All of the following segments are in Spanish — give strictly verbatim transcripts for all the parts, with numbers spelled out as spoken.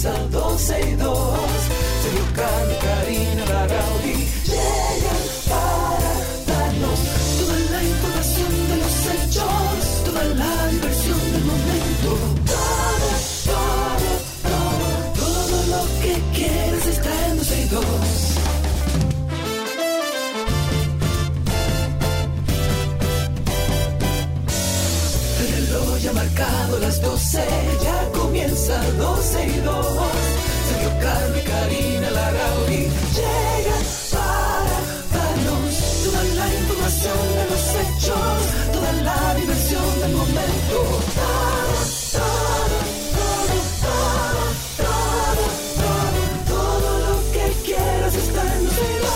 comienza doce y dos. Sergio, Carlos, Karina, Larrauri llegan para darnos toda la información de los hechos, toda la diversión del momento. Todo, todo, todo, todo lo que quieres está en doce y dos. Ya ha marcado las doce, ya comienza doce y dos. Sergio, Carlos y Karina Larrauri llegan para darnos toda la información de los hechos, toda la diversión del momento. Todo, todo, todo, todo, todo, todo, todo lo que quieras está en doce y dos.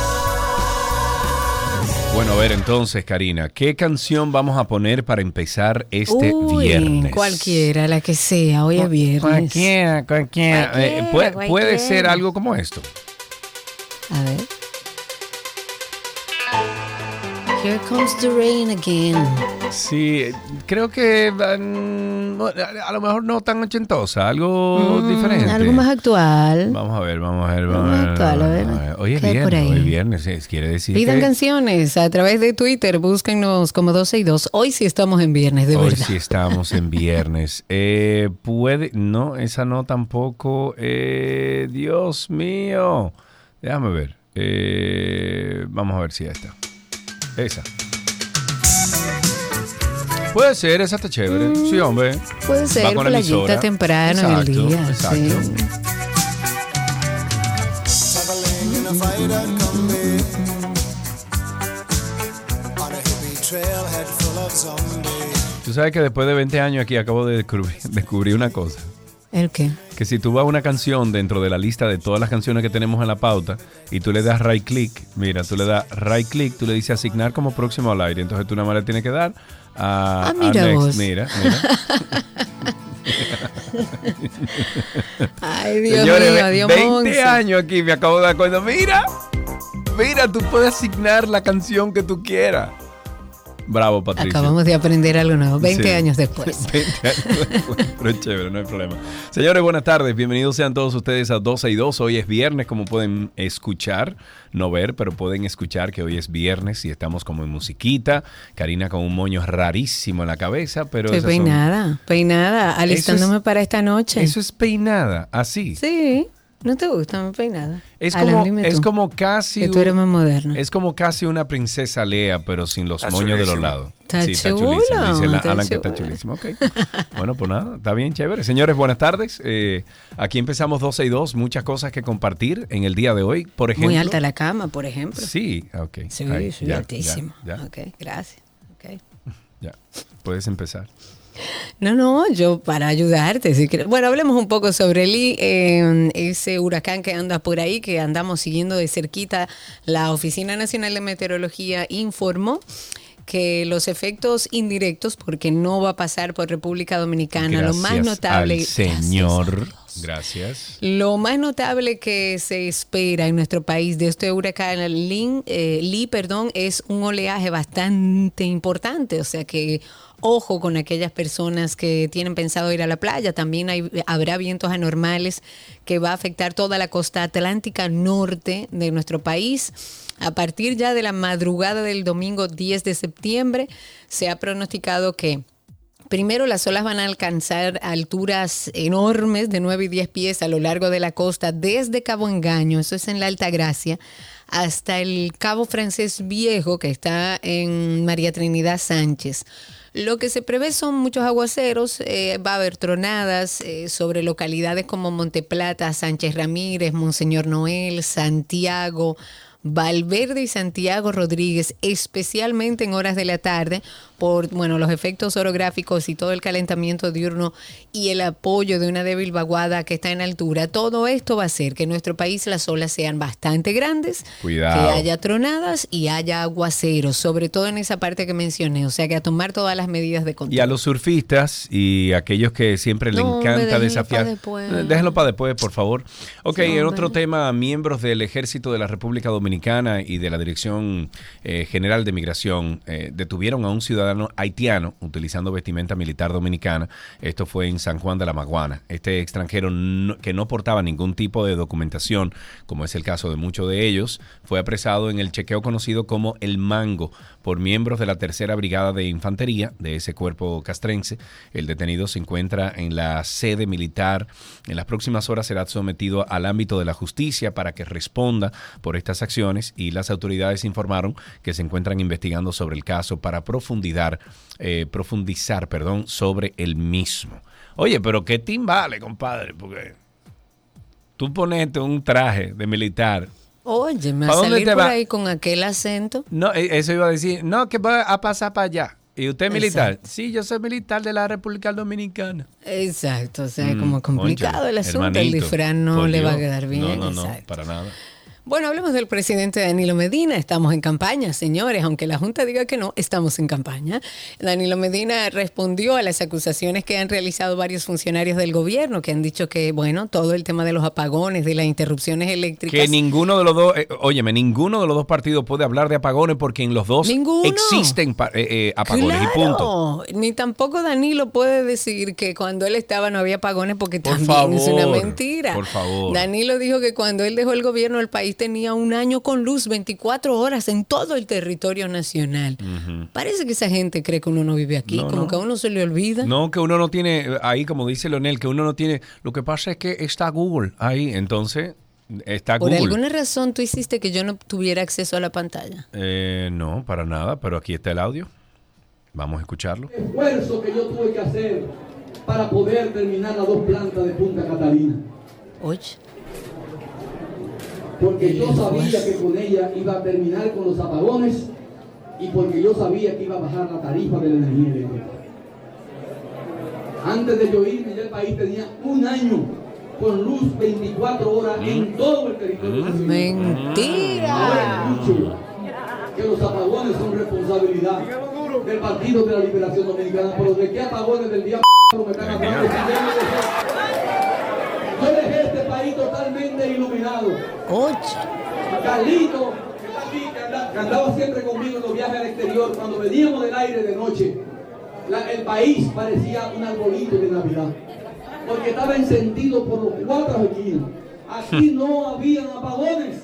Bueno, a ver entonces, Karina, ¿qué canción vamos a poner para empezar este Uy, viernes? Cualquiera, la que sea, hoy es viernes. Cualquiera, cualquiera. Cualquiera, Eh, puede, cualquiera. puede ser algo como esto. A ver. Here comes the rain again. Sí, creo que um, a lo mejor no tan ochentosa, algo Mm, diferente. Algo más actual. Vamos a ver, vamos a ver, vamos Algo a ver. actual, a ver. vamos a ver. Hoy es ¿Qué hay por viernes, ahí? hoy es viernes, es- quiere decir Pidan que canciones a través de Twitter, búsquennos como doce y dos. Hoy sí estamos en viernes, de hoy verdad. sí estamos en viernes. Eh, puede, no, esa no tampoco. Eh, Dios mío. Déjame ver. Eh, vamos a ver si esta. Esa. Puede ser, esa está chévere. Sí, hombre. Puede ser Va con la playita emisora. temprano Exacto, en el día. exacto. Sí. Traveling in a fighter combi on a hippie trailhead full of zombies. Tú sabes que después de veinte años aquí acabo de descubrir, descubrir una cosa. ¿El qué? Que si tú vas a una canción dentro de la lista de todas las canciones que tenemos en la pauta y tú le das right click, mira, tú le das right click, tú le dices asignar como próximo al aire. Entonces tú nada más le tienes que dar a, Ah, mira a next. vos. Mira, mira. Ay, Dios Señores, mío, Dios veinte Monse. años aquí me acabo de dar cuenta. Mira, mira, tú puedes asignar la canción que tú quieras. Bravo, Patricia. Acabamos de aprender algo nuevo, veinte Sí. años después. veinte años después, pero es chévere, no hay problema. Señores, buenas tardes. Bienvenidos sean todos ustedes a doce y dos. Hoy es viernes, como pueden escuchar, no ver, pero pueden escuchar que hoy es viernes y estamos como en musiquita. Karina con un moño rarísimo en la cabeza, pero Estoy esas son- peinada, peinada, alistándome es- para esta noche. Eso es peinada, así. Sí, ¿no te gusta mi peinada? Es Alan, como, dime es tú, como casi que tú eres un- más moderno. es como casi una princesa Lea, pero sin los Está moños de los chulísimo. lados. Está sí, está chulo, chulísimo. Dice la- está Alan que está chulo. chulísimo. Ok. Bueno, pues nada, está bien, chévere. Señores, buenas tardes. Eh, aquí empezamos doce y dos. Muchas cosas que compartir en el día de hoy. Por ejemplo. Muy alta la cama, por ejemplo. Sí, ok. Sí, Ahí, sí, ya, altísimo. Ya, ya, Ok, gracias. Ok. ya. Puedes empezar. No, no, yo para ayudarte. Si quieres. Bueno, hablemos un poco sobre Lee, eh, ese huracán que anda por ahí, que andamos siguiendo de cerquita. La Oficina Nacional de Meteorología informó que los efectos indirectos, porque no va a pasar por República Dominicana, lo más Gracias notable. al Gracias a Señor. Dios. Gracias. Lo más notable que se espera en nuestro país de este huracán Lee, eh, Lee, perdón, es un oleaje bastante importante. O sea que ojo con aquellas personas que tienen pensado ir a la playa. También hay, habrá vientos anormales que va a afectar toda la costa atlántica norte de nuestro país. A partir ya de la madrugada del domingo diez de septiembre, se ha pronosticado que primero, las olas van a alcanzar alturas enormes de nueve y diez pies a lo largo de la costa, desde Cabo Engaño, eso es en la Altagracia, hasta el Cabo Francés Viejo, que está en María Trinidad Sánchez. Lo que se prevé son muchos aguaceros, eh, va a haber tronadas eh, sobre localidades como Monteplata, Sánchez Ramírez, Monseñor Noel, Santiago, Valverde y Santiago Rodríguez, especialmente en horas de la tarde, por bueno los efectos orográficos y todo el calentamiento diurno y el apoyo de una débil vaguada que está en altura. Todo esto va a hacer que en nuestro país las olas sean bastante grandes, Cuidado. que haya tronadas y haya aguaceros, sobre todo en esa parte que mencioné. O sea que a tomar todas las medidas de control. Y a los surfistas y aquellos que siempre le No, hombre, encanta déjenlo desafiar. pa' después. Eh, Déjenlo para después, por favor. Ok, Sí, en hombre. otro tema, miembros del Ejército de la República Dominicana Dominicana y de la Dirección eh, General de Migración eh, detuvieron a un ciudadano haitiano utilizando vestimenta militar dominicana. Esto fue en San Juan de la Maguana. Este extranjero no, que no portaba ningún tipo de documentación, como es el caso de muchos de ellos, fue apresado en el chequeo conocido como El Mango por miembros de la Tercera Brigada de Infantería de ese cuerpo castrense. El detenido se encuentra en la sede militar. En las próximas horas será sometido al ámbito de la justicia para que responda por estas acciones, y las autoridades informaron que se encuentran investigando sobre el caso para profundizar, eh, profundizar perdón, sobre el mismo. Oye, pero qué timbale, compadre, porque tú ponete un traje de militar. Oye, me va a salir por va? ahí con aquel acento. No, eso iba a decir, no, que va a pasar para allá. ¿Y usted es militar? Exacto. Sí, yo soy militar de la República Dominicana. Exacto, o sea, mm, como complicado concha, el asunto, hermanito, el disfraz no le Dios. va a quedar bien. No, no, no, Exacto. para nada. Bueno, hablemos del presidente Danilo Medina. Estamos en campaña, señores. Aunque la Junta diga que no, estamos en campaña. Danilo Medina respondió a las acusaciones que han realizado varios funcionarios del gobierno, que han dicho que, bueno, todo el tema de los apagones, de las interrupciones eléctricas. Que ninguno de los dos, eh, óyeme, ninguno de los dos partidos puede hablar de apagones porque en los dos ¿Ninguno? existen eh, eh, apagones claro. y punto. Ni tampoco Danilo puede decir que cuando él estaba no había apagones, porque por también favor, es una mentira. Por favor. Danilo dijo que cuando él dejó el gobierno, el país tenía un año con luz veinticuatro horas en todo el territorio nacional. Uh-huh. Parece que esa gente cree que uno no vive aquí, no, como no. que a uno se le olvida. No, que uno no tiene, ahí como dice Leonel, que uno no tiene, lo que pasa es que está Google ahí, entonces está Por Google. Por alguna razón tú hiciste que yo no tuviera acceso a la pantalla. Eh, no, para nada, pero aquí está el audio. Vamos a escucharlo. El esfuerzo que yo tuve que hacer para poder terminar las dos plantas de Punta Catalina. Oye. Porque yo sabía que con ella iba a terminar con los apagones y porque yo sabía que iba a bajar la tarifa de la energía eléctrica. Antes de yo irme, ya el país tenía un año con luz veinticuatro horas ¿Mm? en todo el territorio nacional. ¡Mentira! Ahora escucho que los apagones son responsabilidad del Partido de la Liberación Dominicana, pero ¿de qué apagones del día me están hablando? Yo dejé este país totalmente iluminado. Oye. Carlito, que está aquí, que, anda, que andaba siempre conmigo en los viajes al exterior, cuando veníamos del aire de noche, la, el país parecía un arbolito de Navidad, porque estaba encendido por los cuatro esquinas. Aquí no habían apagones.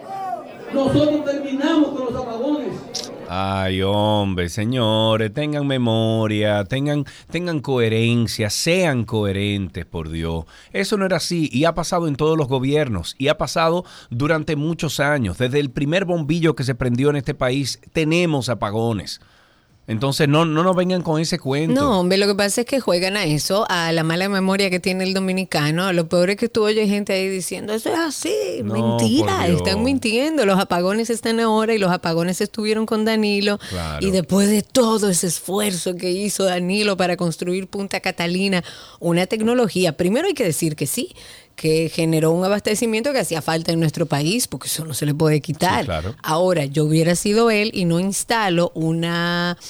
Nosotros terminamos con los apagones. Ay, hombre, señores, tengan memoria, tengan, tengan coherencia, sean coherentes, por Dios. Eso no era así y ha pasado en todos los gobiernos y ha pasado durante muchos años. Desde el primer bombillo que se prendió en este país tenemos apagones. Entonces no, no nos vengan con ese cuento. No, hombre, lo que pasa es que juegan a eso, a la mala memoria que tiene el dominicano. Lo peor es que tú oyes gente ahí diciendo, eso es así, no, mentira, están mintiendo. Los apagones están ahora y los apagones estuvieron con Danilo. Claro. Y después de todo ese esfuerzo que hizo Danilo para construir Punta Catalina, una tecnología, primero hay que decir que sí, que generó un abastecimiento que hacía falta en nuestro país, porque eso no se le puede quitar. Sí, claro. Ahora, yo hubiera sido él y no instalo una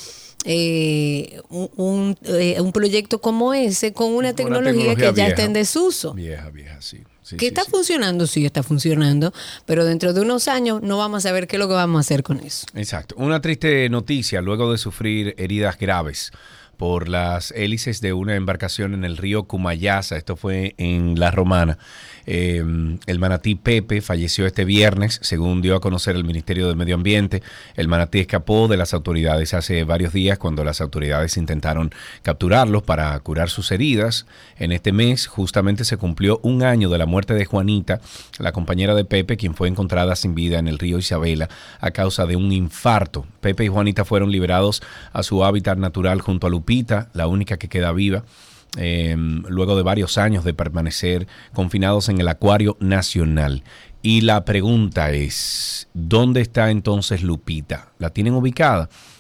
eh, un, un, eh, un proyecto como ese con una tecnología, una tecnología que vieja, ya está en desuso. Vieja, vieja, sí. sí ¿Que sí, está sí. funcionando? Sí, está funcionando, pero dentro de unos años no vamos a saber qué es lo que vamos a hacer con eso. Exacto. Una triste noticia luego de sufrir heridas graves por las hélices de una embarcación en el río Cumayasa. Esto fue en La Romana. Eh, el manatí Pepe falleció este viernes, según dio a conocer el Ministerio del Medio Ambiente. El manatí escapó de las autoridades hace varios días cuando las autoridades intentaron capturarlo para curar sus heridas. En este mes justamente se cumplió un año de la muerte de Juanita, la compañera de Pepe, quien fue encontrada sin vida en el río Isabela a causa de un infarto. Pepe y Juanita fueron liberados a su hábitat natural junto a Lupita, la única que queda viva, eh, luego de varios años de permanecer confinados en el Acuario Nacional. Y la pregunta es, ¿dónde está entonces Lupita? ¿La tienen ubicada?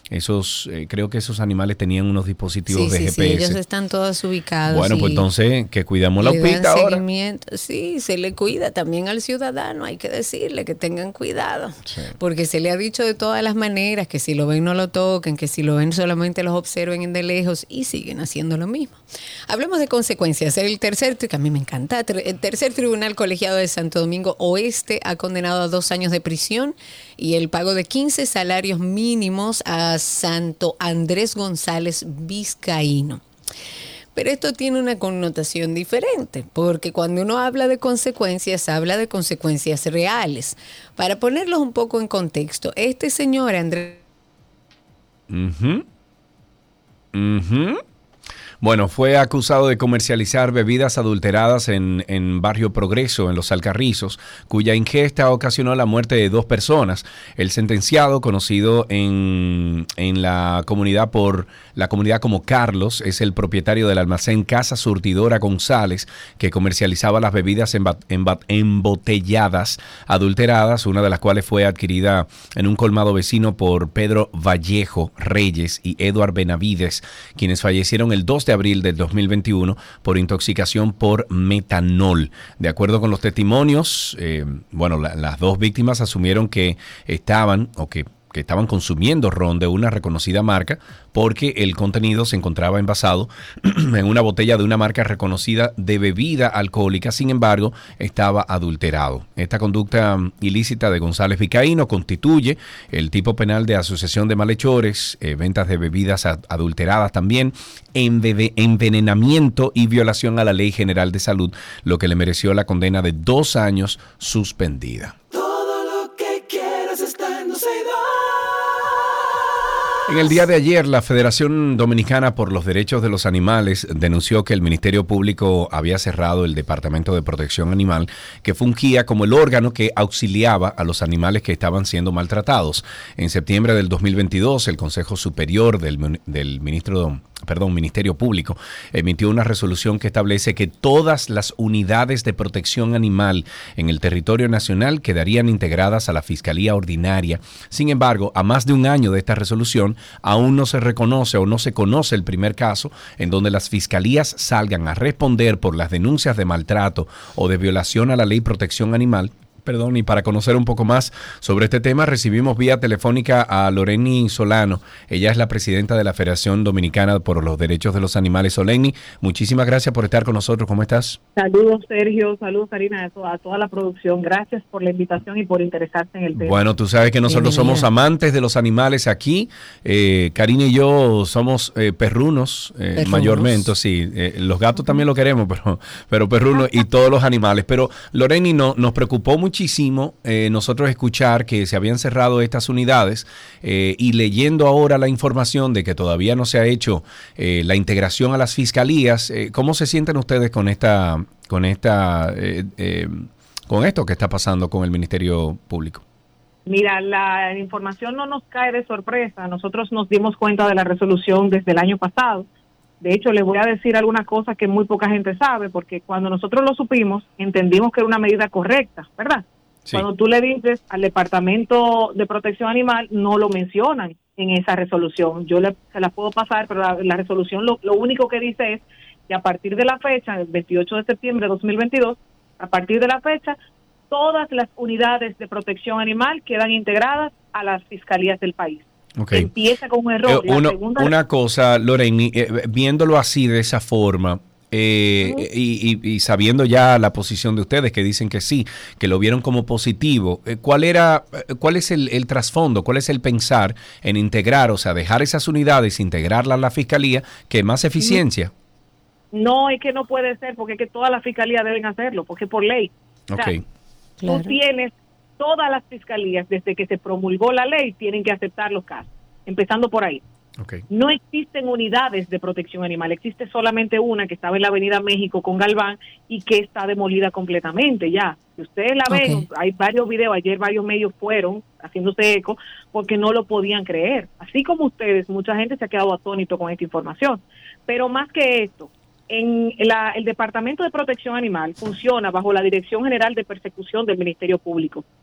esos, eh, creo que esos animales tenían unos dispositivos sí, de sí, G P S. Sí, ellos están todos ubicados. Bueno, pues entonces que cuidamos la upita ahora. Sí, se le cuida también al ciudadano, hay que decirle que tengan cuidado, sí. porque se le ha dicho de todas las maneras que si lo ven no lo toquen, que si lo ven solamente los observen de lejos y siguen haciendo lo mismo. Hablemos de consecuencias. El tercer, que a mí me encanta, el tercer tribunal colegiado de Santo Domingo Oeste ha condenado a dos años de prisión y el pago de quince salarios mínimos a Santo Andrés González Vizcaíno. Pero esto tiene una connotación diferente, porque cuando uno habla de consecuencias, habla de consecuencias reales. Para ponerlos un poco en contexto, este señor Andrés... Uh-huh. Uh-huh. Bueno, fue acusado de comercializar bebidas adulteradas en, en Barrio Progreso, en Los Alcarrizos, cuya ingesta ocasionó la muerte de dos personas. El sentenciado, conocido en, en la comunidad por la comunidad como Carlos, es el propietario del almacén Casa Surtidora González, que comercializaba las bebidas emba, emba, embotelladas adulteradas, una de las cuales fue adquirida en un colmado vecino por Pedro Vallejo Reyes y Eduard Benavides, quienes fallecieron el dos de abril del dos mil veintiuno por intoxicación por metanol. De acuerdo con los testimonios, eh, bueno, la, las dos víctimas asumieron que estaban o que que estaban consumiendo ron de una reconocida marca porque el contenido se encontraba envasado en una botella de una marca reconocida de bebida alcohólica, sin embargo, estaba adulterado. Esta conducta ilícita de González Vizcaíno constituye el tipo penal de asociación de malhechores, eh, ventas de bebidas adulteradas también, enve- envenenamiento y violación a la Ley General de Salud, lo que le mereció la condena de dos años suspendida. Todo lo que quieras está en dos y dos. En el día de ayer, la Federación Dominicana por los Derechos de los Animales denunció que el Ministerio Público había cerrado el Departamento de Protección Animal, que fungía como el órgano que auxiliaba a los animales que estaban siendo maltratados. En septiembre del dos mil veintidós, el Consejo Superior del, del Ministro, perdón, Ministerio Público emitió una resolución que establece que todas las unidades de protección animal en el territorio nacional quedarían integradas a la Fiscalía Ordinaria. Sin embargo, a más de un año de esta resolución, aún no se reconoce o no se conoce el primer caso en donde las fiscalías salgan a responder por las denuncias de maltrato o de violación a la Ley Protección Animal. Perdón, y para conocer un poco más sobre este tema, recibimos vía telefónica a Loreni Solano. Ella es la presidenta de la Federación Dominicana por los Derechos de los Animales. Loreni, muchísimas gracias por estar con nosotros. ¿Cómo estás? Saludos, Sergio. Saludos, Karina, a toda la producción. Gracias por la invitación y por interesarse en el tema. Bueno, tú sabes que nosotros Bienvenida. somos amantes de los animales aquí. Eh, Karina y yo somos eh, perrunos, eh, perrunos, mayormente, sí. Eh, los gatos también lo queremos, pero, pero perrunos y todos los animales. Pero Loreni no, nos preocupó mucho muchísimo eh, nosotros escuchar que se habían cerrado estas unidades eh, y leyendo ahora la información de que todavía no se ha hecho eh, la integración a las fiscalías. Eh, ¿Cómo se sienten ustedes con esta, con esta, eh, eh, con esto que está pasando con el Ministerio Público? Mira, la información no nos cae de sorpresa. Nosotros nos dimos cuenta de la resolución desde el año pasado. De hecho, les voy a decir algunas cosas que muy poca gente sabe, porque cuando nosotros lo supimos, entendimos que era una medida correcta, ¿verdad? Sí. Cuando tú le dices al Departamento de Protección Animal, no lo mencionan en esa resolución. Yo le, se la puedo pasar, pero la, la resolución lo, lo único que dice es que a partir de la fecha, el veintiocho de septiembre de dos mil veintidós, a partir de la fecha, todas las unidades de protección animal quedan integradas a las fiscalías del país. Okay. Empieza con un error. Eh, uno, segunda... Una cosa, Loreni, eh, viéndolo así de esa forma eh, uh-huh. y, y, y sabiendo ya la posición de ustedes que dicen que sí, que lo vieron como positivo, eh, ¿cuál era, cuál es el, el trasfondo, cuál es el pensar en integrar, o sea, dejar esas unidades, integrarlas a la fiscalía, que más eficiencia? No, es que no puede ser, porque es que todas las fiscalías deben hacerlo, porque por ley. Okay. O sea, claro. Tú tienes todas las fiscalías, desde que se promulgó la ley, tienen que aceptar los casos, empezando por ahí. Okay. No existen unidades de protección animal, existe solamente una que estaba en la Avenida México con Galván y que está demolida completamente ya. Si ustedes la ven, okay. Hay varios videos, ayer varios medios fueron haciéndose eco porque no lo podían creer. Así como ustedes, mucha gente se ha quedado atónito con esta información. Pero más que esto, en la, el Departamento de Protección Animal funciona bajo la Dirección General de Persecución del Ministerio Público.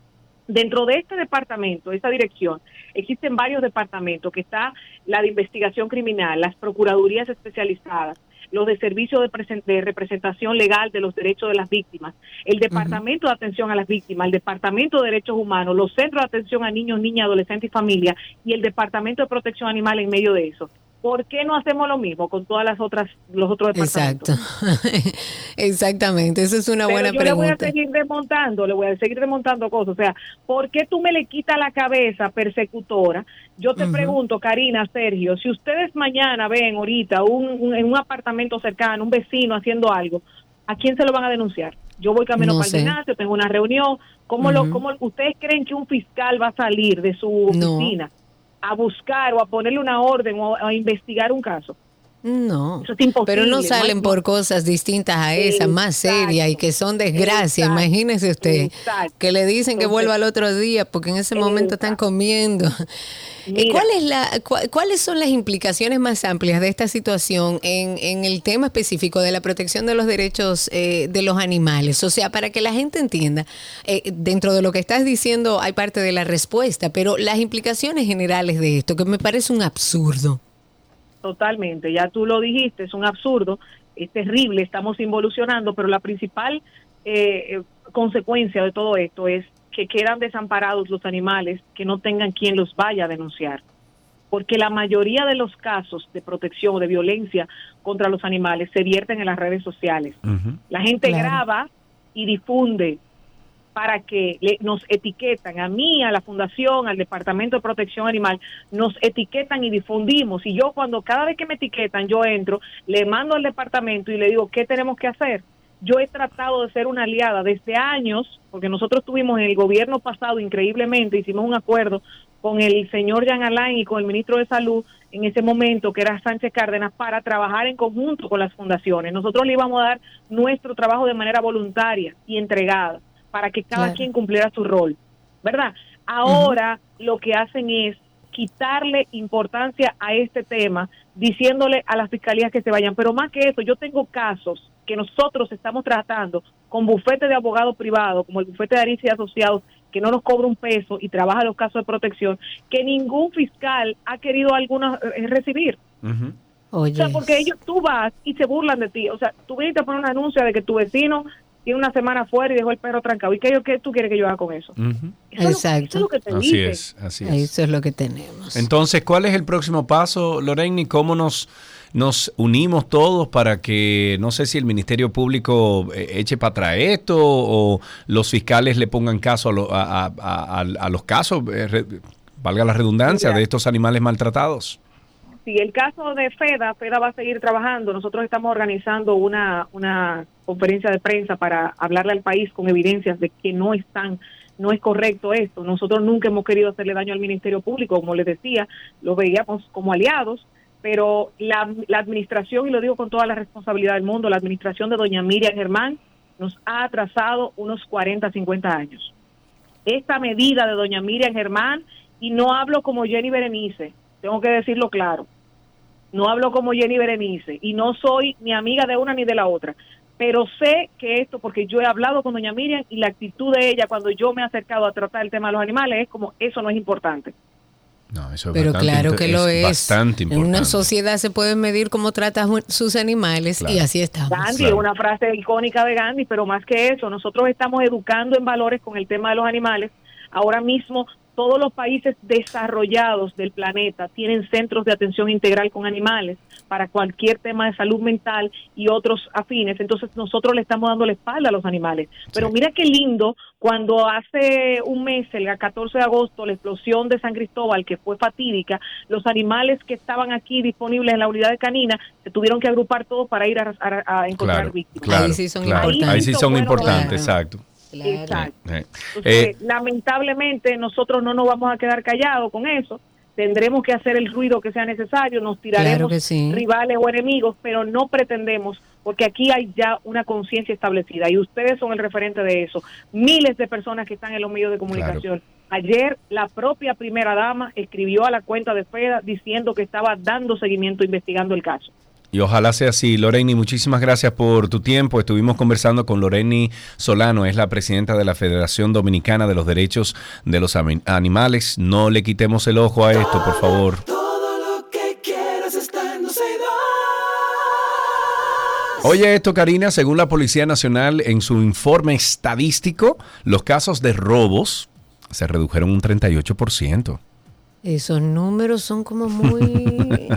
Dentro de este departamento, esta dirección, existen varios departamentos, que está la de investigación criminal, las procuradurías especializadas, los de servicio de, presen- de representación legal de los derechos de las víctimas, el departamento uh-huh. de atención a las víctimas, el departamento de derechos humanos, los centros de atención a niños, niñas, adolescentes y familia, y el departamento de protección animal en medio de eso. ¿Por qué no hacemos lo mismo con todas las otras, los otros departamentos? Exacto. Exactamente, esa es una Pero buena yo pregunta. le voy a seguir desmontando, le voy a seguir desmontando cosas. O sea, ¿por qué tú me le quitas la cabeza, persecutora? Yo te uh-huh. pregunto, Karina, Sergio, si ustedes mañana ven ahorita un, un, en un apartamento cercano, un vecino haciendo algo, ¿a quién se lo van a denunciar? Yo voy camino no para sé. el gimnasio, tengo una reunión. ¿Cómo, uh-huh. lo, cómo ustedes creen que un fiscal va a salir de su oficina no. a buscar o a ponerle una orden o a investigar un caso? No, eso es imposible, pero no salen no, por cosas distintas a esa, más serias y que son desgracias. Imagínese usted, exacto, que le dicen Entonces, que vuelva al otro día porque en ese momento exacto. están comiendo. Mira, ¿Cuál es la, cu- ¿Cuáles son las implicaciones más amplias de esta situación en, en el tema específico de la protección de los derechos eh, de los animales? O sea, para que la gente entienda, eh, dentro de lo que estás diciendo hay parte de la respuesta, pero las implicaciones generales de esto, que me parece un absurdo. Totalmente, ya tú lo dijiste, es un absurdo, es terrible, estamos involucionando, pero la principal eh, consecuencia de todo esto es que quedan desamparados los animales que no tengan quien los vaya a denunciar, porque la mayoría de los casos de protección o de violencia contra los animales se vierten en las redes sociales. Uh-huh. La gente claro. graba y difunde para que le, nos etiquetan, a mí, a la Fundación, al Departamento de Protección Animal, nos etiquetan y difundimos. Y yo cuando cada vez que me etiquetan, yo entro, le mando al departamento y le digo, ¿qué tenemos que hacer? Yo he tratado de ser una aliada desde años, porque nosotros tuvimos en el gobierno pasado, increíblemente, hicimos un acuerdo con el señor Jean Alain y con el ministro de Salud, en ese momento, que era Sánchez Cárdenas, para trabajar en conjunto con las fundaciones. Nosotros le íbamos a dar nuestro trabajo de manera voluntaria y entregada, para que cada claro. quien cumpliera su rol, ¿verdad? Ahora uh-huh. lo que hacen es quitarle importancia a este tema, diciéndole a las fiscalías que se vayan. Pero más que eso, yo tengo casos que nosotros estamos tratando con bufetes de abogados privados, como el bufete de Ariza y Asociados, que no nos cobra un peso y trabaja los casos de protección, que ningún fiscal ha querido alguna eh, recibir. Uh-huh. O sea, porque ellos, tú vas y se burlan de ti. O sea, tú vienes a poner una denuncia de que tu vecino tiene una semana fuera y dejó el perro trancado. ¿Y qué, qué tú quieres que yo haga con eso? Uh-huh. Eso Exacto. Es lo, eso es lo que te así dicen. es, así es. Eso es lo que tenemos. Entonces, ¿cuál es el próximo paso, Lorraine? ¿Cómo nos, nos unimos todos para que, no sé si el Ministerio Público eh, eche para atrás esto o los fiscales le pongan caso a, lo, a, a, a, a los casos, eh, re, valga la redundancia, Mira. de estos animales maltratados? Sí, el caso de FEDA, FEDA va a seguir trabajando. Nosotros estamos organizando una una conferencia de prensa para hablarle al país con evidencias de que no están, no es correcto esto. Nosotros nunca hemos querido hacerle daño al Ministerio Público, como les decía, lo veíamos como aliados, pero la, la administración, y lo digo con toda la responsabilidad del mundo, la administración de doña Miriam Germán nos ha atrasado unos cuarenta, cincuenta años. Esta medida de doña Miriam Germán, y no hablo como Jenny Berenice, tengo que decirlo claro, no hablo como Jenny Berenice y no soy ni amiga de una ni de la otra, pero sé que esto, porque yo he hablado con doña Miriam y la actitud de ella cuando yo me he acercado a tratar el tema de los animales es como, eso no es importante. No, eso es pero claro inter- que lo es. Bastante importante. En una sociedad se puede medir cómo trata sus animales claro. y así estamos. Gandhi, claro. una frase icónica de Gandhi, pero más que eso, nosotros estamos educando en valores con el tema de los animales. Ahora mismo todos los países desarrollados del planeta tienen centros de atención integral con animales para cualquier tema de salud mental y otros afines. Entonces nosotros le estamos dando la espalda a los animales. Pero sí. Mira qué lindo cuando hace un mes, el catorce de agosto, la explosión de San Cristóbal, que fue fatídica, los animales que estaban aquí disponibles en la unidad de canina se tuvieron que agrupar todos para ir a, a, a encontrar claro, víctimas. Claro, ahí sí son claro. importantes. Ahí sí son bueno, importantes, bueno. exacto. Claro. Exacto. Eh, eh. Entonces, Eh, lamentablemente nosotros no nos vamos a quedar callados con eso, tendremos que hacer el ruido que sea necesario, nos tiraremos Claro que sí. rivales o enemigos, pero no pretendemos, porque aquí hay ya una conciencia establecida y ustedes son el referente de eso, miles de personas que están en los medios de comunicación. Claro. Ayer la propia primera dama escribió a la cuenta de FEDA diciendo que estaba dando seguimiento, investigando el caso. Y ojalá sea así. Loreni, muchísimas gracias por tu tiempo. Estuvimos conversando con Loreni Solano, es la presidenta de la Federación Dominicana de los Derechos de los Animales. No le quitemos el ojo a esto, por favor. Todo lo que quieras está en dos y dos. Oye esto, Karina, según la Policía Nacional, en su informe estadístico, los casos de robos se redujeron un treinta y ocho por ciento. Esos números son como muy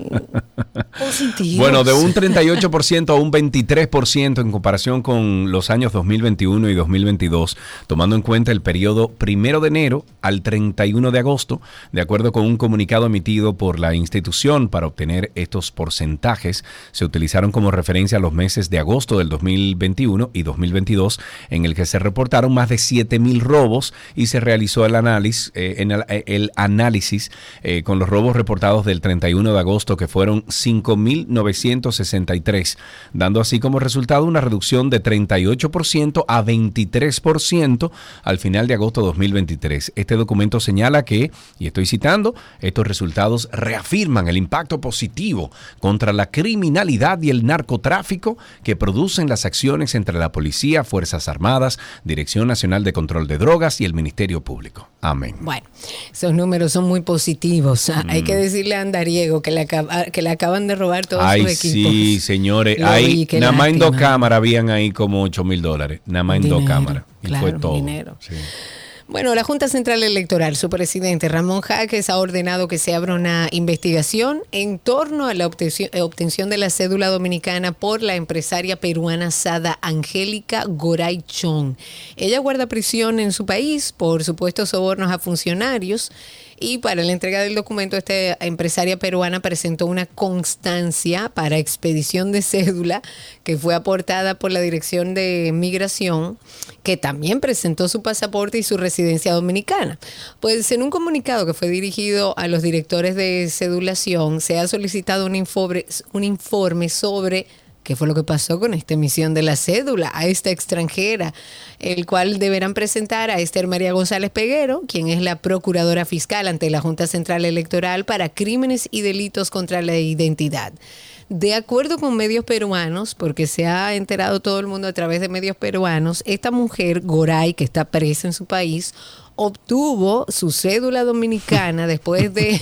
positivos. Bueno, de un treinta y ocho por ciento a un veintitrés por ciento en comparación con los años dos mil veintiuno y dos mil veintidós, tomando en cuenta el periodo primero de enero al treinta y uno de agosto, de acuerdo con un comunicado emitido por la institución. Para obtener estos porcentajes, se utilizaron como referencia los meses de agosto del dos mil veintiuno y dos mil veintidós, en el que se reportaron más de siete mil robos y se realizó el análisis, eh, en el, el análisis Eh, con los robos reportados del treinta y uno de agosto, que fueron cinco mil novecientos sesenta y tres, dando así como resultado una reducción de treinta y ocho por ciento a veintitrés por ciento al final de agosto de dos mil veintitrés. Este documento señala que, y estoy citando, estos resultados reafirman el impacto positivo contra la criminalidad y el narcotráfico que producen las acciones entre la policía, Fuerzas Armadas, Dirección Nacional de Control de Drogas y el Ministerio Público. Amén. Bueno, esos números son muy positivos. Mm. Hay que decirle a Andariego que le, acaba, que le acaban de robar todos Ay, sus equipos. Sí, señores. Ahí, nada más en dos cámaras habían ahí como ocho mil dólares. Nada más en dos cámaras. Y claro, fue todo. Dinero. Sí. Bueno, la Junta Central Electoral, su presidente Ramón Jáquez, ha ordenado que se abra una investigación en torno a la obtención, obtención de la cédula dominicana por la empresaria peruana Sada Angélica Goray Chong. Ella guarda prisión en su país por supuestos sobornos a funcionarios. Y para la entrega del documento, esta empresaria peruana presentó una constancia para expedición de cédula que fue aportada por la Dirección de Migración, que también presentó su pasaporte y su residencia dominicana. Pues en un comunicado que fue dirigido a los directores de cedulación, se ha solicitado un informe, un informe sobre qué fue lo que pasó con esta emisión de la cédula a esta extranjera, el cual deberán presentar a Esther María González Peguero, quien es la procuradora fiscal ante la Junta Central Electoral para crímenes y delitos contra la identidad. De acuerdo con medios peruanos, porque se ha enterado todo el mundo a través de medios peruanos, esta mujer, Goray, que está presa en su país, obtuvo su cédula dominicana después de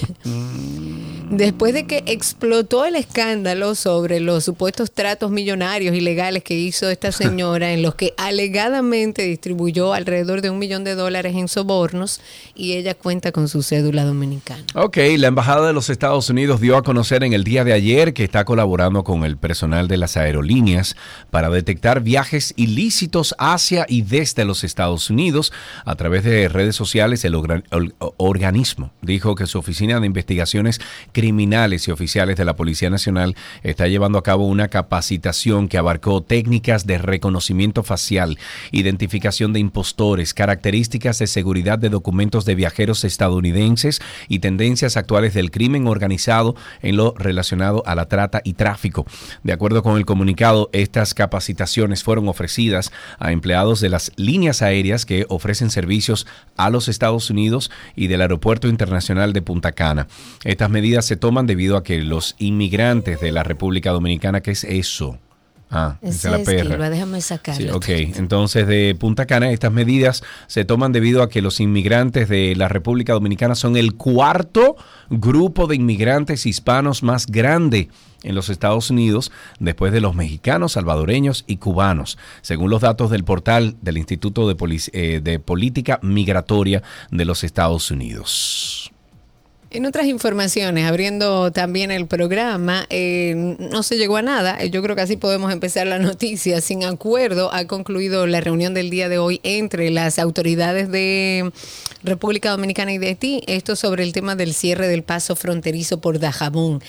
después de que explotó el escándalo sobre los supuestos tratos millonarios ilegales que hizo esta señora, en los que alegadamente distribuyó alrededor de un millón de dólares en sobornos, y ella cuenta con su cédula dominicana. Ok, la Embajada de los Estados Unidos dio a conocer en el día de ayer que está colaborando con el personal de las aerolíneas para detectar viajes ilícitos hacia y desde los Estados Unidos a través de redes sociales. El organismo dijo que su oficina de investigaciones criminales y oficiales de la Policía Nacional está llevando a cabo una capacitación que abarcó técnicas de reconocimiento facial, identificación de impostores, características de seguridad de documentos de viajeros estadounidenses y tendencias actuales del crimen organizado en lo relacionado a la trata y tráfico. De acuerdo con el comunicado, estas capacitaciones fueron ofrecidas a empleados de las líneas aéreas que ofrecen servicios a los Estados Unidos y del Aeropuerto Internacional de Punta Cana. Estas medidas se toman debido a que los inmigrantes de la República Dominicana, ¿qué es eso? Ah, es la perra. Esquiva, déjame sacarlo. Sí, ok, entonces de Punta Cana estas medidas se toman debido a que los inmigrantes de la República Dominicana son el cuarto grupo de inmigrantes hispanos más grande en los Estados Unidos, después de los mexicanos, salvadoreños y cubanos, según los datos del portal del Instituto de, Polic- eh, de Política Migratoria de los Estados Unidos. En otras informaciones, abriendo también el programa, eh, no se llegó a nada. Yo creo que así podemos empezar la noticia. Sin acuerdo, ha concluido la reunión del día de hoy entre las autoridades de República Dominicana y de Haití. Esto sobre el tema del cierre del paso fronterizo por Dajabón.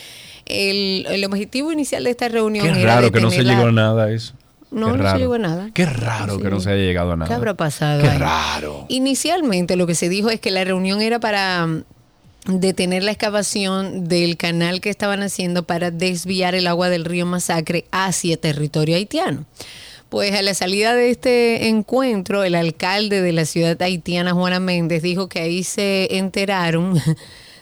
El, el objetivo inicial de esta reunión Qué era raro que no se detener la- llegó a nada a eso. No, Qué no raro. se llegó a nada. Qué raro Sí. que no se haya llegado a nada. ¿Qué habrá pasado Qué ahí? raro. Inicialmente lo que se dijo es que la reunión era para mm, detener la excavación del canal que estaban haciendo para desviar el agua del río Masacre hacia territorio haitiano. Pues a la salida de este encuentro, el alcalde de la ciudad haitiana, Juana Méndez, dijo que ahí se enteraron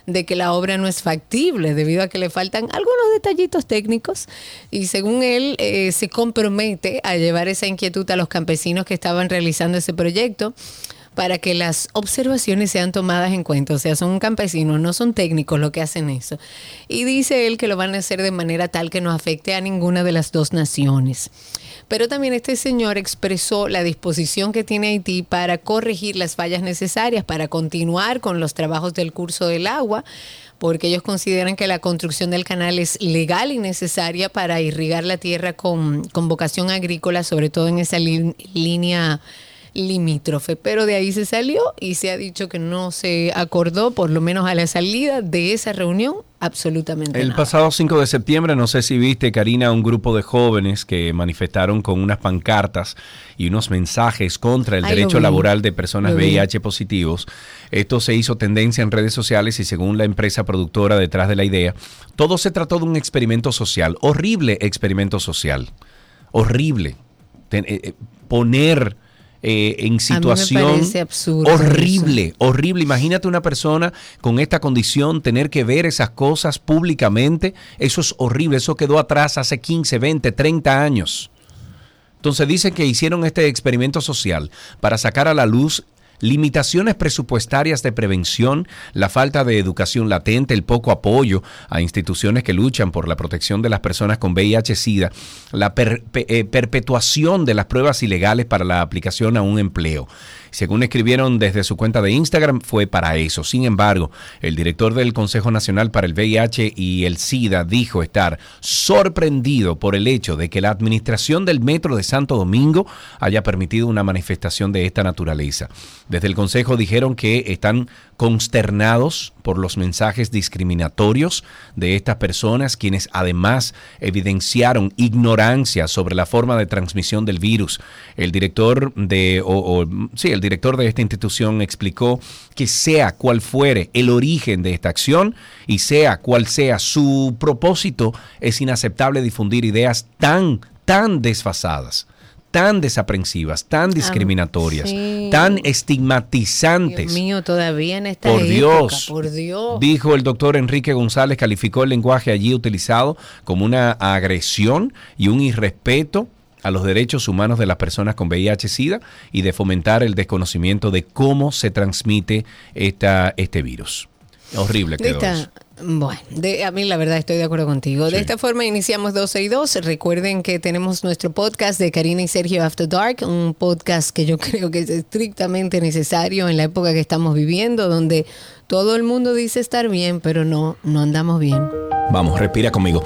de que la obra no es factible debido a que le faltan algunos detallitos técnicos y según él eh, se compromete a llevar esa inquietud a los campesinos que estaban realizando ese proyecto para que las observaciones sean tomadas en cuenta. O sea, son campesinos, no son técnicos los que hacen eso. Y dice él que lo van a hacer de manera tal que no afecte a ninguna de las dos naciones. Pero también este señor expresó la disposición que tiene Haití para corregir las fallas necesarias, para continuar con los trabajos del curso del agua, porque ellos consideran que la construcción del canal es legal y necesaria para irrigar la tierra con, con vocación agrícola, sobre todo en esa li- línea limítrofe, pero de ahí se salió y se ha dicho que no se acordó, por lo menos a la salida de esa reunión, absolutamente El nada. pasado cinco de septiembre, no sé si viste, Karina, un grupo de jóvenes que manifestaron con unas pancartas y unos mensajes contra el Ay, derecho lo vi. laboral de personas Lo vi. V I H positivos. Esto se hizo tendencia en redes sociales y según la empresa productora detrás de la idea, todo se trató de un experimento social, horrible experimento social, horrible. Ten, eh, eh, poner... Eh, en situación A mí me parece absurdo horrible, horrible. Imagínate una persona con esta condición tener que ver esas cosas públicamente. Eso es horrible. Eso quedó atrás hace quince, veinte, treinta años. Entonces dicen que hicieron este experimento social para sacar a la luz limitaciones presupuestarias de prevención, la falta de educación latente, el poco apoyo a instituciones que luchan por la protección de las personas con V I H-Sida, la per, per, eh, perpetuación de las pruebas ilegales para la aplicación a un empleo. Según escribieron desde su cuenta de Instagram, fue para eso. Sin embargo, el director del Consejo Nacional para el V I H y el SIDA dijo estar sorprendido por el hecho de que la administración del Metro de Santo Domingo haya permitido una manifestación de esta naturaleza. Desde el Consejo dijeron que están consternados por los mensajes discriminatorios de estas personas, quienes además evidenciaron ignorancia sobre la forma de transmisión del virus. El director de, o, o, sí, el director de esta institución explicó que sea cual fuere el origen de esta acción y sea cual sea su propósito, es inaceptable difundir ideas tan, tan desfasadas, tan desaprensivas, tan discriminatorias, sí. tan estigmatizantes. Dios mío, todavía en esta Por época, Dios, por Dios. Dijo el doctor Enrique González, calificó el lenguaje allí utilizado como una agresión y un irrespeto a los derechos humanos de las personas con V I H-Sida y de fomentar el desconocimiento de cómo se transmite esta, este virus. Horrible quedó De esta, eso. bueno, de, a mí la verdad estoy de acuerdo contigo. Sí. De esta forma iniciamos doce y dos. Recuerden que tenemos nuestro podcast de Karina y Sergio After Dark, un podcast que yo creo que es estrictamente necesario en la época que estamos viviendo, donde todo el mundo dice estar bien, pero no, no andamos bien. Vamos, respira conmigo.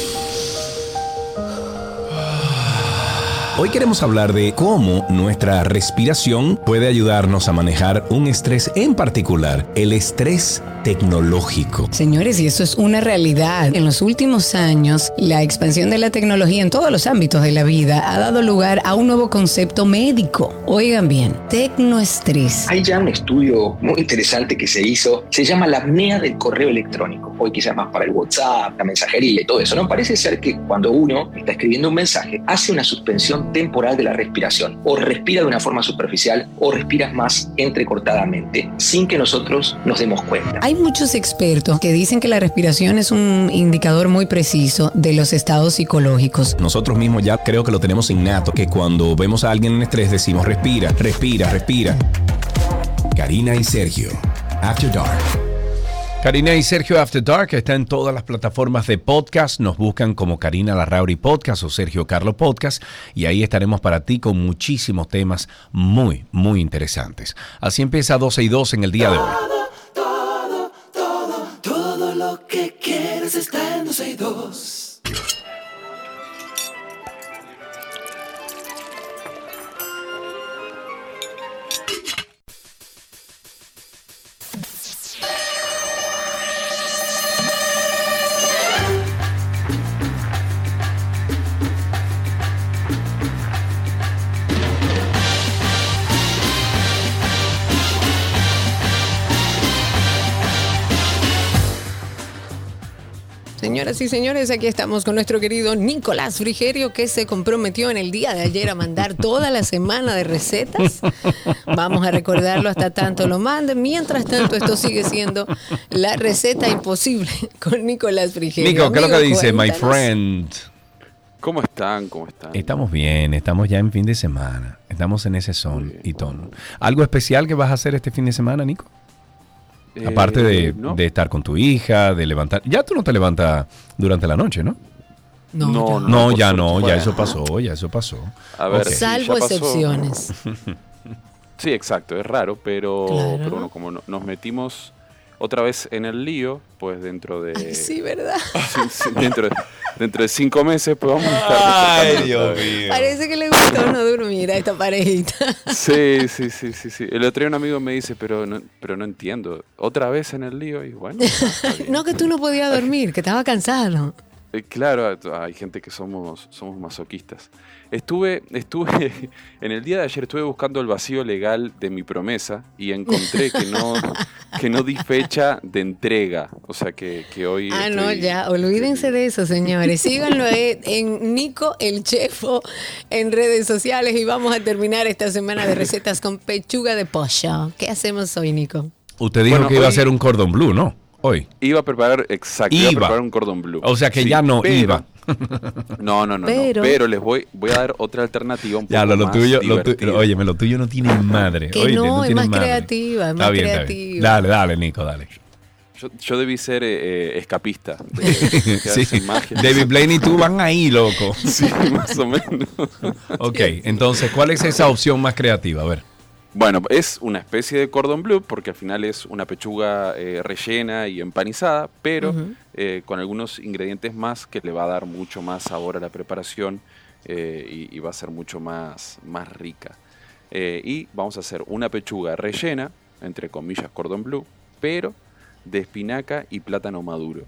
Hoy queremos hablar de cómo nuestra respiración puede ayudarnos a manejar un estrés en particular, el estrés tecnológico. Señores, y eso es una realidad. En los últimos años, la expansión de la tecnología en todos los ámbitos de la vida ha dado lugar a un nuevo concepto médico. Oigan bien, tecnoestrés. Hay ya un estudio muy interesante que se hizo, se llama la apnea del correo electrónico. Hoy quizás más para el WhatsApp, la mensajería y todo eso, ¿no? Parece ser que cuando uno está escribiendo un mensaje, hace una suspensión temporal de la respiración. O respira de una forma superficial o respiras más entrecortadamente, sin que nosotros nos demos cuenta. Hay muchos expertos que dicen que la respiración es un indicador muy preciso de los estados psicológicos. Nosotros mismos ya creo que lo tenemos innato, que cuando vemos a alguien en estrés decimos respira, respira, respira. Karina y Sergio, After Dark. Karina y Sergio After Dark está en todas las plataformas de podcast. Nos buscan como Karina Larrauri Podcast o Sergio Carlo Podcast y ahí estaremos para ti con muchísimos temas muy, muy interesantes. Así empieza doce y dos en el día de hoy. Todo, todo, todo lo que quieres está en doce y dos. Señores, Señoras y señores, aquí estamos con nuestro querido Nicolás Frigerio, que se comprometió en el día de ayer a mandar toda la semana de recetas. Vamos a recordarlo hasta tanto lo manden. Mientras tanto, esto sigue siendo la receta imposible con Nicolás Frigerio. Nico, ¿qué es lo que Amigo, dice, my cuéntanos. friend? ¿Cómo están? ¿Cómo están? Estamos bien, estamos ya en fin de semana. Estamos en ese son y tono. ¿Algo especial que vas a hacer este fin de semana, Nico? Eh, Aparte de, no. de estar con tu hija, de levantar... Ya tú no te levantas durante la noche, ¿no? No, No, ya. no. No, por ya suerte. no, ya Bueno. eso pasó, ya eso pasó. A ver, Ok. sí, Salvo ya pasó. excepciones. Sí, exacto, es raro, pero, Claro. pero bueno, como no- nos metimos otra vez en el lío, pues dentro de... Ay, sí, ¿verdad? Sí, sí, dentro, de dentro de cinco meses, pues vamos a estar... Ay, despertando Dios otra vez. mío. Parece que le gustó no dormir a esta parejita. Sí, sí, sí, sí, sí. El otro día un amigo me dice, pero no, pero no entiendo. ¿Otra vez en el lío? Y bueno, está bien. No, que tú no podías dormir, que estaba cansado. Eh, Claro, hay gente que somos, somos masoquistas. Estuve, estuve, en el día de ayer estuve buscando el vacío legal de mi promesa y encontré que no, que no di fecha de entrega. O sea que, que hoy. Ah, no, estoy- ya, olvídense de eso, señores. Síganlo eh, en Nico el Chefo en redes sociales y vamos a terminar esta semana de recetas con pechuga de pollo. ¿Qué hacemos hoy, Nico? Usted dijo Bueno, que iba a hoy- ser un cordón blue, ¿no? Hoy. Iba a preparar, exacto, iba, a Iba. preparar un cordón blue. O sea que Sí, ya no pero- iba. No, no, no, Pero- pero, pero les voy, voy a dar otra alternativa un poco Ya, lo, lo más tuyo, lo tu, divertida. óyeme, lo tuyo no tiene madre. Que Oíste, no, es tiene más madre. creativa, es Está más bien, está bien. creativa. Dale, dale, Nico, dale. Yo, yo debí ser eh, eh, escapista. De, de Sí. hacer magia. David Blaine y tú van ahí, loco. Sí, más o menos. Ok, entonces, ¿cuál es esa opción más creativa? A ver. Bueno, es una especie de cordon bleu porque al final es una pechuga eh, rellena y empanizada, pero Ujú. eh, con algunos ingredientes más que le va a dar mucho más sabor a la preparación eh, y, y va a ser mucho más, más rica. Eh, y vamos a hacer una pechuga rellena, entre comillas cordon bleu, pero de espinaca y plátano maduro,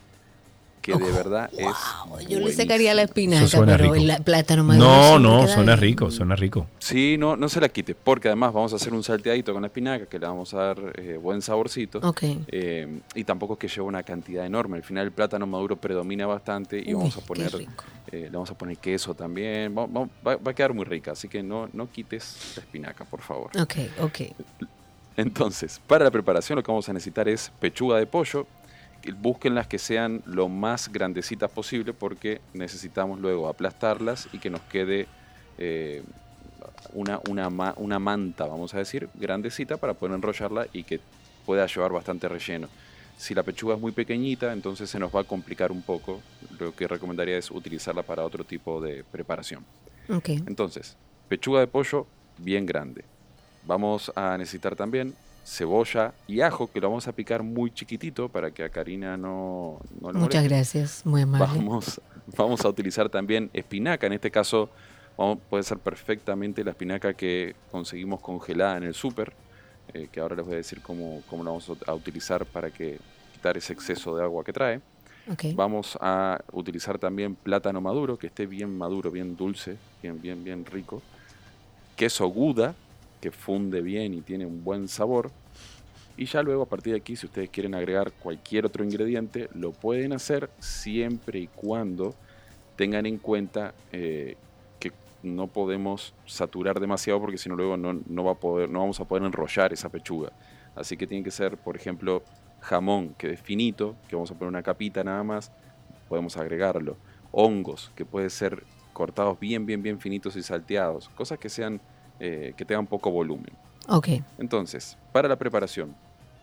que de verdad es Wow, yo le buenísimo. sacaría la espinaca, Eso suena pero rico. el plátano maduro. No, siempre no, queda suena bien. rico, suena rico. Sí, no, no se la quite, porque además vamos a hacer un salteadito con la espinaca que le vamos a dar eh, buen saborcito. Ok. Eh, y tampoco es que lleve una cantidad enorme. Al final el plátano maduro predomina bastante y Uy, vamos a qué poner, rico. eh, le vamos a poner queso también. Va, va- va- va a quedar muy rica, así que no, no quites la espinaca, por favor. Ok, ok. Entonces, para la preparación lo que vamos a necesitar es pechuga de pollo. Busquen las que sean lo más grandecitas posible porque necesitamos luego aplastarlas y que nos quede eh, una, una, ma- una manta, vamos a decir, grandecita para poder enrollarla y que pueda llevar bastante relleno. Si la pechuga es muy pequeñita, entonces se nos va a complicar un poco. Lo que recomendaría es utilizarla para otro tipo de preparación. Ok. Entonces, pechuga de pollo bien grande. Vamos a necesitar también cebolla y ajo, que lo vamos a picar muy chiquitito para que a Karina no, no le Muchas moleste. gracias, muy amable. Vamos, vamos a utilizar también espinaca. En este caso, vamos- puede ser perfectamente la espinaca que conseguimos congelada en el súper, eh, que ahora les voy a decir cómo, cómo la vamos a utilizar para que quitar ese exceso de agua que trae. Ok. Vamos a utilizar también plátano maduro, que esté bien maduro, bien dulce, bien, bien, bien rico. Queso Gouda, que funde bien y tiene un buen sabor. Y ya luego, a partir de aquí, si ustedes quieren agregar cualquier otro ingrediente, lo pueden hacer siempre y cuando tengan en cuenta eh, que no podemos saturar demasiado porque si no luego no, no, va a poder, no vamos a poder enrollar esa pechuga. Así que tiene que ser, por ejemplo, jamón que es finito, que vamos a poner una capita nada más, podemos agregarlo. Hongos, que puede ser cortados bien, bien, bien finitos y salteados. Cosas que sean eh, que tengan poco volumen. Ok. Entonces, para la preparación,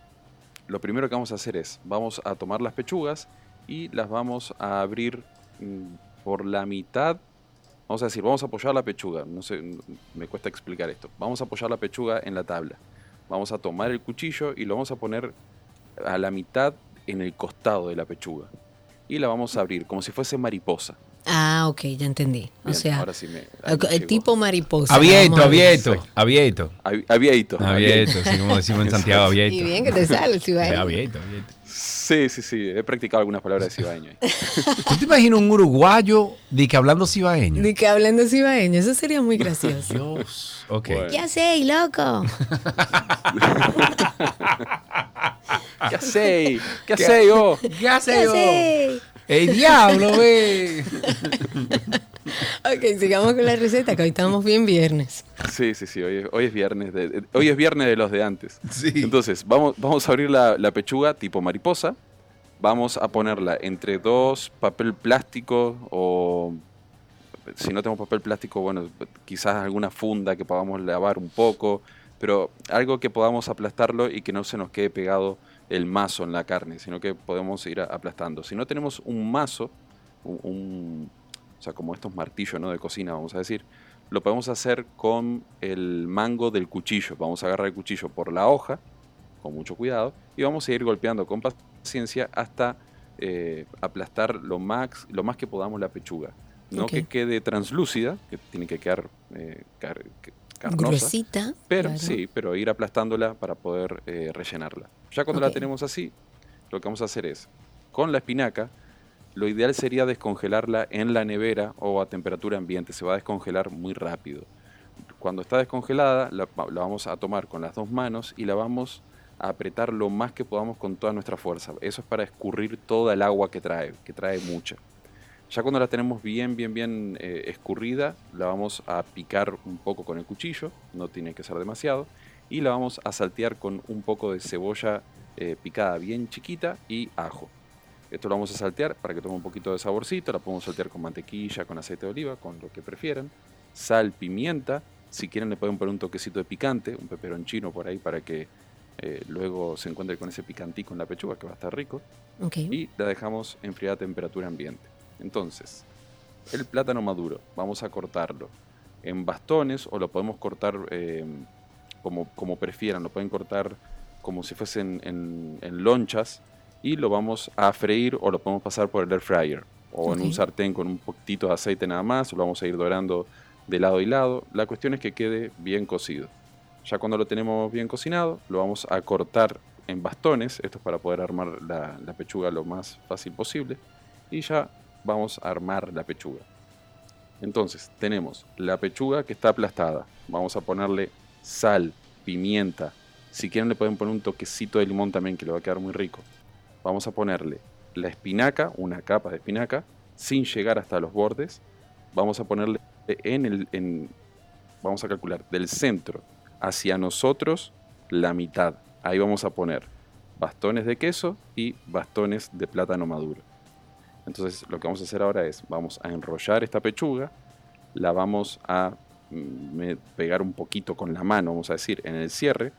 lo primero que vamos a hacer es, vamos a tomar las pechugas y las vamos a abrir mm, por la mitad. Vamos a decir, vamos a apoyar la pechuga. No sé, n- me cuesta explicar esto. Vamos a apoyar la pechuga en la tabla. Vamos a tomar el cuchillo y lo vamos a poner a la mitad en el costado de la pechuga. Y la vamos a abrir como si fuese mariposa. Ah, ok, ya entendí. O Bien, sea, ahora sí me- ahí el, me el llegó. tipo mariposa. Abierto, vamos a ver. abierto, abierto. Abi- Abierto. Abierto, así como decimos en Santiago, abierto. Y bien que te sale, si va ahí. Abierto, abierto. Sí, sí, sí. He practicado algunas palabras de cibaeño ahí. ¿Tú te imaginas un uruguayo de que hablando cibaeño? De que hablando cibaeño, eso sería muy gracioso. Dios. Ok. Bueno. Ya sé, loco. ¿Qué hacéis? ¿Qué hacéis vos? ¿Qué hace Ya yo? sé. ¡El diablo, ve! Ok, sigamos con la receta, que hoy estamos bien viernes. Sí, sí, sí, hoy es, hoy es viernes de, hoy es viernes de los de antes. Sí. Entonces, vamos, vamos a abrir la, la pechuga tipo mariposa. Vamos a ponerla entre dos papel plástico o, si no tenemos papel plástico, bueno, quizás alguna funda que podamos lavar un poco, pero algo que podamos aplastarlo y que no se nos quede pegado el mazo en la carne, sino que podemos ir aplastando. Si no tenemos un mazo, un, un, o sea, como estos martillos, ¿no?, de cocina, vamos a decir, lo podemos hacer con el mango del cuchillo. Vamos a agarrar el cuchillo por la hoja, con mucho cuidado, y vamos a ir golpeando con paciencia hasta eh, aplastar lo más, lo más que podamos la pechuga. No okay. que quede translúcida, que tiene que quedar eh, car carnosa. Gruesita. Pero claro. sí, pero ir aplastándola para poder eh, rellenarla. Ya cuando okay. la tenemos así, lo que vamos a hacer es, con la espinaca, lo ideal sería descongelarla en la nevera o a temperatura ambiente. Se va a descongelar muy rápido. Cuando está descongelada, la, la vamos a tomar con las dos manos y la vamos a apretar lo más que podamos con toda nuestra fuerza. Eso es para escurrir toda el agua que trae, que trae mucha. Ya cuando la tenemos bien, bien, bien eh, escurrida, la vamos a picar un poco con el cuchillo, no tiene que ser demasiado, y la vamos a saltear con un poco de cebolla eh, picada bien chiquita y ajo. Esto lo vamos a saltear para que tome un poquito de saborcito, la podemos saltear con mantequilla, con aceite de oliva, con lo que prefieran. Sal, pimienta, si quieren le pueden poner un toquecito de picante, un peperoncino por ahí para que eh, luego se encuentre con ese picantico en la pechuga, que va a estar rico. Okay. Y la dejamos enfriar a temperatura ambiente. Entonces, el plátano maduro, vamos a cortarlo en bastones o lo podemos cortar eh, como, como prefieran, lo pueden cortar como si fuesen en, en lonchas y lo vamos a freír o lo podemos pasar por el air fryer o okay. en un sartén con un poquitito de aceite nada más, lo vamos a ir dorando de lado y lado. La cuestión es que quede bien cocido. Ya cuando lo tenemos bien cocinado, lo vamos a cortar en bastones, esto es para poder armar la, la pechuga lo más fácil posible, y ya vamos a armar la pechuga. Entonces tenemos la pechuga que está aplastada, vamos a ponerle sal, pimienta, si quieren le pueden poner un toquecito de limón también que le va a quedar muy rico. Vamos a ponerle la espinaca, una capa de espinaca sin llegar hasta los bordes. Vamos a ponerle en el en, vamos a calcular del centro hacia nosotros la mitad. Ahí vamos a poner bastones de queso y bastones de plátano maduro. Entonces lo que vamos a hacer ahora es, vamos a enrollar esta pechuga, la vamos a mm, pegar un poquito con la mano, vamos a decir, en el cierre.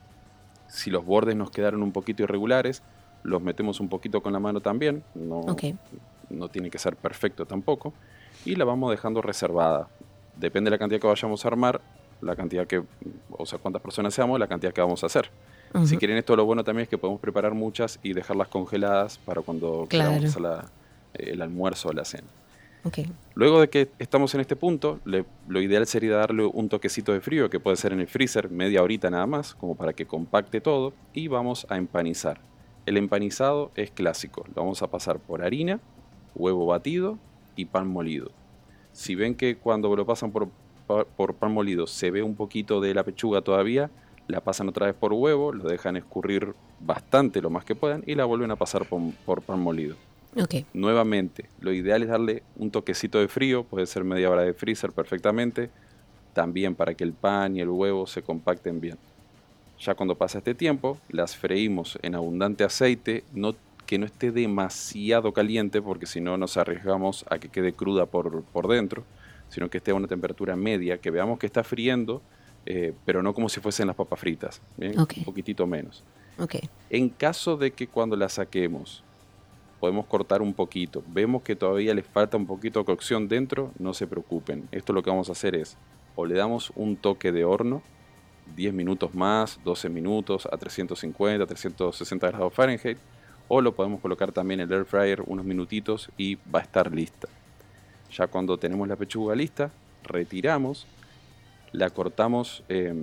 Si los bordes nos quedaron un poquito irregulares, los metemos un poquito con la mano también, no, okay. no tiene que ser perfecto tampoco, y la vamos dejando reservada. Depende de la cantidad que vayamos a armar, la cantidad que, o sea, cuántas personas seamos, la cantidad que vamos a hacer. Uh-huh. Si quieren esto, lo bueno también es que podemos preparar muchas y dejarlas congeladas para cuando claro. queramos hacer la, el almuerzo o la cena. Okay. Luego de que estamos en este punto, le, lo ideal sería darle un toquecito de frío, que puede ser en el freezer, media horita nada más, como para que compacte todo, y vamos a empanizar. El empanizado es clásico, lo vamos a pasar por harina, huevo batido y pan molido. Si ven que cuando lo pasan por, por pan molido se ve un poquito de la pechuga todavía, la pasan otra vez por huevo, lo dejan escurrir bastante lo más que puedan y la vuelven a pasar por, por pan molido. Okay. Nuevamente, lo ideal es darle un toquecito de frío, puede ser media hora de freezer perfectamente, también para que el pan y el huevo se compacten bien. Ya cuando pasa este tiempo, las freímos en abundante aceite, no, que no esté demasiado caliente porque si no nos arriesgamos a que quede cruda por, por dentro, sino que esté a una temperatura media, que veamos que está friendo, eh, pero no como si fuesen las papas fritas, ¿bien? Okay. Un poquitito menos. Okay. En caso de que cuando la saquemos podemos cortar un poquito, vemos que todavía les falta un poquito de cocción dentro, no se preocupen. Esto lo que vamos a hacer es, o le damos un toque de horno, diez minutos más, doce minutos a trescientos cincuenta, trescientos sesenta grados Fahrenheit, o lo podemos colocar también en el air fryer unos minutitos y va a estar lista. Ya cuando tenemos la pechuga lista, retiramos, la cortamos, eh,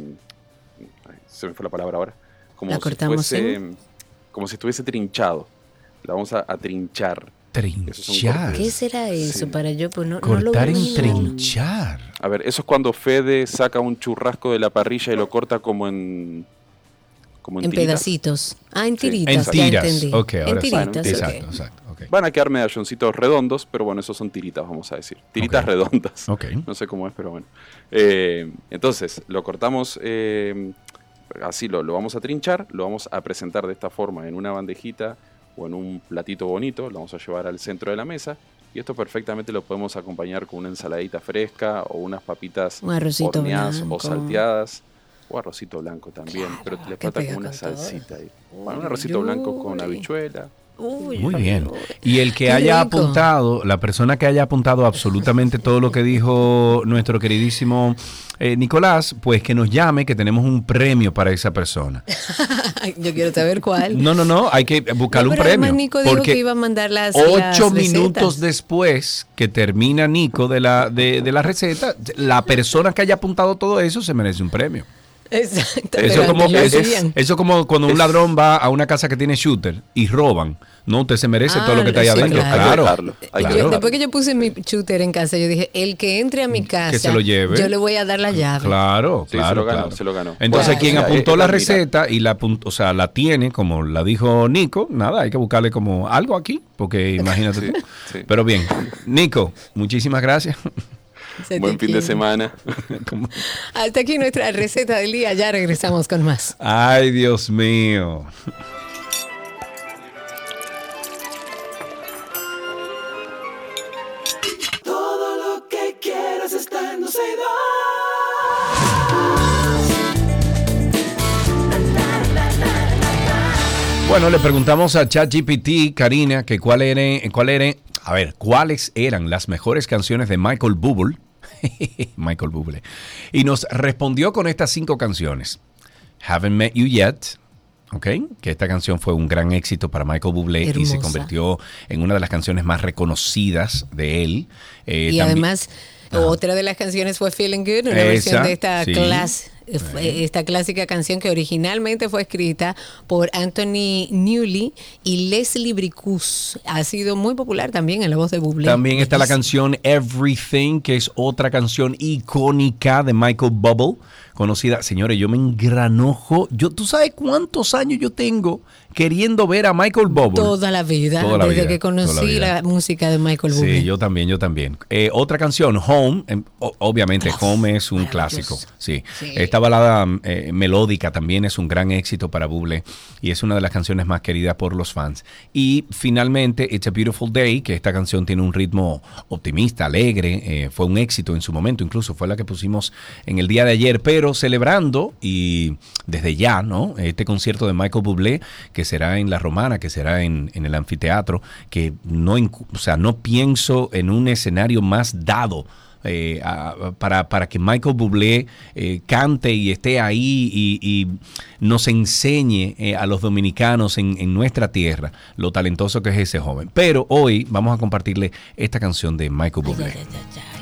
se me fue la palabra ahora, como, si, fuese, en... como si estuviese trinchado. La vamos a, a trinchar. ¿Trinchar? ¿Qué será eso? Sí. Para yo, pues no, cortar no lo en trinchar. A ver, eso es cuando Fede saca un churrasco de la parrilla y lo corta como en... Como en, en tiritas. pedacitos. Ah, en tiritas, sí. En tiras. ya entendí. Okay, ahora en tiritas, sí. okay. Exacto, exacto. Okay. Okay. Van a quedar medalloncitos redondos, pero bueno, esos son tiritas, vamos a decir. Tiritas Okay. redondas. Okay. No sé cómo es, pero bueno. Eh, entonces, lo cortamos eh, así, lo, lo vamos a trinchar, lo vamos a presentar de esta forma en una bandejita o en un platito bonito, lo vamos a llevar al centro de la mesa. Y esto perfectamente lo podemos acompañar con una ensaladita fresca o unas papitas Un arrocito horneadas blanco. o salteadas. O arrocito blanco también, Claro, pero le que falta pega como una con todo. salsita ahí. Bueno, un Uy, arrocito blanco con uy. habichuela. Uy, Muy uy, bien. uy. Y el que Qué haya rico. apuntado, la persona que haya apuntado absolutamente todo lo que dijo nuestro queridísimo eh, Nicolás, pues que nos llame, que tenemos un premio para esa persona. Ay, yo quiero saber cuál. No, no, no, hay que buscarle No, un pero premio. además Nico dijo porque que iba a mandar las ocho las minutos recetas. después que termina Nico de la, de, de la receta, la persona que haya apuntado todo eso se merece un premio. Exacto. Eso pero como, antes lo es, hacían. eso como cuando un ladrón va a una casa que tiene shooter y roban. No, usted se merece Ah, todo lo que está ahí sí, adentro. claro. Claro. Hay que Yo- dejarlo. después que yo puse mi shooter en casa, yo dije, el que entre a mi casa, se lo lleve. yo le voy a dar la llave. Claro, Sí, claro, se lo ganó, claro. se lo ganó. Entonces, Bueno, quien o sea, apuntó es- la es admirable. receta y la apuntó, o sea, la tiene, como la dijo Nico, nada, hay que buscarle como algo aquí, porque imagínate Sí, tú. sí. Pero bien, Nico, muchísimas gracias. Se te Buen fin de quiere. semana. Hasta aquí nuestra receta del día, ya regresamos con más. Ay, Dios mío. Todo lo que quieras está en Dos y Dos. Bueno, le preguntamos a ChatGPT, Karina, que cuál eran, cuál eran, a ver, cuáles eran las mejores canciones de Michael Bublé. Michael Bublé. Y nos respondió con estas cinco canciones. Haven't Met You Yet, ¿ok? Que esta canción fue un gran éxito para Michael Bublé y se Hermosa. convirtió en una de las canciones más reconocidas de él. Eh, Y también- además, otra de las canciones fue Feeling Good, una Esa, versión de esta, sí. clas- eh, esta clásica canción que originalmente fue escrita por Anthony Newley y Leslie Bricusse. Ha sido muy popular también en la voz de Bublé. También está la Bellísima. canción Everything, que es otra canción icónica de Michael Bublé, conocida. Señores, yo me engranojo. Yo, ¿tú sabes cuántos años yo tengo queriendo ver a Michael Bublé? Toda la vida, Toda la desde vida, que toda la conocí vida. la, música de Michael Bublé. Sí, yo también, yo también. Eh, otra canción, Home. em, o- obviamente, Home es un maravilloso. clásico. Sí. Sí. Esta balada eh, melódica también es un gran éxito para Bublé y es una de las canciones más queridas por los fans. Y finalmente, It's a Beautiful Day, que esta canción tiene un ritmo optimista, alegre. eh, fue un éxito en su momento, incluso fue la que pusimos en el día de ayer, pero celebrando y desde ya, ¿no? Este concierto de Michael Bublé, que será en La Romana, que será en, en el anfiteatro, que no, incu- o sea, no pienso en un escenario más dado eh, a- para, para que Michael Bublé eh, cante y esté ahí y, y nos enseñe eh, a los dominicanos en, en nuestra tierra lo talentoso que es ese joven. Pero hoy vamos a compartirle esta canción de Michael Ay, Bublé. ay, ay, ay, ay.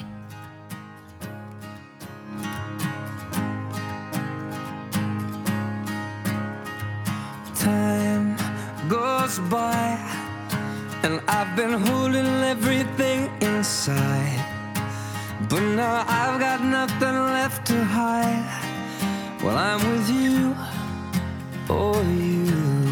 Time goes by, and I've been holding everything inside. But now I've got nothing left to hide. Well, I'm with you, oh you.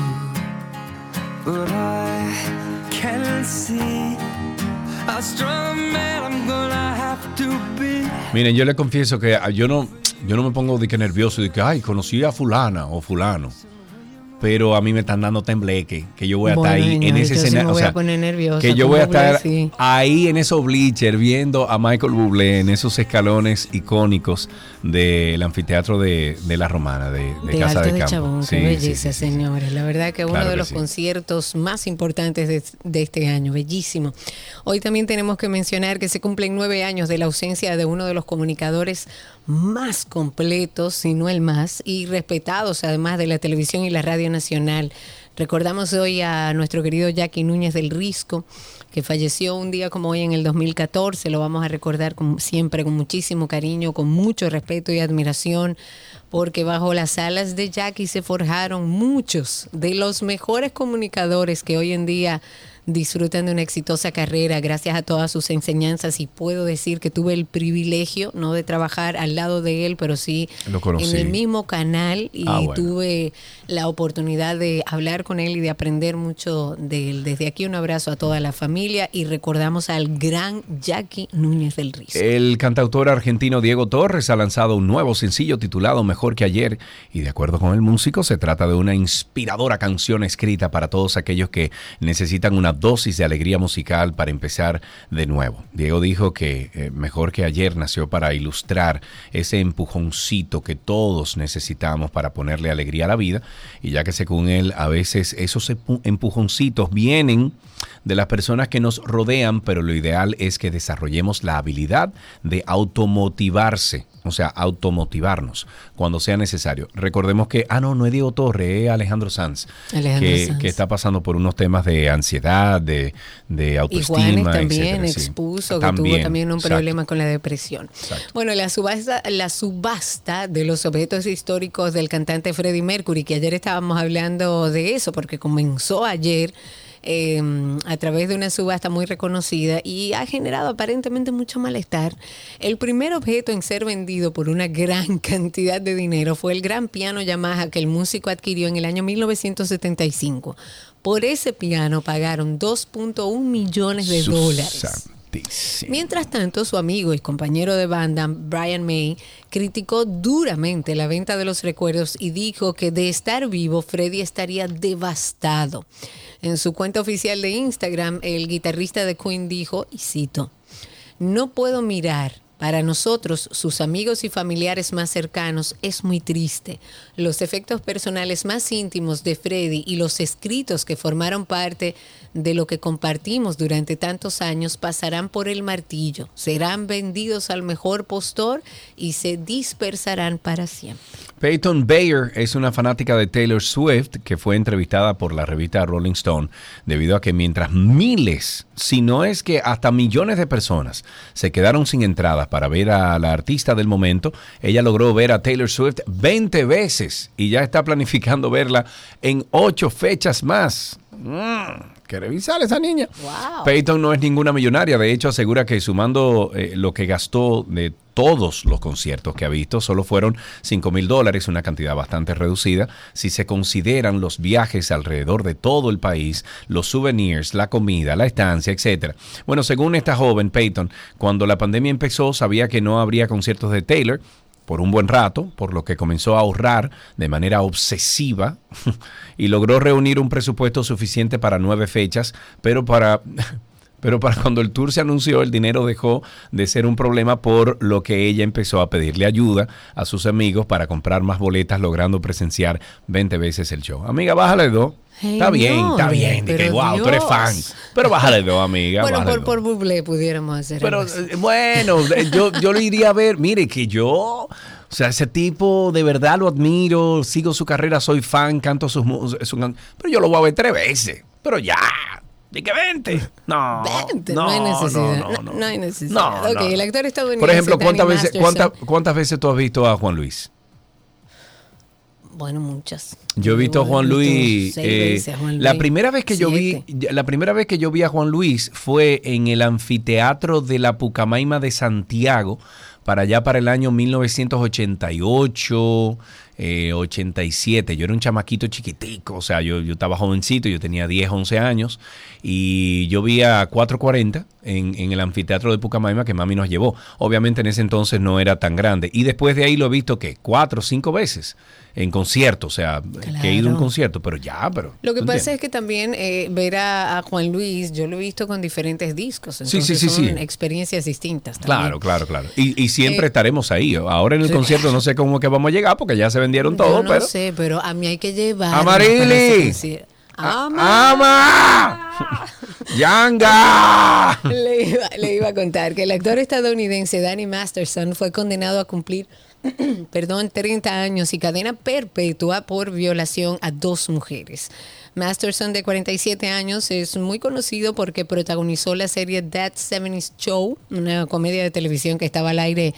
But I can't see how strong a man I'm gonna have to be. Miren, yo le confieso que ah, yo no, yo no me pongo de que nervioso de que, ay, conocí a fulana o fulano. Pero a mí me están dando tembleque, que yo voy a Bueno, estar ahí señor, en ese yo sí me escenario. voy O sea, a poner nerviosa que yo con voy a Bublé, estar sí. ahí en esos bleachers viendo a Michael Bublé en esos escalones icónicos del anfiteatro de, de La Romana, de, de De Casa Alto de de Campo. Chabón, Sí, qué sí, belleza, sí, sí. señores. La verdad que uno Claro de que los sí. conciertos más importantes de, de este año, bellísimo. Hoy también tenemos que mencionar que se cumplen nueve años de la ausencia de uno de los comunicadores más completos, si no el más, y respetados además de la televisión y la radio nacional. Recordamos hoy a nuestro querido Jackie Núñez del Risco, que falleció un día como hoy en el dos mil catorce. Lo vamos a recordar con, siempre con muchísimo cariño, con mucho respeto y admiración, porque bajo las alas de Jackie se forjaron muchos de los mejores comunicadores que hoy en día disfrutan de una exitosa carrera gracias a todas sus enseñanzas, y puedo decir que tuve el privilegio, no de trabajar al lado de él, pero sí en el mismo canal, y ah, bueno. tuve la oportunidad de hablar con él y de aprender mucho de él. Desde aquí un abrazo a toda la familia y recordamos al gran Jackie Núñez del Rizo. El cantautor argentino Diego Torres ha lanzado un nuevo sencillo titulado Mejor que ayer, y de acuerdo con el músico se trata de una inspiradora canción escrita para todos aquellos que necesitan una dosis de alegría musical para empezar de nuevo. Diego dijo que eh, Mejor que ayer nació para ilustrar ese empujoncito que todos necesitamos para ponerle alegría a la vida, y ya que según él a veces esos empujoncitos vienen de las personas que nos rodean, pero lo ideal es que desarrollemos la habilidad de automotivarse, o sea, automotivarnos cuando sea necesario. Recordemos que, ah, no, no es Diego Torres, es Alejandro Sanz, Alejandro que, Sanz. que está pasando por unos temas de ansiedad, de, de autoestima, Iguanes también etcétera, expuso sí. que también, tuvo también un exacto. problema con la depresión. Exacto. Bueno, la subasta, la subasta de los objetos históricos del cantante Freddie Mercury, que ayer estábamos hablando de eso, porque comenzó ayer Eh, a través de una subasta muy reconocida y ha generado aparentemente mucho malestar. El primer objeto en ser vendido por una gran cantidad de dinero fue el gran piano Yamaha que el músico adquirió en el año mil novecientos setenta y cinco. Por ese piano pagaron dos punto uno millones de dólares. Mientras tanto, su amigo y compañero de banda, Brian May, criticó duramente la venta de los recuerdos y dijo que de estar vivo, Freddie estaría devastado. En su cuenta oficial de Instagram, el guitarrista de Queen dijo, y cito, "No puedo mirar. Para nosotros, sus amigos y familiares más cercanos, es muy triste. Los efectos personales más íntimos de Freddie y los escritos que formaron parte de lo que compartimos durante tantos años pasarán por el martillo, serán vendidos al mejor postor y se dispersarán para siempre". Peyton Bayer es una fanática de Taylor Swift que fue entrevistada por la revista Rolling Stone debido a que mientras miles, si no es que hasta millones de personas se quedaron sin entradas para ver a la artista del momento, ella logró ver a Taylor Swift veinte veces y ya está planificando verla en ocho fechas más. Mm. Que revisar esa niña. Wow. Peyton no es ninguna millonaria, de hecho asegura que sumando eh, lo que gastó de todos los conciertos que ha visto, solo fueron cinco mil dólares, una cantidad bastante reducida si se consideran los viajes alrededor de todo el país, los souvenirs, la comida, la estancia, etcétera. Bueno, según esta joven Peyton, cuando la pandemia empezó sabía que no habría conciertos de Taylor por un buen rato, por lo que comenzó a ahorrar de manera obsesiva y logró reunir un presupuesto suficiente para nueve fechas, pero para, pero para cuando el tour se anunció, el dinero dejó de ser un problema, por lo que ella empezó a pedirle ayuda a sus amigos para comprar más boletas, logrando presenciar veinte veces el show. Amiga, bájale dos. Hey, está bien, no, está bien. pero Que, wow, Dios. tú eres fan. Pero bájale dos, amiga. Bueno, bájale por, por dos. Bublé pudiéramos hacer Pero algo así. eh, bueno, yo, yo lo iría a ver. Mire, que yo, o sea, ese tipo de verdad lo admiro, sigo su carrera, soy fan, canto sus músicas, pero yo lo voy a ver tres veces. Pero ya. ¿De qué veinte? No, veinte, no, no hay necesidad. No, no, no. No hay necesidad. No, ok, no. el actor estadounidense Por ejemplo, Danny ¿cuántas veces, Masterson. cuántas, ¿cuántas veces tú has visto a Juan Luis? Bueno, muchas. Yo he visto a Juan Yo he visto Luis, seis eh, veces a Juan la Luis. primera vez que yo vi, Siete. la primera vez que yo vi a Juan Luis fue en el anfiteatro de la Pucamaima de Santiago, para allá para el año mil novecientos ochenta y ocho, eh, ochenta y siete. Yo era un chamaquito chiquitico, o sea, yo, yo estaba jovencito, yo tenía diez, once años, y yo vi a cuatro cuarenta en, en el anfiteatro de Pucamaima que mami nos llevó. Obviamente en ese entonces no era tan grande. Y después de ahí lo he visto, ¿qué? Cuatro o cinco veces en concierto, o sea, Claro. que he ido a un concierto, pero ya, pero... Lo que ¿tú pasa entiendes? es que también eh, ver a, a Juan Luis, yo lo he visto con diferentes discos, Sí, entonces sí, sí, son sí. experiencias distintas también. Claro, claro, claro. Y, y siempre Eh, estaremos ahí. Ahora en el sí. concierto no sé cómo que vamos a llegar porque ya se vendieron todo, Yo no pero... sé, pero a mí hay que llevar. ¡Amarili! ¡Ama! ¡Yanga! Le iba, le iba a contar que el actor estadounidense Danny Masterson fue condenado a cumplir perdón, treinta años y cadena perpetua por violación a dos mujeres. Masterson, de cuarenta y siete años, es muy conocido porque protagonizó la serie That setenta Show, una comedia de televisión que estaba al aire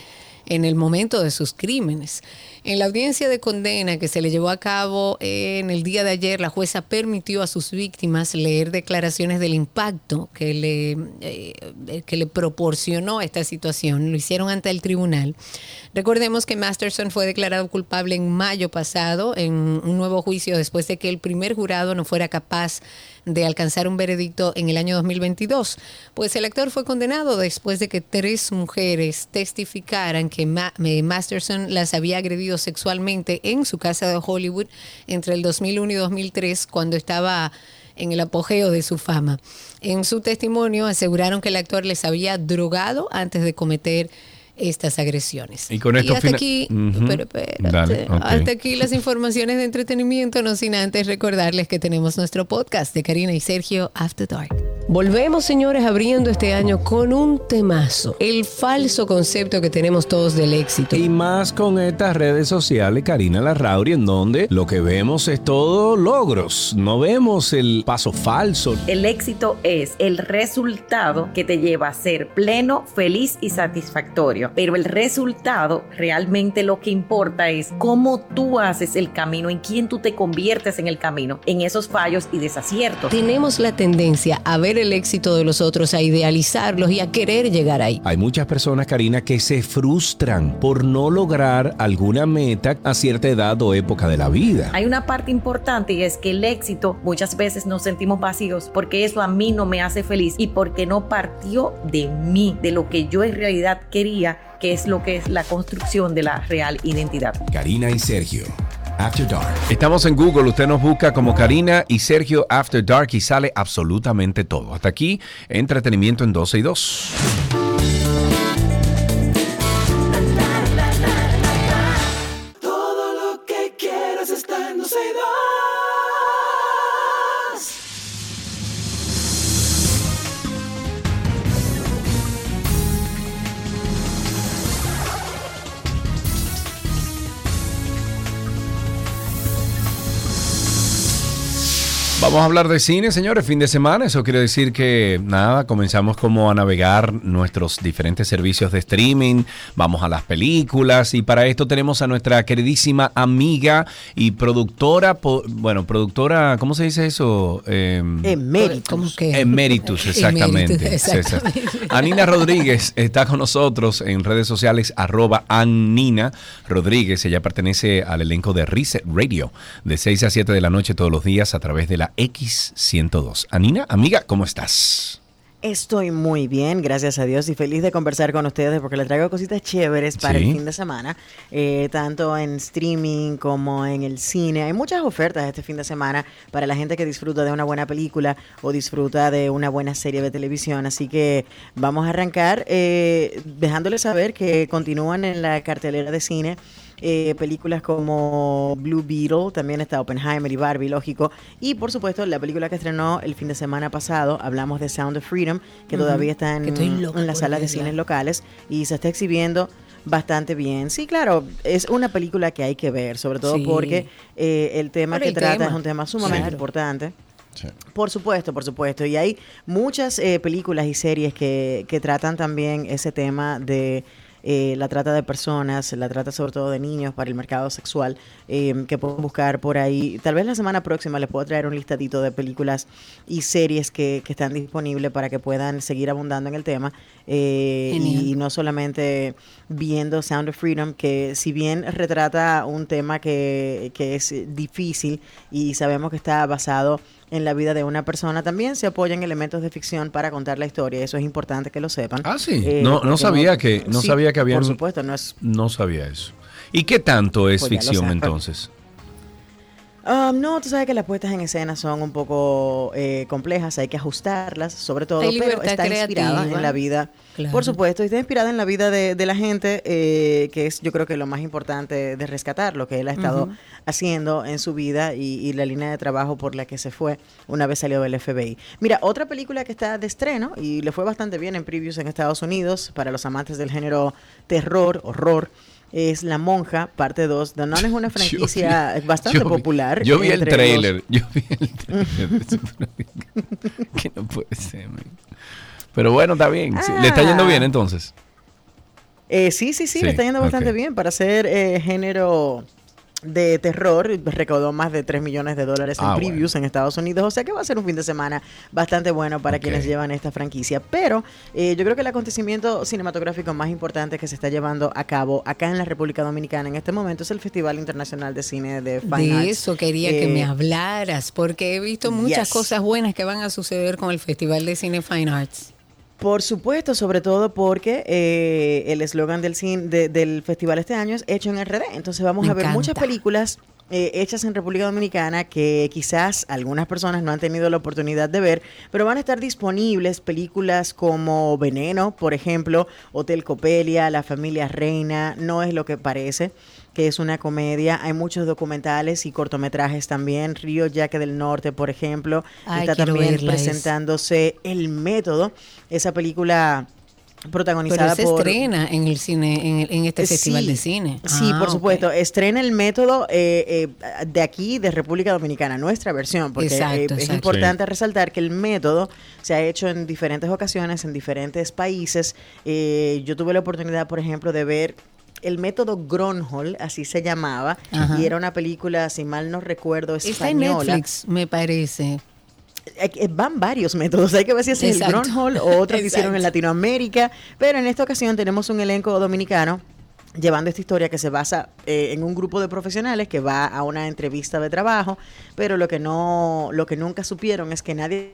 en el momento de sus crímenes. En la audiencia de condena que se le llevó a cabo en el día de ayer, la jueza permitió a sus víctimas leer declaraciones del impacto que le, eh, que le proporcionó esta situación. Lo hicieron ante el tribunal. Recordemos que Masterson fue declarado culpable en mayo pasado en un nuevo juicio después de que el primer jurado no fuera capaz de alcanzar un veredicto en el año dos mil veintidós. Pues el actor fue condenado después de que tres mujeres testificaran que Ma- Masterson las había agredido sexualmente en su casa de Hollywood entre el dos mil uno y dos mil tres, cuando estaba en el apogeo de su fama. En su testimonio aseguraron que el actor les había drogado antes de cometer estas agresiones. Y con esto y hasta fina- aquí, uh-huh. pero espérate, Dale, okay. hasta aquí las informaciones de entretenimiento, no sin antes recordarles que tenemos nuestro podcast de Karina y Sergio After Dark. Volvemos, señores, abriendo este año con un temazo, el falso concepto que tenemos todos del éxito. Y más con estas redes sociales, Karina Larrauri, en donde lo que vemos es todo logros, no vemos el paso falso. El éxito es el resultado que te lleva a ser pleno, feliz y satisfactorio. Pero el resultado, realmente lo que importa es cómo tú haces el camino, en quién tú te conviertes en el camino, en esos fallos y desaciertos. Tenemos la tendencia a ver el éxito de los otros, a idealizarlos y a querer llegar ahí. Hay muchas personas, Karina, que se frustran por no lograr alguna meta a cierta edad o época de la vida. Hay una parte importante y es que el éxito muchas veces nos sentimos vacíos porque eso a mí no me hace feliz y porque no partió de mí, de lo que yo en realidad quería, que es lo que es la construcción de la real identidad. Karina y Sergio After Dark. Estamos en Google, usted nos busca como Karina y Sergio After Dark y sale absolutamente todo. Hasta aquí, entretenimiento en doce y dos. Todo lo que quieras está en doce y dos. Vamos a hablar de cine, señores, fin de semana. Eso quiere decir que, nada, comenzamos como a navegar nuestros diferentes servicios de streaming, vamos a las películas y para esto tenemos a nuestra queridísima amiga y productora, po, bueno, productora, ¿cómo se dice eso? Eh, Eméritus. ¿Cómo que? Eméritus, exactamente. Eméritus, exactamente. Anina Rodríguez está con nosotros en redes sociales, arroba Anina Rodríguez. Ella pertenece al elenco de Reset Radio, de seis a siete de la noche todos los días a través de la X ciento dos. Anina, amiga, ¿cómo estás? Estoy muy bien, gracias a Dios, y feliz de conversar con ustedes porque les traigo cositas chéveres para Sí. el fin de semana, eh, tanto en streaming como en el cine. Hay muchas ofertas este fin de semana para la gente que disfruta de una buena película o disfruta de una buena serie de televisión, así que vamos a arrancar eh, dejándoles saber que continúan en la cartelera de cine Eh, películas como Blue Beetle, también está Oppenheimer y Barbie, lógico, y por supuesto la película que estrenó el fin de semana pasado, hablamos de Sound of Freedom, que Ujú. todavía está en, Que estoy loca en las por salas de verla. cines locales y se está exhibiendo bastante bien. Sí, claro, es una película que hay que ver, sobre todo Sí. porque eh, el tema Por que el trata tema. es un tema sumamente Claro. importante. Sí. Por supuesto, por supuesto. Y hay muchas eh, películas y series que, que tratan también ese tema de eh, la trata de personas, la trata sobre todo de niños para el mercado sexual, eh, que pueden buscar por ahí. Tal vez la semana próxima les puedo traer un listadito de películas y series que, que están disponibles para que puedan seguir abundando en el tema. Eh, Genial. y no solamente viendo Sound of Freedom, que si bien retrata un tema que, que es difícil y sabemos que está basado en la vida de una persona, también se apoyan elementos de ficción para contar la historia. Eso es importante que lo sepan. Ah, sí. Eh, no, no porque sabía que no sí, sabía que habían. Por supuesto, no es. No sabía eso. ¿Y qué tanto es Pues ya lo ficción saben. entonces? Um, no, tú sabes que las puestas en escena son un poco eh, complejas, hay que ajustarlas, sobre todo, Hay pero libertad está inspirada creativa. en la vida, Claro. por supuesto, está inspirada en la vida de, de la gente, eh, que es yo creo que lo más importante de rescatar, lo que él ha estado Ujú. haciendo en su vida y, y la línea de trabajo por la que se fue una vez salió del F B I. Mira, otra película que está de estreno y le fue bastante bien en previews en Estados Unidos para los amantes del género terror, horror, es La Monja, parte dos. The Nun es una franquicia Yo vi- bastante yo vi- popular. Yo vi el entre trailer. los- Yo vi el trailer. Que no puede ser, man. Pero bueno, está bien. Sí, ¿le está yendo Ah. bien entonces? Eh, sí, sí, sí, Sí, le está yendo bastante ok. bien para ser eh, género de terror. Recaudó más de tres millones de dólares en Ah, previews en Estados Unidos, o sea que va a ser un fin de semana bastante bueno para Ok. quienes llevan esta franquicia. Pero eh, yo creo que el acontecimiento cinematográfico más importante que se está llevando a cabo acá en la República Dominicana en este momento es el Festival Internacional de Cine de Fine De Arts. eso quería que Eh, me hablaras, porque he visto muchas yes. cosas buenas que van a suceder con el Festival de Cine Fine Arts. Por supuesto, sobre todo porque eh, el eslogan del cine de- del festival este año es Hecho en R D. Entonces vamos Me a ver encanta. muchas películas eh, hechas en República Dominicana que quizás algunas personas no han tenido la oportunidad de ver, pero van a estar disponibles películas como Veneno, por ejemplo, Hotel Copelia, La Familia Reina, No es lo que parece, que es una comedia. Hay muchos documentales y cortometrajes también. Río Yaque del Norte, por ejemplo, Ay, está quiero también verla, es. presentándose El Método, esa película Pero protagonizada se por... estrena en el cine, en, el- en este Eh, Festival sí, de Cine. Sí, Ah, por ok. supuesto. Estrena El Método eh, eh, de aquí, de República Dominicana, nuestra versión, porque Exacto, eh, es exacto. importante resaltar que El Método se ha hecho en diferentes ocasiones, en diferentes países. Eh, yo tuve la oportunidad, por ejemplo, de ver El Método Gronholm, así se llamaba, Ajá. y era una película, si mal no recuerdo, Está en española. Netflix, me parece. Eh, eh, Van varios métodos, hay que ver si es el Exacto. Gronholm o otros que hicieron en Exacto. Latinoamérica, pero en esta ocasión tenemos un elenco dominicano llevando esta historia que se basa eh, en un grupo de profesionales que va a una entrevista de trabajo, pero lo que no, lo que nunca supieron es que nadie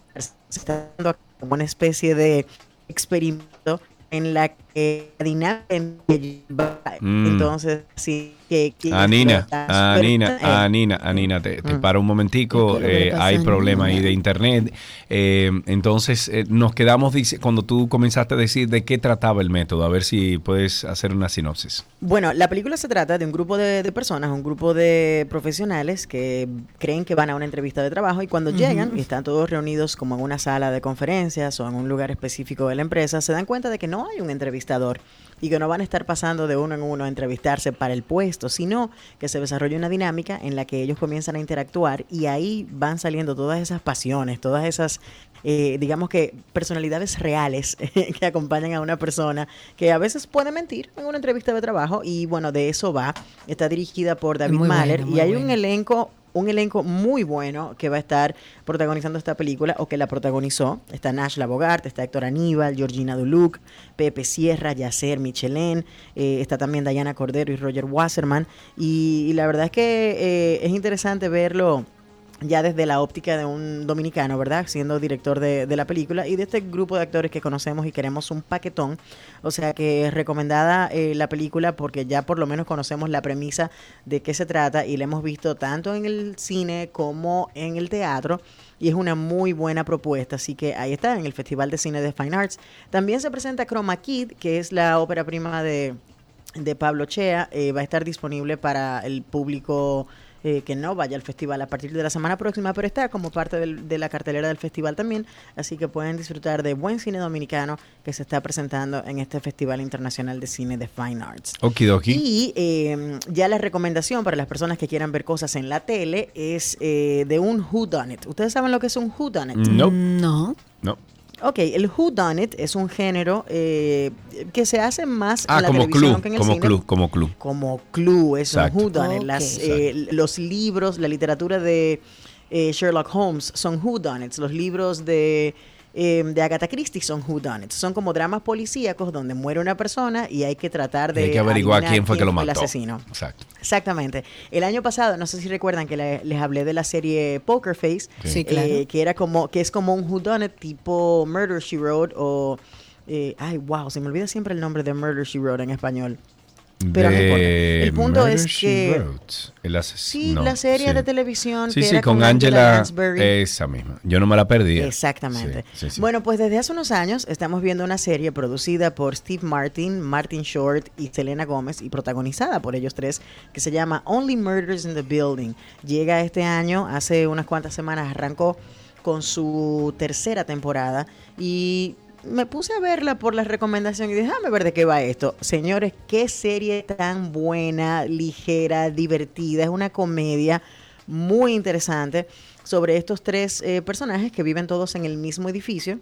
se está dando como una especie de experimento en la que la dinámica va. Mm. Entonces sí que, que Anina, está Anina, súper- eh, Anina, Anina, te, te Mm. paro un momentico, ¿Qué es lo que le eh, pasa hay a problema ahí Anina? de internet. Eh, entonces, eh, nos quedamos, dice- cuando tú comenzaste a decir de qué trataba el método, a ver si puedes hacer una sinopsis. Bueno, la película se trata de un grupo de, de personas, un grupo de profesionales que creen que van a una entrevista de trabajo y cuando llegan y están todos reunidos como en una sala de conferencias o en un lugar específico de la empresa, se dan cuenta de que no hay un entrevistador y que no van a estar pasando de uno en uno a entrevistarse para el puesto, sino que se desarrolla una dinámica en la que ellos comienzan a interactuar y ahí van saliendo todas esas pasiones, todas esas, eh, digamos que personalidades reales que acompañan a una persona que a veces puede mentir en una entrevista de trabajo y bueno, de eso va. Está dirigida por David Muy buena, Mahler muy y hay un buena. elenco un elenco muy bueno que va a estar protagonizando esta película o que la protagonizó. Está Nash Bogart, está Héctor Aníbal, Georgina Duluc, Pepe Sierra, Yacer Michelén, eh, está también Diana Cordero y Roger Wasserman. Y, y la verdad es que eh, es interesante verlo ya desde la óptica de un dominicano, ¿verdad? Siendo director de, de la película y de este grupo de actores que conocemos y queremos un paquetón. O sea que recomendada eh, la película porque ya por lo menos conocemos la premisa de qué se trata y la hemos visto tanto en el cine como en el teatro y es una muy buena propuesta. Así que ahí está, en el Festival de Cine de Fine Arts. También se presenta Chroma Kid, que es la ópera prima de, de Pablo Chea. Eh, va a estar disponible para el público Eh, que no vaya al festival a partir de la semana próxima, pero está como parte del, de la cartelera del festival también, así que pueden disfrutar de buen cine dominicano que se está presentando en este Festival Internacional de Cine de Fine Arts. Okidoki. Y eh, ya la recomendación para las personas que quieran ver cosas en la tele es eh, de un whodunit. ¿Ustedes saben lo que es un whodunit? No, No. no. Ok, el whodunit es un género eh, que se hace más Ah, en la como televisión club, que en el como cine. club, como club. Como clue, es Exacto. un whodunit. Ok. Las, eh, los libros, la literatura de eh, Sherlock Holmes son whodunits. Los libros de, eh, de Agatha Christie son whodunits. Son como dramas policíacos donde muere una persona y hay que tratar de Hay que averiguar adivinar quién fue que lo el mató. asesino. Exacto. Exactamente. El año pasado, no sé si recuerdan que le- les hablé de la serie Poker Face, Sí, claro. eh, que era como que es como un whodunit tipo Murder She Wrote o eh, ay wow, se me olvida siempre el nombre de Murder She Wrote en español. Pero no importa. El punto Murder, es She que Wrote. El ases- sí, no, la serie sí. de televisión Sí, que sí, era con con Angela Angela. Lansbury. Esa misma. Yo no me la perdí. Exactamente. Sí, sí, sí. Bueno, pues desde hace unos años estamos viendo una serie producida por Steve Martin, Martin Short y Selena Gómez y protagonizada por ellos tres que se llama Only Murders in the Building. Llega este año, hace unas cuantas semanas arrancó con su tercera temporada y me puse a verla por la recomendación y dije, déjame ver de qué va esto. Señores, qué serie tan buena, ligera, divertida. Es una comedia muy interesante sobre estos tres eh, personajes que viven todos en el mismo edificio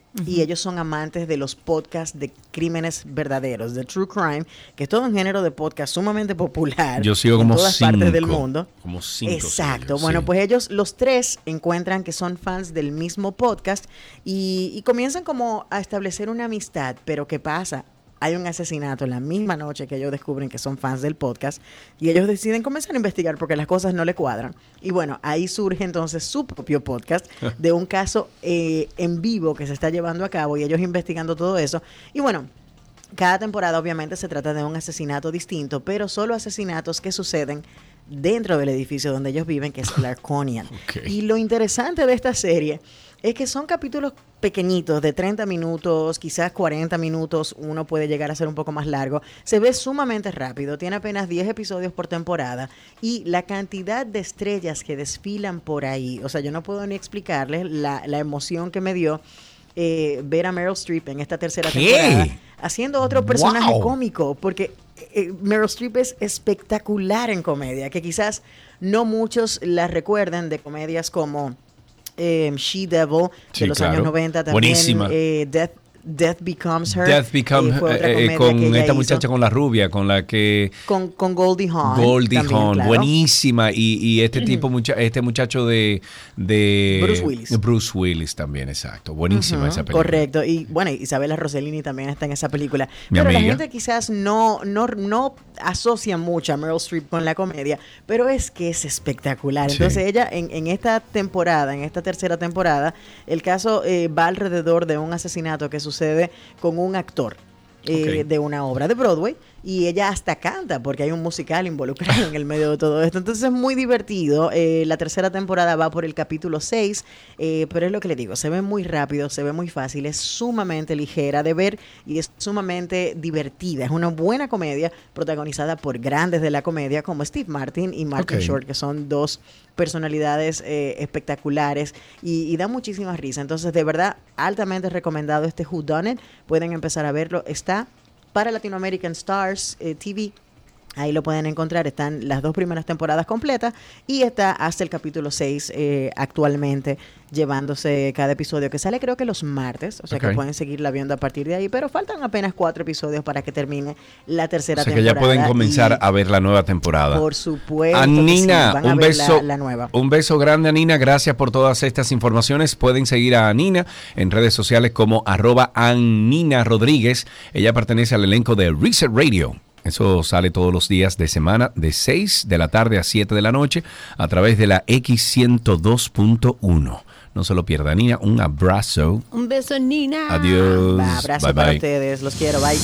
y ellos son amantes de los podcasts de crímenes verdaderos, de True Crime, que es todo un género de podcast sumamente popular. Yo sigo como en todas cinco, partes del mundo. Como cinco. Exacto. Ellos, bueno, sí. pues ellos, los tres, encuentran que son fans del mismo podcast y, y comienzan como a establecer una amistad. Pero ¿qué pasa? Hay un asesinato en la misma noche que ellos descubren que son fans del podcast y ellos deciden comenzar a investigar porque las cosas no le cuadran. Y bueno, ahí surge entonces su propio podcast de un caso eh, en vivo que se está llevando a cabo y ellos investigando todo eso. Y bueno, cada temporada obviamente se trata de un asesinato distinto, pero solo asesinatos que suceden dentro del edificio donde ellos viven, que es el Arconian. Okay. Y lo interesante de esta serie es que son capítulos pequeñitos de treinta minutos, quizás cuarenta minutos, uno puede llegar a ser un poco más largo. Se ve sumamente rápido, tiene apenas diez episodios por temporada y la cantidad de estrellas que desfilan por ahí, o sea, yo no puedo ni explicarles la, la emoción que me dio eh, ver a Meryl Streep en esta tercera ¿Qué? temporada haciendo otro personaje Wow. cómico, porque eh, Meryl Streep es espectacular en comedia, que quizás no muchos la recuerden de comedias como Eh, She Devil, Sí, de los claro. años noventa también. Buenísima. Eh, Death, Death Becomes Her. Death Become, eh, fue otra eh, comedia con que ella esta hizo. muchacha con la rubia, con la que... Con, con Goldie Hawn. Goldie también, Hawn, claro. buenísima. Y, y este tipo, mucha, este muchacho de, de... Bruce Willis. Bruce Willis también, exacto. Buenísima Ujú, esa película. Correcto. Y bueno, Isabella Rossellini también está en esa película. Mi pero amiga. la gente quizás no, no, no asocia mucho a Meryl Streep con la comedia, pero es que es espectacular. Sí. Entonces ella en, en esta temporada, en esta tercera temporada, el caso eh, va alrededor de un asesinato que sucede con un actor eh, Okay. de una obra de Broadway y ella hasta canta porque hay un musical involucrado en el medio de todo esto. Entonces es muy divertido. Eh, la tercera temporada va por el capítulo seis, eh, pero es lo que le digo, se ve muy rápido, se ve muy fácil, es sumamente ligera de ver y es sumamente divertida. Es una buena comedia protagonizada por grandes de la comedia como Steve Martin y Martin Ok. Short, que son dos personalidades eh, espectaculares y, y da muchísima risa. Entonces, de verdad, altamente recomendado este Whodunit. Pueden empezar a verlo. Está para Latin American Stars eh, T V. Ahí lo pueden encontrar, están las dos primeras temporadas completas y está hasta el capítulo seis eh, actualmente llevándose cada episodio, que sale creo que los martes, o sea Ok. que pueden seguirla viendo a partir de ahí, pero faltan apenas cuatro episodios para que termine la tercera O sea que temporada. ya pueden comenzar y, a ver la nueva temporada. por supuesto que Anina, sí, van a un ver beso, la, la nueva. un beso grande, Anina. Gracias por todas estas informaciones. Pueden seguir a Anina en redes sociales como arroba Anina Rodríguez. Ella pertenece al elenco de Reset Radio. Eso sale todos los días de semana de seis de la tarde a siete de la noche a través de la X ciento dos punto uno. No se lo pierda, Nina. Un abrazo. Un beso, Nina. Adiós. Un abrazo Bye, para bye. ustedes, los quiero, bye.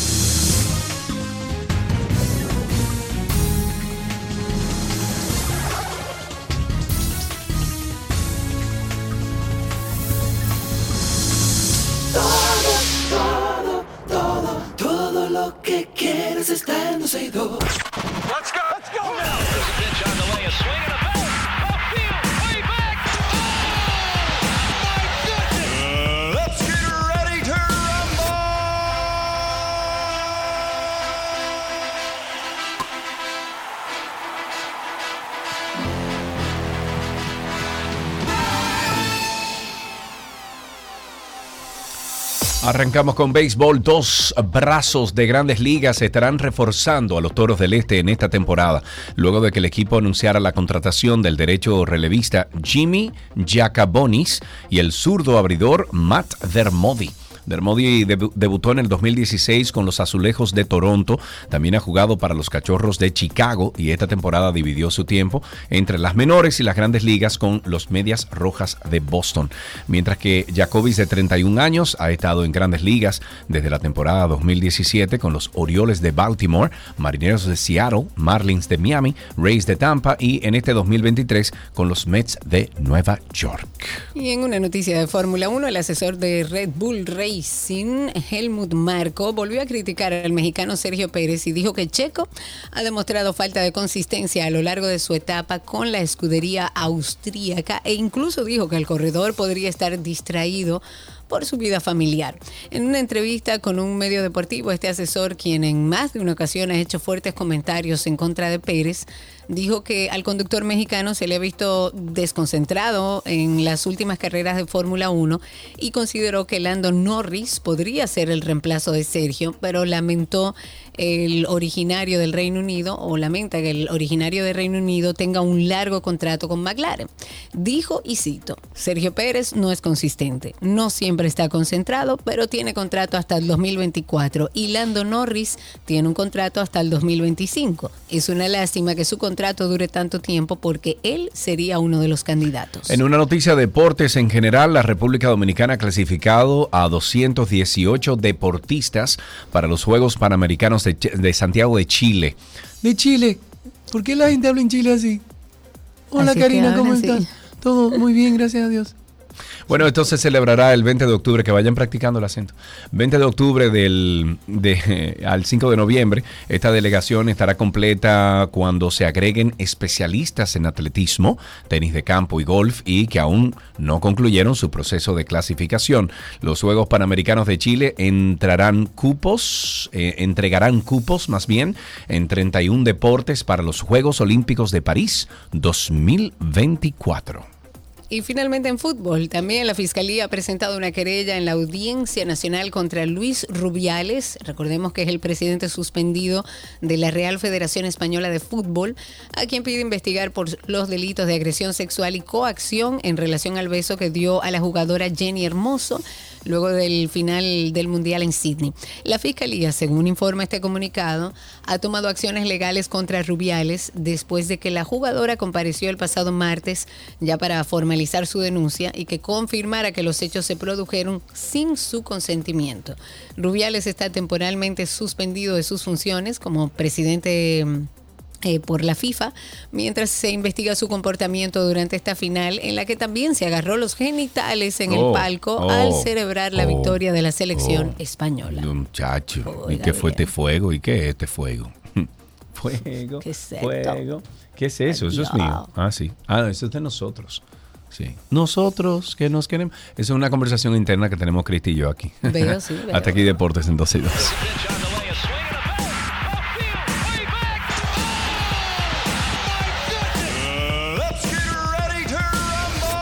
Todo, todo, todo, todo lo que quieres está en dos y dos. Let's go. Let's go now. There's a pitch on the way, a swing and a belt. Off field, way back. Oh, my goodness. Uh, let's get ready to rumble. Arrancamos con béisbol. Dos brazos de Grandes Ligas estarán reforzando a los Toros del Este en esta temporada, luego de que el equipo anunciara la contratación del derecho relevista Jimmy Giacabonis y el zurdo abridor Matt Dermody. Dermody debu- debutó en el dos mil dieciséis con los Azulejos de Toronto, también ha jugado para los Cachorros de Chicago y esta temporada dividió su tiempo entre las menores y las Grandes Ligas con los Medias Rojas de Boston. Mientras que Jacobis, de treinta y un años, ha estado en Grandes Ligas desde la temporada dos mil diecisiete con los Orioles de Baltimore, Marineros de Seattle, Marlins de Miami, Rays de Tampa y en este dos mil veintitrés con los Mets de Nueva York. Y en una noticia de Fórmula uno, el asesor de Red Bull Racing, Helmut Marko, volvió a criticar al mexicano Sergio Pérez y dijo que Checo ha demostrado falta de consistencia a lo largo de su etapa con la escudería austríaca e incluso dijo que el corredor podría estar distraído por su vida familiar. En una entrevista con un medio deportivo, este asesor, quien en más de una ocasión ha hecho fuertes comentarios en contra de Pérez, dijo que al conductor mexicano se le ha visto desconcentrado en las últimas carreras de Fórmula uno y consideró que Lando Norris podría ser el reemplazo de Sergio, pero lamentó el originario del Reino Unido o lamenta que el originario del Reino Unido tenga un largo contrato con McLaren. Dijo, y cito, Sergio Pérez no es consistente, no siempre está concentrado, pero tiene contrato hasta el dos mil veinticuatro y Lando Norris tiene un contrato hasta el dos mil veinticinco. Es una lástima que su contrato dure tanto tiempo porque él sería uno de los candidatos. En una noticia de deportes en general, la República Dominicana ha clasificado a doscientos dieciocho deportistas para los Juegos Panamericanos de, de Santiago de Chile. De Chile. ¿Por qué la gente habla en Chile así? Hola Así Karina, ¿cómo así. estás? Todo muy bien, gracias a Dios. Bueno, esto se celebrará el veinte de octubre, que vayan practicando el acento. veinte de octubre del, de, eh, al cinco de noviembre. Esta delegación estará completa cuando se agreguen especialistas en atletismo, tenis de campo y golf y que aún no concluyeron su proceso de clasificación. Los Juegos Panamericanos de Chile entrarán cupos, eh, entregarán cupos más bien en treinta y un deportes para los Juegos Olímpicos de París dos mil veinticuatro. Y finalmente en fútbol, también la Fiscalía ha presentado una querella en la Audiencia Nacional contra Luis Rubiales, recordemos que es el presidente suspendido de la Real Federación Española de Fútbol, a quien pide investigar por los delitos de agresión sexual y coacción en relación al beso que dio a la jugadora Jenny Hermoso luego del final del Mundial en Sydney. La Fiscalía, según informa este comunicado, ha tomado acciones legales contra Rubiales después de que la jugadora compareció el pasado martes ya para formalizar su denuncia y que confirmara que los hechos se produjeron sin su consentimiento. Rubiales está temporalmente suspendido de sus funciones como presidente Eh, por la FIFA, mientras se investiga su comportamiento durante esta final, en la que también se agarró los genitales en Oh, el palco oh, al celebrar la oh, victoria de la selección oh. española. Muchacho, Oh, ¿y la qué fue bien. este fuego? ¿Y qué es este fuego? Fuego, ¿Qué es esto? fuego. ¿Qué es eso? Eso es Adiós. mío. Ah, sí. Ah, eso es de nosotros. Sí. Nosotros que nos queremos. Esa es una conversación interna que tenemos Cristi y yo aquí. Veo, sí, veo. Hasta aquí Deportes en doce y dos. Let's get ready to rumble!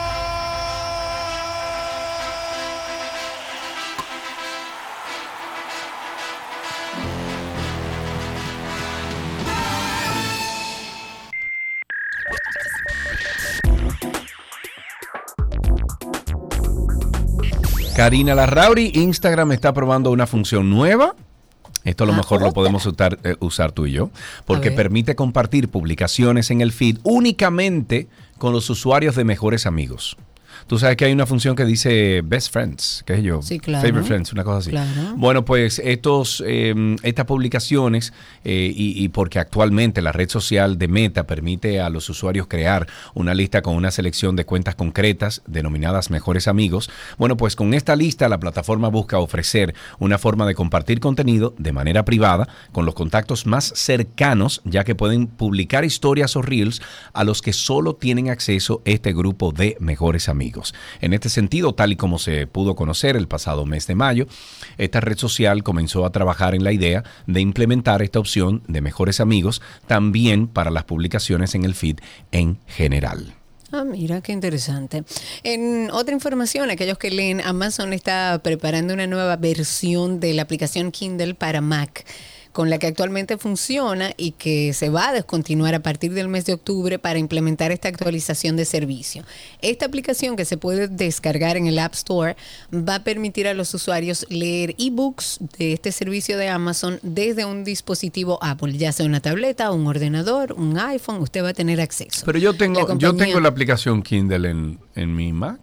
Karina Larrauri, Instagram está probando una función nueva. Esto a lo Ah, mejor lo otra. podemos usar, eh, usar tú y yo, porque ver. permite compartir publicaciones en el feed únicamente con los usuarios de Mejores Amigos. Tú sabes que hay una función que dice Best Friends, qué sé yo, Sí, claro. Favorite Friends, una cosa así. Claro. Bueno, pues estos, eh, estas publicaciones, eh, y, y porque actualmente la red social de Meta permite a los usuarios crear una lista con una selección de cuentas concretas denominadas Mejores Amigos, bueno, pues con esta lista la plataforma busca ofrecer una forma de compartir contenido de manera privada con los contactos más cercanos, ya que pueden publicar historias o reels a los que solo tienen acceso este grupo de Mejores Amigos. En este sentido, tal y como se pudo conocer el pasado mes de mayo, esta red social comenzó a trabajar en la idea de implementar esta opción de Mejores Amigos también para las publicaciones en el feed en general. Ah, mira, qué interesante. En otra información, aquellos que leen, Amazon está preparando una nueva versión de la aplicación Kindle para Mac, con la que actualmente funciona y que se va a descontinuar a partir del mes de octubre para implementar esta actualización de servicio. Esta aplicación, que se puede descargar en el App Store, va a permitir a los usuarios leer ebooks de este servicio de Amazon desde un dispositivo Apple, ya sea una tableta, un ordenador, un iPhone, usted va a tener acceso. Pero yo tengo, La yo compañía- tengo la aplicación Kindle en, en mi Mac.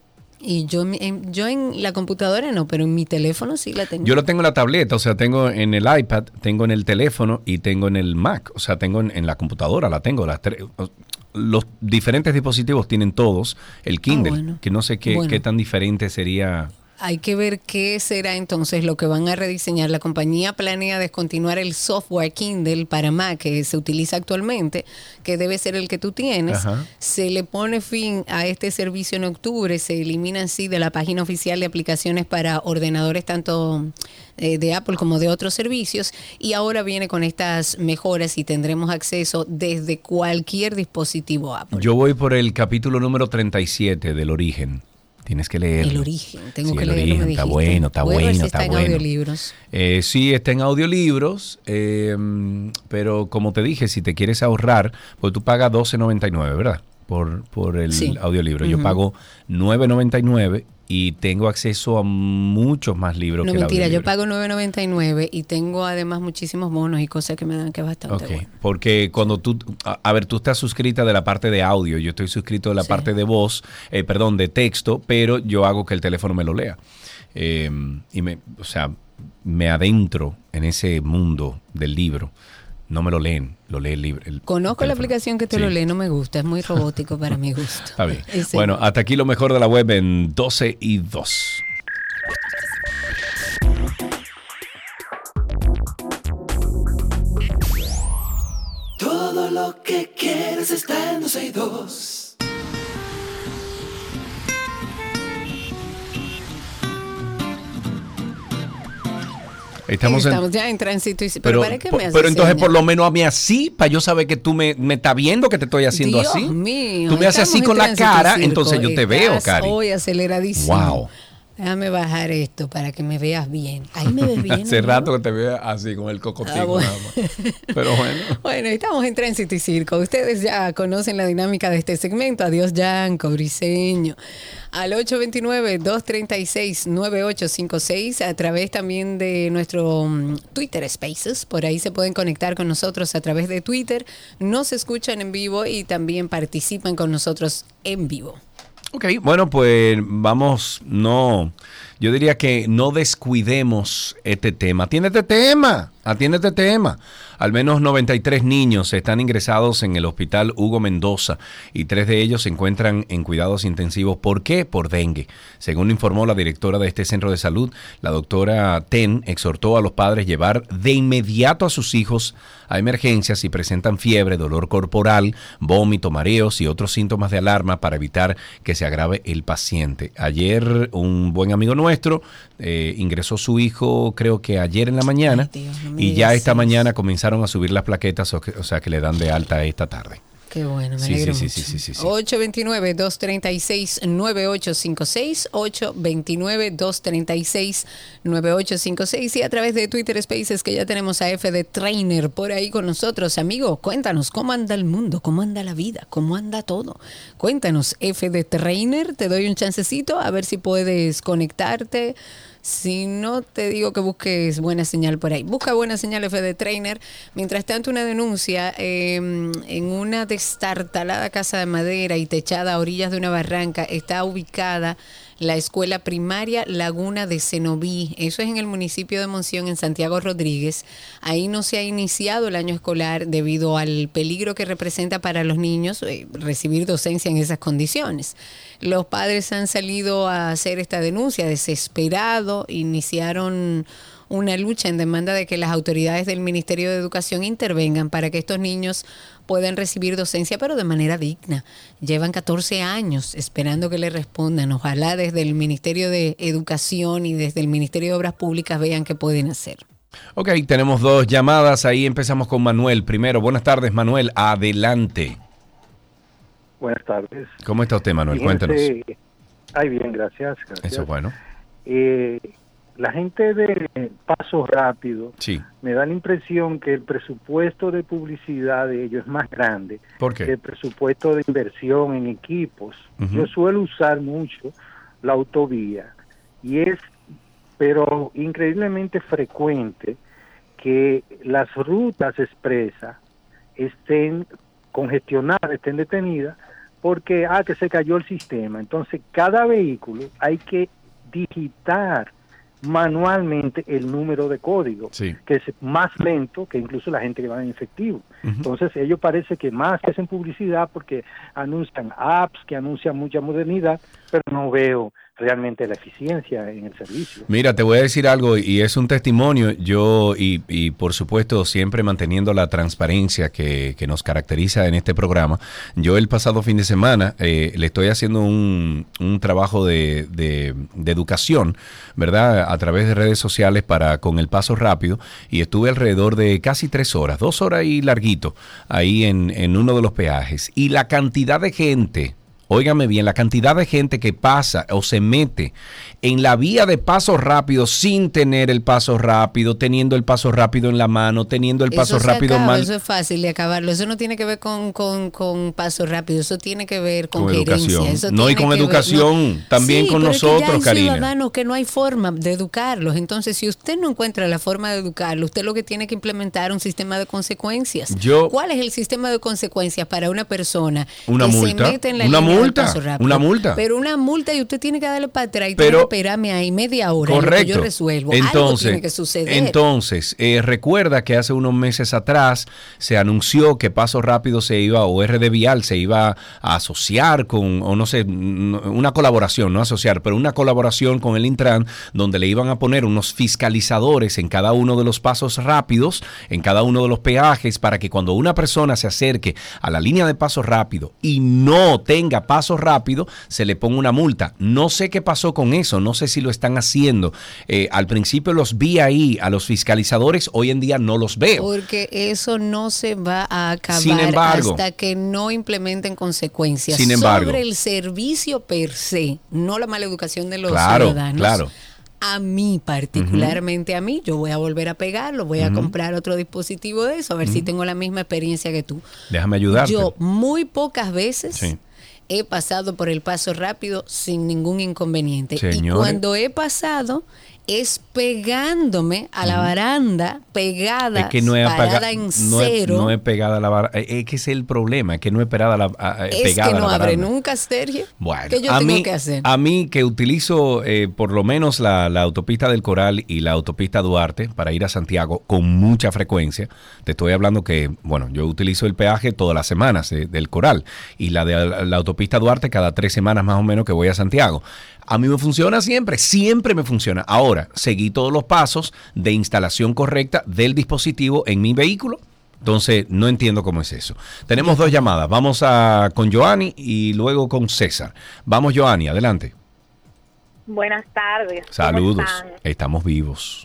Y yo, en- yo en la computadora no, pero en mi teléfono sí la tengo. Yo lo tengo en la tableta, o sea, tengo en el iPad, tengo en el teléfono y tengo en el Mac. O sea, tengo en, en la computadora, la tengo. Las tres. Los diferentes dispositivos tienen todos el Kindle, bueno. que no sé qué, Bueno. qué tan diferente sería. hay que ver qué será entonces lo que van a rediseñar. La compañía planea descontinuar el software Kindle para Mac que se utiliza actualmente, que debe ser el que tú tienes. Ajá. Se le pone fin a este servicio en octubre, se elimina así de la página oficial de aplicaciones para ordenadores tanto eh, de Apple como de otros servicios, y ahora viene con estas mejoras y tendremos acceso desde cualquier dispositivo Apple. Yo voy por el capítulo número treinta y siete del Origen. Tienes que leerlo. El Origen, tengo Sí, que el leerlo, Origen, me está dijiste. bueno, está Voy a ver bueno, si está está en bueno. audiolibros. Eh, sí, está en audiolibros, eh, pero como te dije, si te quieres ahorrar, pues tú pagas doce noventa y nueve, ¿verdad? Por, por el Sí. audiolibro. Yo Ujú. pago nueve noventa y nueve y tengo acceso a muchos más libros No, que el mentira, yo audiolibro. pago nueve noventa y nueve y tengo además muchísimos bonos y cosas que me dan que es bastante Ok, bueno. porque cuando tú, a, a ver, tú estás suscrita de la parte de audio, yo estoy suscrito de la Sí. parte de voz, eh, perdón, de texto, pero yo hago que el teléfono me lo lea. Eh, y me, o sea, me adentro en ese mundo del libro. No me lo leen, lo lee el libro. el Conozco la teléfono. aplicación que te Sí. lo lee, no me gusta, es muy robótico para mi gusto. Está bien. Sí. Bueno, hasta aquí lo mejor de la web en doce y dos. Todo lo que quieres está en doce y dos. Estamos, en- Estamos ya en tránsito. Y, pero, Pero, ¿para qué po- me haces pero entonces señas? por lo menos a mí así, para yo saber que tú me, me estás viendo que te estoy haciendo Dios así. mío, Tú me haces estamos así en con la tránsito y cara, circo. entonces yo te veo, Estás Cari. hoy aceleradísimo. Wow. Déjame bajar esto para que me veas bien. Ahí me ves bien. Hace ¿no? rato que te veo así con el cocotico Ah, bueno. nada más. Pero bueno. Bueno, estamos en Tránsito y Circo. Ustedes ya conocen la dinámica de este segmento. Adiós, Yanco, Briseño. Al ocho dos nueve, dos tres seis, nueve ocho cinco seis, a través también de nuestro um, Twitter Spaces. Por ahí se pueden conectar con nosotros a través de Twitter. Nos escuchan en vivo y también participan con nosotros en vivo. Ok, bueno, pues vamos, no, yo diría que no descuidemos este tema. Atiende este tema, atiende este tema. Al menos noventa y tres niños están ingresados en el hospital Hugo Mendoza y tres de ellos se encuentran en cuidados intensivos. ¿Por qué? Por dengue. Según informó la directora de este centro de salud, la doctora Ten exhortó a los padres llevar de inmediato a sus hijos a emergencias si presentan fiebre, dolor corporal, vómito, mareos y otros síntomas de alarma para evitar que se agrave el paciente. Ayer un buen amigo nuestro eh, ingresó su hijo, creo que ayer en la mañana, Ay, Dios, no me y digas ya esta eso. mañana comenzaron a subir las plaquetas, o, que- o sea que le dan de alta esta tarde. Qué bueno, me Sí, alegro sí, mucho. sí, sí, sí, sí. ocho dos nueve, dos tres seis, nueve ocho cinco seis, ocho dos nueve, dos tres seis, nueve ocho cinco seis y a través de Twitter Spaces que ya tenemos a F de Trainer por ahí con nosotros. Amigo, cuéntanos, ¿cómo anda el mundo? ¿Cómo anda la vida? ¿Cómo anda todo? Cuéntanos, F de Trainer, te doy un chancecito a ver si puedes conectarte. Si no, te digo que busques buena señal por ahí. Busca buena señal F de Trainer. Mientras tanto, una denuncia eh, en una destartalada casa de madera y techada a orillas de una barranca está ubicada la escuela primaria Laguna de Cenoví. Eso es en el municipio de Monción, en Santiago Rodríguez. Ahí no se ha iniciado el año escolar debido al peligro que representa para los niños eh, recibir docencia en esas condiciones. Los padres han salido a hacer esta denuncia desesperado, iniciaron una lucha en demanda de que las autoridades del Ministerio de Educación intervengan para que estos niños puedan recibir docencia, pero de manera digna. Llevan catorce años esperando que le respondan. Ojalá desde el Ministerio de Educación y desde el Ministerio de Obras Públicas vean qué pueden hacer. Ok, tenemos dos llamadas. Ahí empezamos con Manuel. Primero, buenas tardes, Manuel. Adelante. Buenas tardes. ¿Cómo está usted, Manuel? Fíjense- Cuéntanos. Ay, bien, gracias. gracias. Eso es bueno. Eh, la gente de Paso Rápido Sí. me da la impresión que el presupuesto de publicidad de ellos es más grande ¿Por qué? que el presupuesto de inversión en equipos. Ujú. Yo suelo usar mucho la autovía y es, pero increíblemente frecuente que las rutas expresas estén congestionadas, estén detenidas, porque, ah, que se cayó el sistema. Entonces, cada vehículo hay que digitar manualmente el número de código, Sí. que es más lento que incluso la gente que va en efectivo. Ujú. Entonces, ellos parece que más que hacen publicidad porque anuncian apps, que anuncian mucha modernidad, pero no veo realmente la eficiencia en el servicio. Mira, te voy a decir algo y es un testimonio, yo y, y por supuesto siempre manteniendo la transparencia que, que nos caracteriza en este programa. Yo el pasado fin de semana eh, le estoy haciendo un, un trabajo de, de, de educación, ¿verdad? A través de redes sociales para con el paso rápido y estuve alrededor de casi tres horas, dos horas y larguito ahí en, en uno de los peajes y la cantidad de gente. Óigame bien, la cantidad de gente que pasa o se mete en la vía de paso rápido sin tener el paso rápido, teniendo el paso rápido en la mano, teniendo el paso eso rápido acaba, mal. Eso es fácil de acabarlo. Eso no tiene que ver con, con, con paso rápido. Eso tiene que ver con, Con gerencia. educación. Eso No, y tiene con que educación ver, no. también Sí, con pero es que ya nosotros, hay Karina. ciudadanos que no hay forma de educarlos. Entonces, si usted no encuentra la forma de educarlo, usted lo que tiene que implementar un sistema de consecuencias. Yo- ¿Cuál es el sistema de consecuencias para una persona Una que multa, se mete en la una línea del multa, paso rápido? una multa. Pero una multa y usted tiene que darle para atrás y Pero- tiene que esperarme ahí media hora. en lo que Correcto. yo resuelvo. Algo Entonces, tiene que suceder. entonces eh, recuerda que hace unos meses atrás se anunció que Paso Rápido se iba, o R D Vial se iba a asociar con, o no sé, una colaboración, no asociar, pero una colaboración con el Intran, donde le iban a poner unos fiscalizadores en cada uno de los pasos rápidos, en cada uno de los peajes, para que cuando una persona se acerque a la línea de paso rápido y no tenga paso rápido, se le ponga una multa. No sé qué pasó con eso, no sé si lo están haciendo. Eh, al principio los vi ahí, a los fiscalizadores, hoy en día no los veo. Porque eso no se va a acabar Sin embargo, hasta que no implementen consecuencias Sin embargo. sobre el servicio per se, no la mala educación de los Claro, ciudadanos. claro. A mí, particularmente a mí, yo voy a volver a pegarlo, voy a Ujú. comprar otro dispositivo de eso, a ver si tengo la misma experiencia que tú. Déjame ayudarte. Yo muy pocas veces Sí. he pasado por el paso rápido sin ningún inconveniente. Señores. Y cuando he pasado es pegándome a la baranda, pegada, Es que no es parada apaga- en no es, cero. no es pegada a la barra. Es que ese es el problema, es que no es pegada a la, a- es pegada que a no la abre baranda. nunca, Sergio. Bueno, ¿Qué yo a tengo mí, que hacer? a mí que utilizo eh, por lo menos la, la autopista del Coral y la autopista Duarte para ir a Santiago con mucha frecuencia. Te estoy hablando que, bueno, yo utilizo el peaje todas las semanas eh, del Coral y la de la, la autopista Duarte cada tres semanas más o menos que voy a Santiago. A mí me funciona siempre, siempre me funciona. Ahora, seguí todos los pasos de instalación correcta del dispositivo en mi vehículo. Entonces, no entiendo cómo es eso. Tenemos dos llamadas. Vamos a con Joanny y luego con César. Vamos, Joanny, adelante. Buenas tardes. ¿Cómo Saludos. están? Estamos vivos.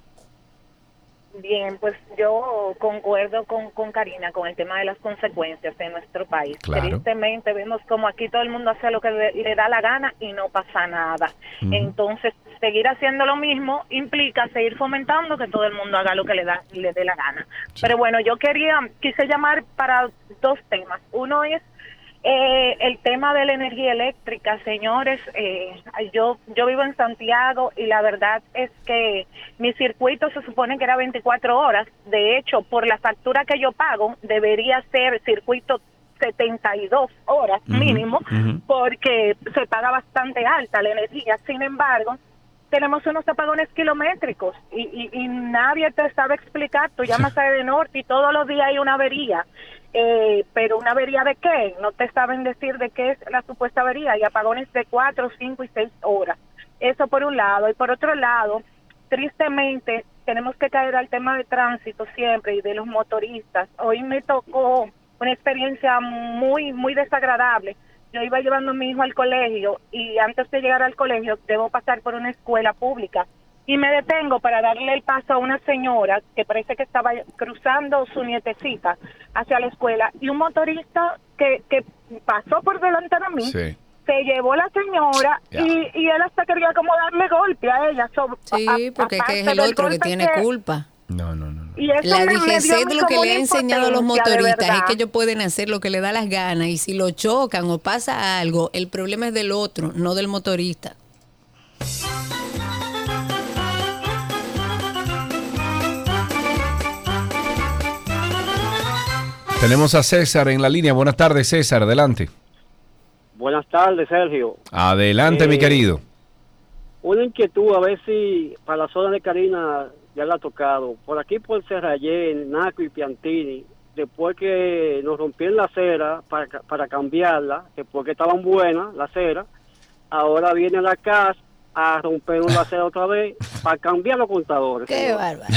Bien, pues yo concuerdo con, con Karina con el tema de las consecuencias en nuestro país. Claro. Tristemente vemos como aquí todo el mundo hace lo que le, le da la gana y no pasa nada. Ujú. Entonces, seguir haciendo lo mismo implica seguir fomentando que todo el mundo haga lo que le da le dé la gana. Pero bueno, yo quería, quise llamar para dos temas. Uno es Eh, el tema de la energía eléctrica, señores, eh, yo yo vivo en Santiago y la verdad es que mi circuito se supone que era veinticuatro horas. De hecho, por la factura que yo pago, debería ser circuito setenta y dos horas Ujú, mínimo, ujú. porque se paga bastante alta la energía. Sin embargo, tenemos unos apagones kilométricos y, y, y nadie te sabe explicar. Tú llamas a Edenorte y todos los días hay una avería. Eh, pero una avería de qué, no te saben decir de qué es la supuesta avería, y apagones de cuatro, cinco y seis horas. Eso por un lado. Y por otro lado, tristemente, tenemos que caer al tema de tránsito siempre y de los motoristas. Hoy me tocó una experiencia muy, muy desagradable. Yo iba llevando a mi hijo al colegio y antes de llegar al colegio debo pasar por una escuela pública. Y me detengo para darle el paso a una señora que parece que estaba cruzando su nietecita hacia la escuela. Y un motorista que, que pasó por delante de mí, Sí. se llevó la señora Ya. y, y él hasta quería como darle golpe a ella. So- Sí, a- porque es que es aparte el del otro que golpe tiene culpa. y eso La me- me dio D G C a mí lo que como le ha una enseñado a los impotencia, de motoristas es verdad. que ellos pueden hacer lo que les da las ganas y si lo chocan o pasa algo, el problema es del otro, no del motorista. Tenemos a César en la línea. Buenas tardes, César. Adelante. Buenas tardes, Sergio. Adelante, Eh, mi querido. Una inquietud, a ver si para la zona de Karina ya la ha tocado. Por aquí por Serrayén, Naco y Piantini, después que nos rompieron la acera para, ca- para cambiarla, después que estaban buenas la acera, ahora viene la C A S a romper un láser otra vez para cambiar los contadores. Qué señor. bárbaro.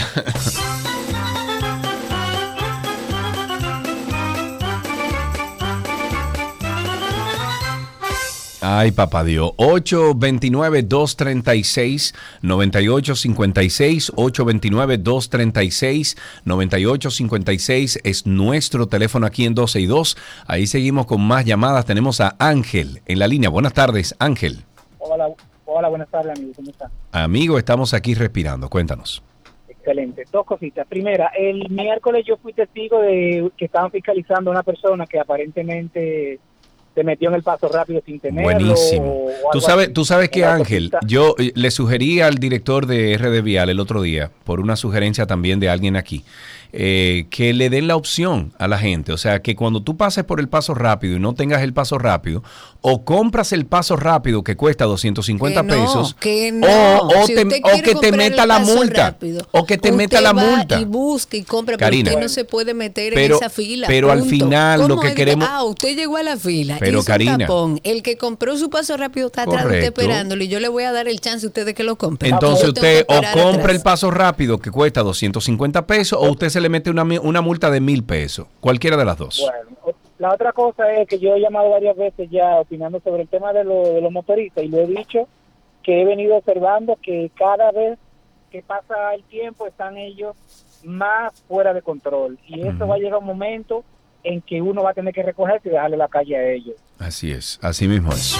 Ay, papá Dios. ocho dos nueve, dos tres seis, nueve ocho cinco seis. ocho dos nueve, dos tres seis, nueve ocho cinco seis es nuestro teléfono aquí en doce y dos. Ahí seguimos con más llamadas. Tenemos a Ángel en la línea. Buenas tardes, Ángel. Hola, hola, buenas tardes, amigo. ¿Cómo está? Amigo, estamos aquí respirando. Cuéntanos. Excelente. Dos cositas. Primera, el miércoles yo fui testigo de que estaban fiscalizando a una persona que aparentemente se metió en el paso rápido sin tenerlo. Buenísimo. o- o Tú algo sabes, así. tú sabes que En la Ángel, autopista. yo eh, le sugerí al director de R D Vial el otro día, por una sugerencia también de alguien aquí, eh, que le den la opción a la gente. O sea, que cuando tú pases por el paso rápido y no tengas el paso rápido, o compras el paso rápido que cuesta doscientos cincuenta Que no, pesos, que no. o, o Si te, usted o quiere que te comprar meta el la paso multa. rápido, O que te meta usted la va multa. y busca y compra, Karina. pero usted no se puede meter Pero- en esa fila. pero al punto. final lo ¿Cómo que es? queremos- Ah, usted llegó a la fila. Pero, hizo un Karina. tapón. El que compró su paso rápido está atrás de usted Correcto. esperándolo y yo le voy a dar el chance a usted de que lo compre. Entonces Yo tengo que usted o esperar compra atrás. el paso rápido que cuesta doscientos cincuenta pesos o usted se le mete una, mi- una multa de mil pesos. Cualquiera de las dos. Bueno, la otra cosa es que yo he llamado varias veces ya opinando sobre el tema de, lo- de los motoristas y lo he dicho que he venido observando que cada vez que pasa el tiempo están ellos más fuera de control y eso va a llegar un momento en que uno va a tener que recogerse y dejarle la calle a ellos. Así es, así mismo es.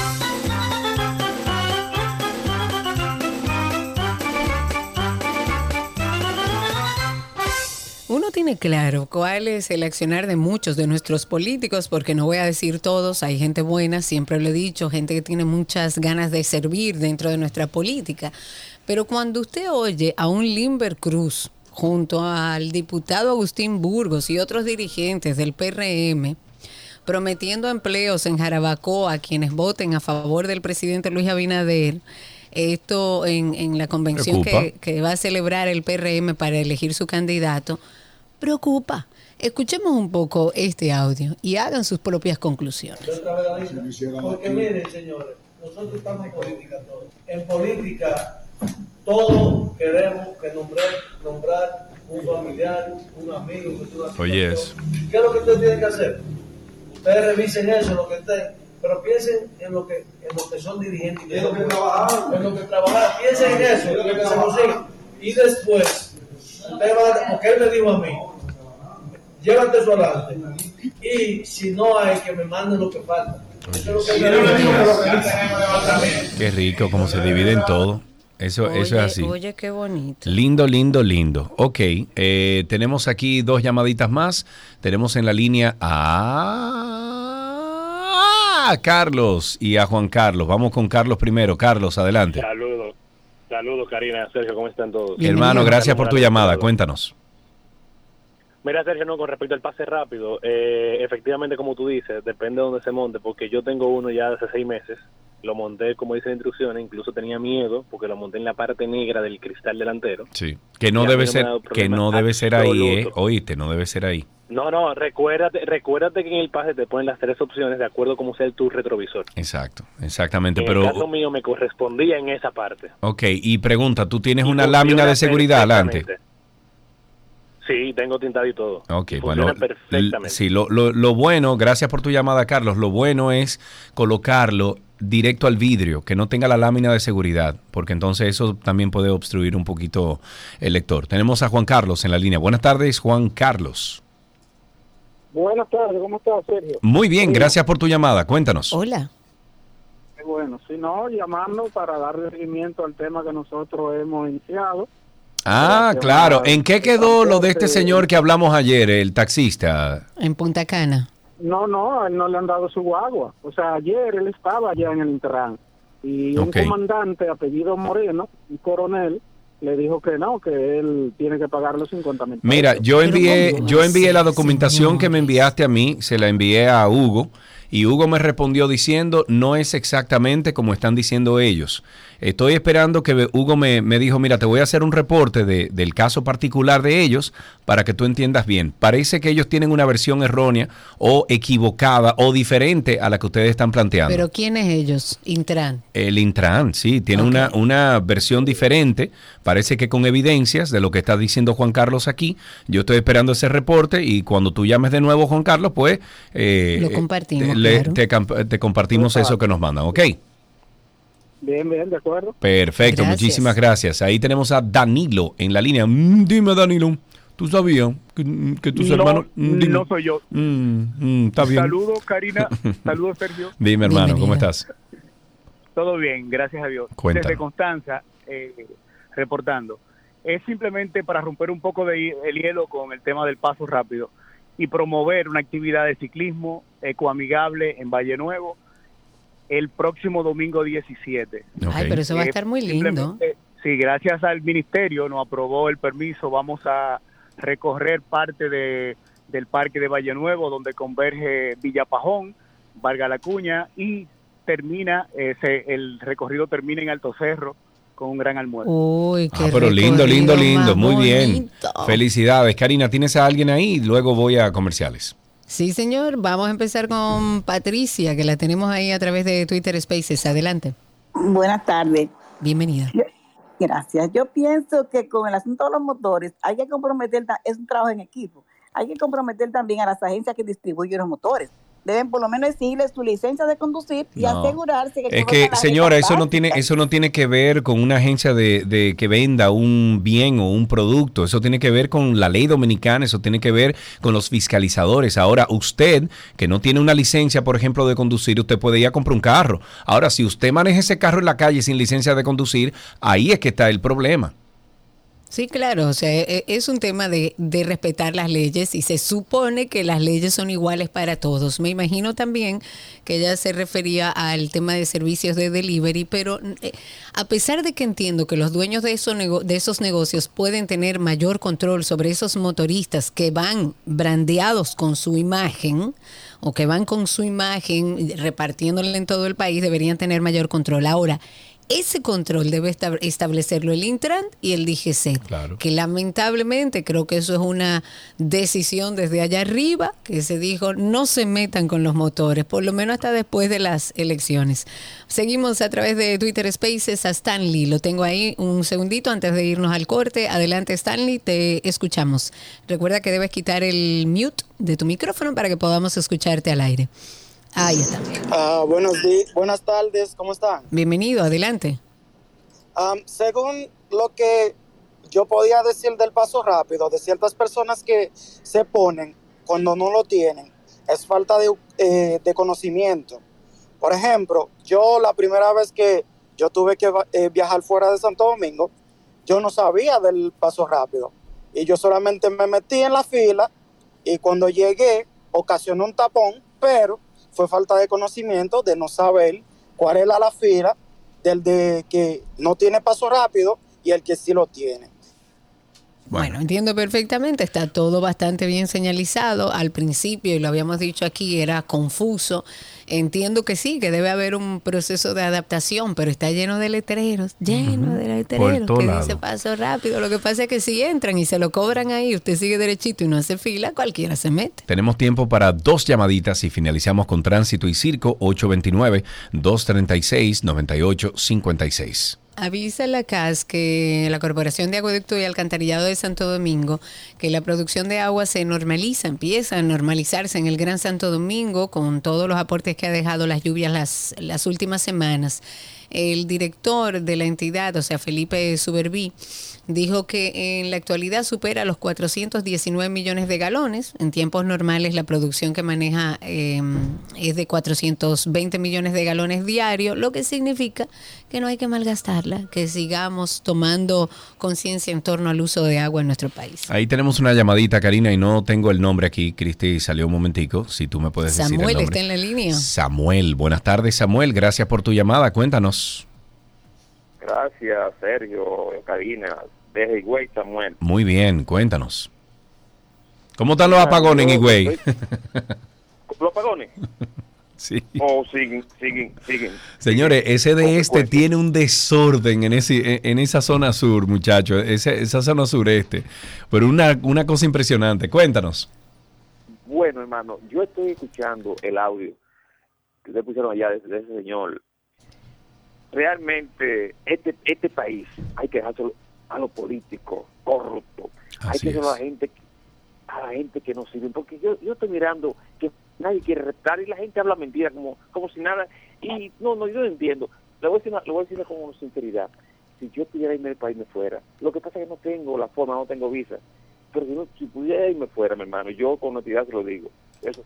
Uno tiene claro cuál es el accionar de muchos de nuestros políticos, porque no voy a decir todos, hay gente buena, siempre lo he dicho, gente que tiene muchas ganas de servir dentro de nuestra política. Pero cuando usted oye a un Limber Cruz junto al diputado Agustín Burgos y otros dirigentes del P R M prometiendo empleos en Jarabacoa a quienes voten a favor del presidente Luis Abinader, esto en, en la convención que, que va a celebrar el P R M para elegir su candidato, preocupa. Escuchemos un poco este audio y hagan sus propias conclusiones. Porque miren, señores, nosotros estamos en política todos. En política, todos queremos que nombrar, nombrar un familiar, un amigo, una Oye, eso. ¿Qué es lo que ustedes tienen que hacer? Ustedes revisen eso, lo que estén, pero piensen en lo que, en lo que son dirigentes. En lo que trabajan. En lo que trabajan. Piensen en eso, en lo que se consigue. Y después, ustedes van a, porque él me dijo a mí, llévate eso adelante. Y si no hay, que me manden lo que falta. Eso es lo que él me dijo. Qué rico, como se divide en todo. Eso, Oye, eso es así. Oye, qué bonito. Lindo, lindo, lindo. Ok, eh, tenemos aquí dos llamaditas más. Tenemos en la línea a Carlos y a Juan Carlos. Vamos con Carlos primero. Carlos, adelante. Saludos, saludos Karina, Sergio, ¿cómo están todos? Hermano, gracias por tu llamada. Cuéntanos. Mira, Sergio, no, con respecto al pase rápido, eh, efectivamente, como tú dices, depende de dónde se monte, porque yo tengo uno ya hace seis meses, lo monté como dice la instrucción, incluso tenía miedo, porque lo monté en la parte negra del cristal delantero. Sí. Que no Y a debe mí no me ser, ha dado que problema no debe ser ahí, eh. absoluto. Oíste, no debe ser ahí. No, no, recuérdate, recuérdate que en el pase te ponen las tres opciones de acuerdo a cómo sea tu retrovisor. Exacto, exactamente. En Pero, el caso mío me correspondía en esa parte. ok, y pregunta, ¿tú tienes una funciona lámina de seguridad adelante? perfectamente. Sí, tengo tintado y todo. Ok, Funciona bueno, perfectamente. l- sí, lo, lo, lo bueno, gracias por tu llamada, Carlos, lo bueno es colocarlo directo al vidrio, que no tenga la lámina de seguridad, porque entonces eso también puede obstruir un poquito el lector. Tenemos a Juan Carlos en la línea. Buenas tardes, Juan Carlos. Buenas tardes, ¿cómo estás, Sergio? Muy bien, gracias por tu llamada. Cuéntanos. Hola. Bueno, si no, llamarnos para darle seguimiento al tema que nosotros hemos iniciado. Ah, claro. ¿En qué quedó lo de este señor que hablamos ayer, el taxista? En Punta Cana. No, no, a él no le han dado su agua. O sea, ayer él estaba allá en el Interran y un Ok. comandante apellido Moreno, un coronel, le dijo que no, que él tiene que pagar los cincuenta mil. Mira, yo envié, yo envié la documentación que me enviaste a mí, se la envié a Hugo Y Hugo me respondió diciendo, no es exactamente como están diciendo ellos. Estoy esperando que Hugo me, me dijo, mira, te voy a hacer un reporte de, del caso particular de ellos para que tú entiendas bien. Parece que ellos tienen una versión errónea o equivocada o diferente a la que ustedes están planteando. ¿Pero quiénes ellos? Intran. El Intran, sí, tiene okay. una, una versión diferente, parece que con evidencias de lo que está diciendo Juan Carlos aquí. Yo estoy esperando ese reporte y cuando tú llames de nuevo, Juan Carlos, pues eh, lo compartimos. Le, claro. te, te compartimos Opa. eso que nos mandan, ¿ok? Bien, bien, de acuerdo. Perfecto, Gracias. muchísimas gracias. Ahí tenemos a Danilo en la línea. Mm, dime, Danilo, ¿tú sabías que, que tus no, hermanos... Mm, no soy yo. Mm, mm, está bien. Saludos, Karina. Saludos, Sergio. Dime, hermano, Bienvenida. ¿Cómo estás? Todo bien, gracias a Dios. Cuéntanos. Desde Constanza, eh, reportando. Es simplemente para romper un poco de el hielo con el tema del paso rápido y promover una actividad de ciclismo ecoamigable en Valle Nuevo el próximo domingo diecisiete. Okay. Ay, pero eso va a estar muy lindo. Sí, gracias al ministerio nos aprobó el permiso, vamos a recorrer parte de, del parque de Valle Nuevo, donde converge Villa Pajón, Vargas La Cuña, y termina, eh, se, el recorrido termina en Alto Cerro, con un gran almuerzo. Uy, qué ah, pero lindo, lindo, lindo, muy bonito. bien. Felicidades. Karina, ¿tienes a alguien ahí? Luego voy a comerciales. Sí, señor. Vamos a empezar con Patricia, que la tenemos ahí a través de Twitter Spaces. Adelante. Buenas tardes. Bienvenida. Yo, gracias. Yo pienso que con el asunto de los motores hay que comprometer, es un trabajo en equipo, hay que comprometer también a las agencias que distribuyen los motores. Deben por lo menos exigirles su licencia de conducir y no. asegurarse que... Es que, señora, eso no tiene eso no tiene que ver con una agencia de, de que venda un bien o un producto. Eso tiene que ver con la ley dominicana, eso tiene que ver con los fiscalizadores. Ahora, usted, que no tiene una licencia, por ejemplo, de conducir, usted puede ir a comprar un carro. Ahora, si usted maneja ese carro en la calle sin licencia de conducir, ahí es que está el problema. Sí, claro, o sea, es un tema de, de respetar las leyes y se supone que las leyes son iguales para todos. Me imagino también que ella se refería al tema de servicios de delivery, pero eh, a pesar de que entiendo que los dueños de esos, nego- de esos negocios pueden tener mayor control sobre esos motoristas que van brandeados con su imagen o que van con su imagen repartiéndola en todo el país, deberían tener mayor control. Ahora, ese control debe establecerlo el Intran y el D G C, claro. Que lamentablemente creo que eso es una decisión desde allá arriba, que se dijo no se metan con los motores, por lo menos hasta después de las elecciones. Seguimos a través de Twitter Spaces a Stanley, lo tengo ahí un segundito antes de irnos al corte. Adelante, Stanley, te escuchamos. Recuerda que debes quitar el mute de tu micrófono para que podamos escucharte al aire. Ahí está. Uh, buenos días, buenas tardes, ¿cómo están? Bienvenido, adelante. Um, según lo que yo podía decir del paso rápido, de ciertas personas que se ponen cuando no lo tienen, es falta de, eh, de conocimiento. Por ejemplo, yo la primera vez que yo tuve que eh, viajar fuera de Santo Domingo, yo no sabía del paso rápido. Y yo solamente me metí en la fila y cuando llegué ocasionó un tapón, pero fue falta de conocimiento, de no saber cuál era la fila del de que no tiene paso rápido y el que sí lo tiene. Bueno. bueno, entiendo perfectamente, está todo bastante bien señalizado. Al principio, y lo habíamos dicho aquí, era confuso. Entiendo que sí, que debe haber un proceso de adaptación, pero está lleno de letreros, lleno uh-huh. de letreros que lado. dice paso rápido. Lo que pasa es que si entran y se lo cobran ahí, usted sigue derechito y no hace fila, cualquiera se mete. Tenemos tiempo para dos llamaditas y finalizamos con Tránsito y Circo, ocho dos nueve, dos tres seis, nueve ocho cinco seis. Avisa la C A S, que la Corporación de Acueducto y Alcantarillado de Santo Domingo, que la producción de agua se normaliza, empieza a normalizarse en el Gran Santo Domingo con todos los aportes que ha dejado las lluvias las, las últimas semanas. El director de la entidad, o sea, Felipe Suberví, dijo que en la actualidad supera los cuatrocientos diecinueve millones de galones. En tiempos normales la producción que maneja eh, es de cuatrocientos veinte millones de galones diarios, lo que significa que no hay que malgastarla, que sigamos tomando conciencia en torno al uso de agua en nuestro país. Ahí tenemos una llamadita, Karina, y no tengo el nombre aquí. Cristi salió un momentico, si tú me puedes Samuel decir el nombre. Está en la línea. Samuel, buenas tardes, Samuel, gracias por tu llamada, cuéntanos. Gracias, Sergio, Karina, desde Higüey, Samuel. Muy bien, cuéntanos. ¿Cómo están los apagones en Higüey? ¿Los apagones? Sí. O siguen, siguen, siguen. Señores, ese de este tiene un desorden en ese en esa zona sur, muchachos, esa, esa zona sureste. Pero una, una cosa impresionante. Cuéntanos. Bueno, hermano, yo estoy escuchando el audio que ustedes pusieron allá de, de ese señor. Realmente, este este país hay que dejárselo a los políticos corruptos. Hay Así que dejárselo a es. la gente a la gente que no sirve, porque yo yo estoy mirando que nadie quiere restar y la gente habla mentira como como si nada, y no no yo no entiendo. Le voy a decir una- le voy a decir con sinceridad, si yo pudiera irme del país me fuera. Lo que pasa es que no tengo la forma, no tengo visa, pero si, no, si pudiera irme fuera, mi hermano, yo con honestidad se lo digo. Eso.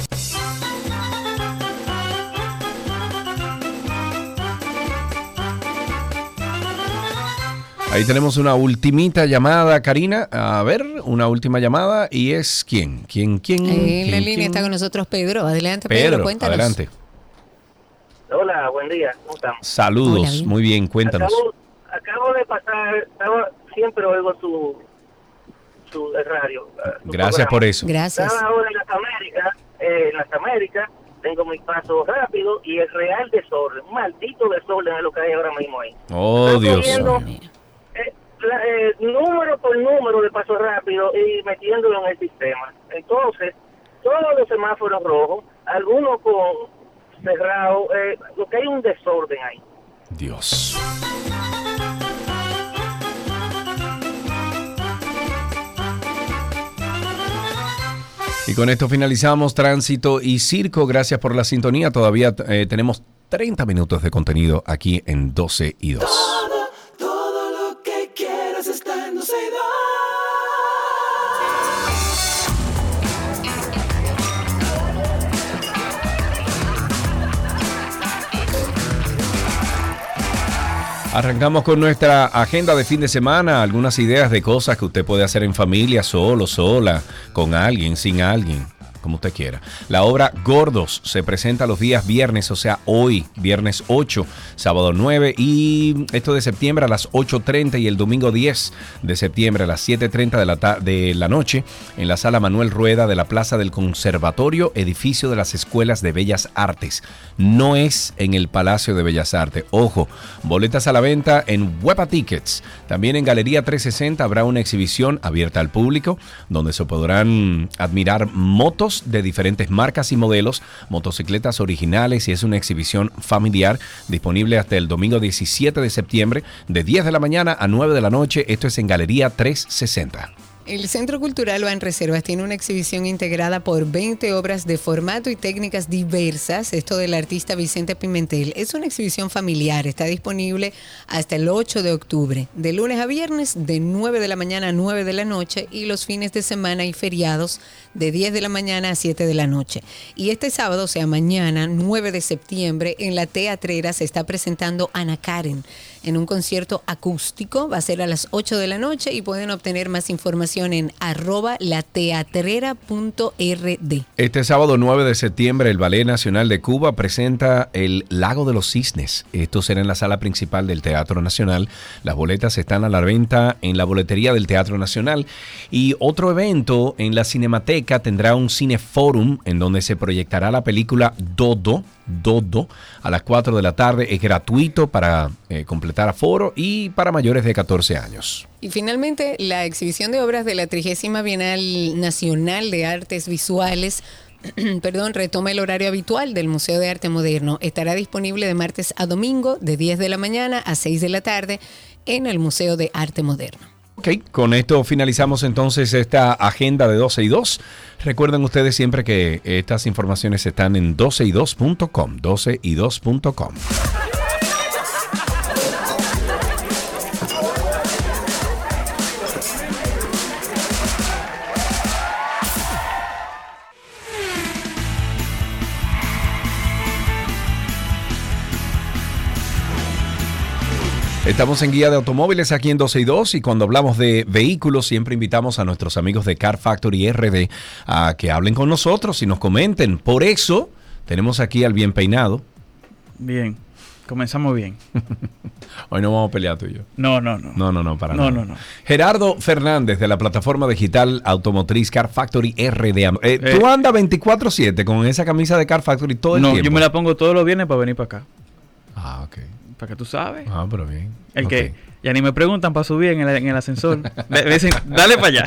Ahí tenemos una ultimita llamada, Karina. A ver, una última llamada. ¿Y es quién? ¿Quién? ¿Quién? En la ¿Quién? línea ¿Quién? está con nosotros Pedro. Adelante, Pedro, Pedro, cuéntanos. adelante. Hola, buen día, ¿cómo estamos? Saludos, Hola, bien. muy bien, cuéntanos. Acabo, acabo de pasar, estaba, siempre oigo su, su el radio. eh, su Gracias programa. por eso. Gracias. Estaba ahora en las Américas, eh, en las Américas, tengo mi paso rápido y el real desorden, un maldito desorden es lo que hay ahora mismo ahí. Oh, Estoy Dios cogiendo, mío. eh, la- eh, número por número de paso rápido y metiéndolo en el sistema. Entonces, todos los semáforos rojos, algunos con cerrados, eh, lo que hay un desorden ahí. Dios. Y con esto finalizamos Tránsito y Circo. Gracias por la sintonía. Todavía eh, tenemos treinta minutos de contenido aquí en doce y dos. Todo, todo lo que quieras está en doce y dos. Arrancamos con nuestra agenda de fin de semana, algunas ideas de cosas que usted puede hacer en familia, solo, sola, con alguien, sin alguien, como usted quiera. La obra Gordos se presenta los días viernes, o sea, hoy, viernes ocho, sábado nueve y esto de septiembre a las ocho treinta y el domingo diez de septiembre a las siete treinta de la, ta- de la noche en la sala Manuel Rueda de la Plaza del Conservatorio, edificio de las Escuelas de Bellas Artes. No es en el Palacio de Bellas Artes. Ojo, boletas a la venta en Huepa Tickets. También en Galería trescientos sesenta habrá una exhibición abierta al público donde se podrán admirar motos de diferentes marcas y modelos, motocicletas originales y es una exhibición familiar disponible hasta el domingo diecisiete de septiembre de diez de la mañana a nueve de la noche. Esto es en Galería trescientos sesenta. El Centro Cultural Banreservas tiene una exhibición integrada por veinte obras de formato y técnicas diversas. Esto del artista Vicente Pimentel. Es una exhibición familiar. Está disponible hasta el ocho de octubre. De lunes a viernes, de nueve de la mañana a nueve de la noche. Y los fines de semana y feriados, de diez de la mañana a siete de la noche. Y este sábado, o sea, mañana, nueve de septiembre, en la Teatrera se está presentando Ana Karen en un concierto acústico. Va a ser a las ocho de la noche y pueden obtener más información en arroba lateatrera punto r d. Este sábado nueve de septiembre el Ballet Nacional de Cuba presenta El Lago de los Cisnes. Esto será en la sala principal del Teatro Nacional. Las boletas están a la venta en la boletería del Teatro Nacional. Y otro evento en la Cinemateca tendrá un cineforum en donde se proyectará la película Dodo, Dodo, a las cuatro de la tarde. Es gratuito para eh, completar aforo y para mayores de catorce años. Y finalmente, la exhibición de obras de la trigésima Bienal Nacional de Artes Visuales perdón, retoma el horario habitual del Museo de Arte Moderno. Estará disponible de martes a domingo, de diez de la mañana a seis de la tarde, en el Museo de Arte Moderno. Ok, con esto finalizamos entonces esta agenda de doce y dos. Recuerden ustedes siempre que estas informaciones están en doce y dos punto com, doce y dos punto com. Estamos en Guía de Automóviles aquí en doce y dos y cuando hablamos de vehículos siempre invitamos a nuestros amigos de Car Factory R D a que hablen con nosotros y nos comenten. Por eso tenemos aquí al bien peinado. Bien. Comenzamos bien. Hoy no vamos a pelear tú y yo. No, no, no. No, no, no, para No, nada. no, no. Gerardo Fernández, de la plataforma digital automotriz Car Factory R D. Eh, Eh. ¿Tú andas veinticuatro siete con esa camisa de Car Factory todo el No, tiempo? yo me la pongo todos los viernes para venir para acá. Ah, ok. Para que tú sabes. Ah, pero bien. El Ok. que ya ni me preguntan para subir en el, en el ascensor. Me, me dicen, dale para allá.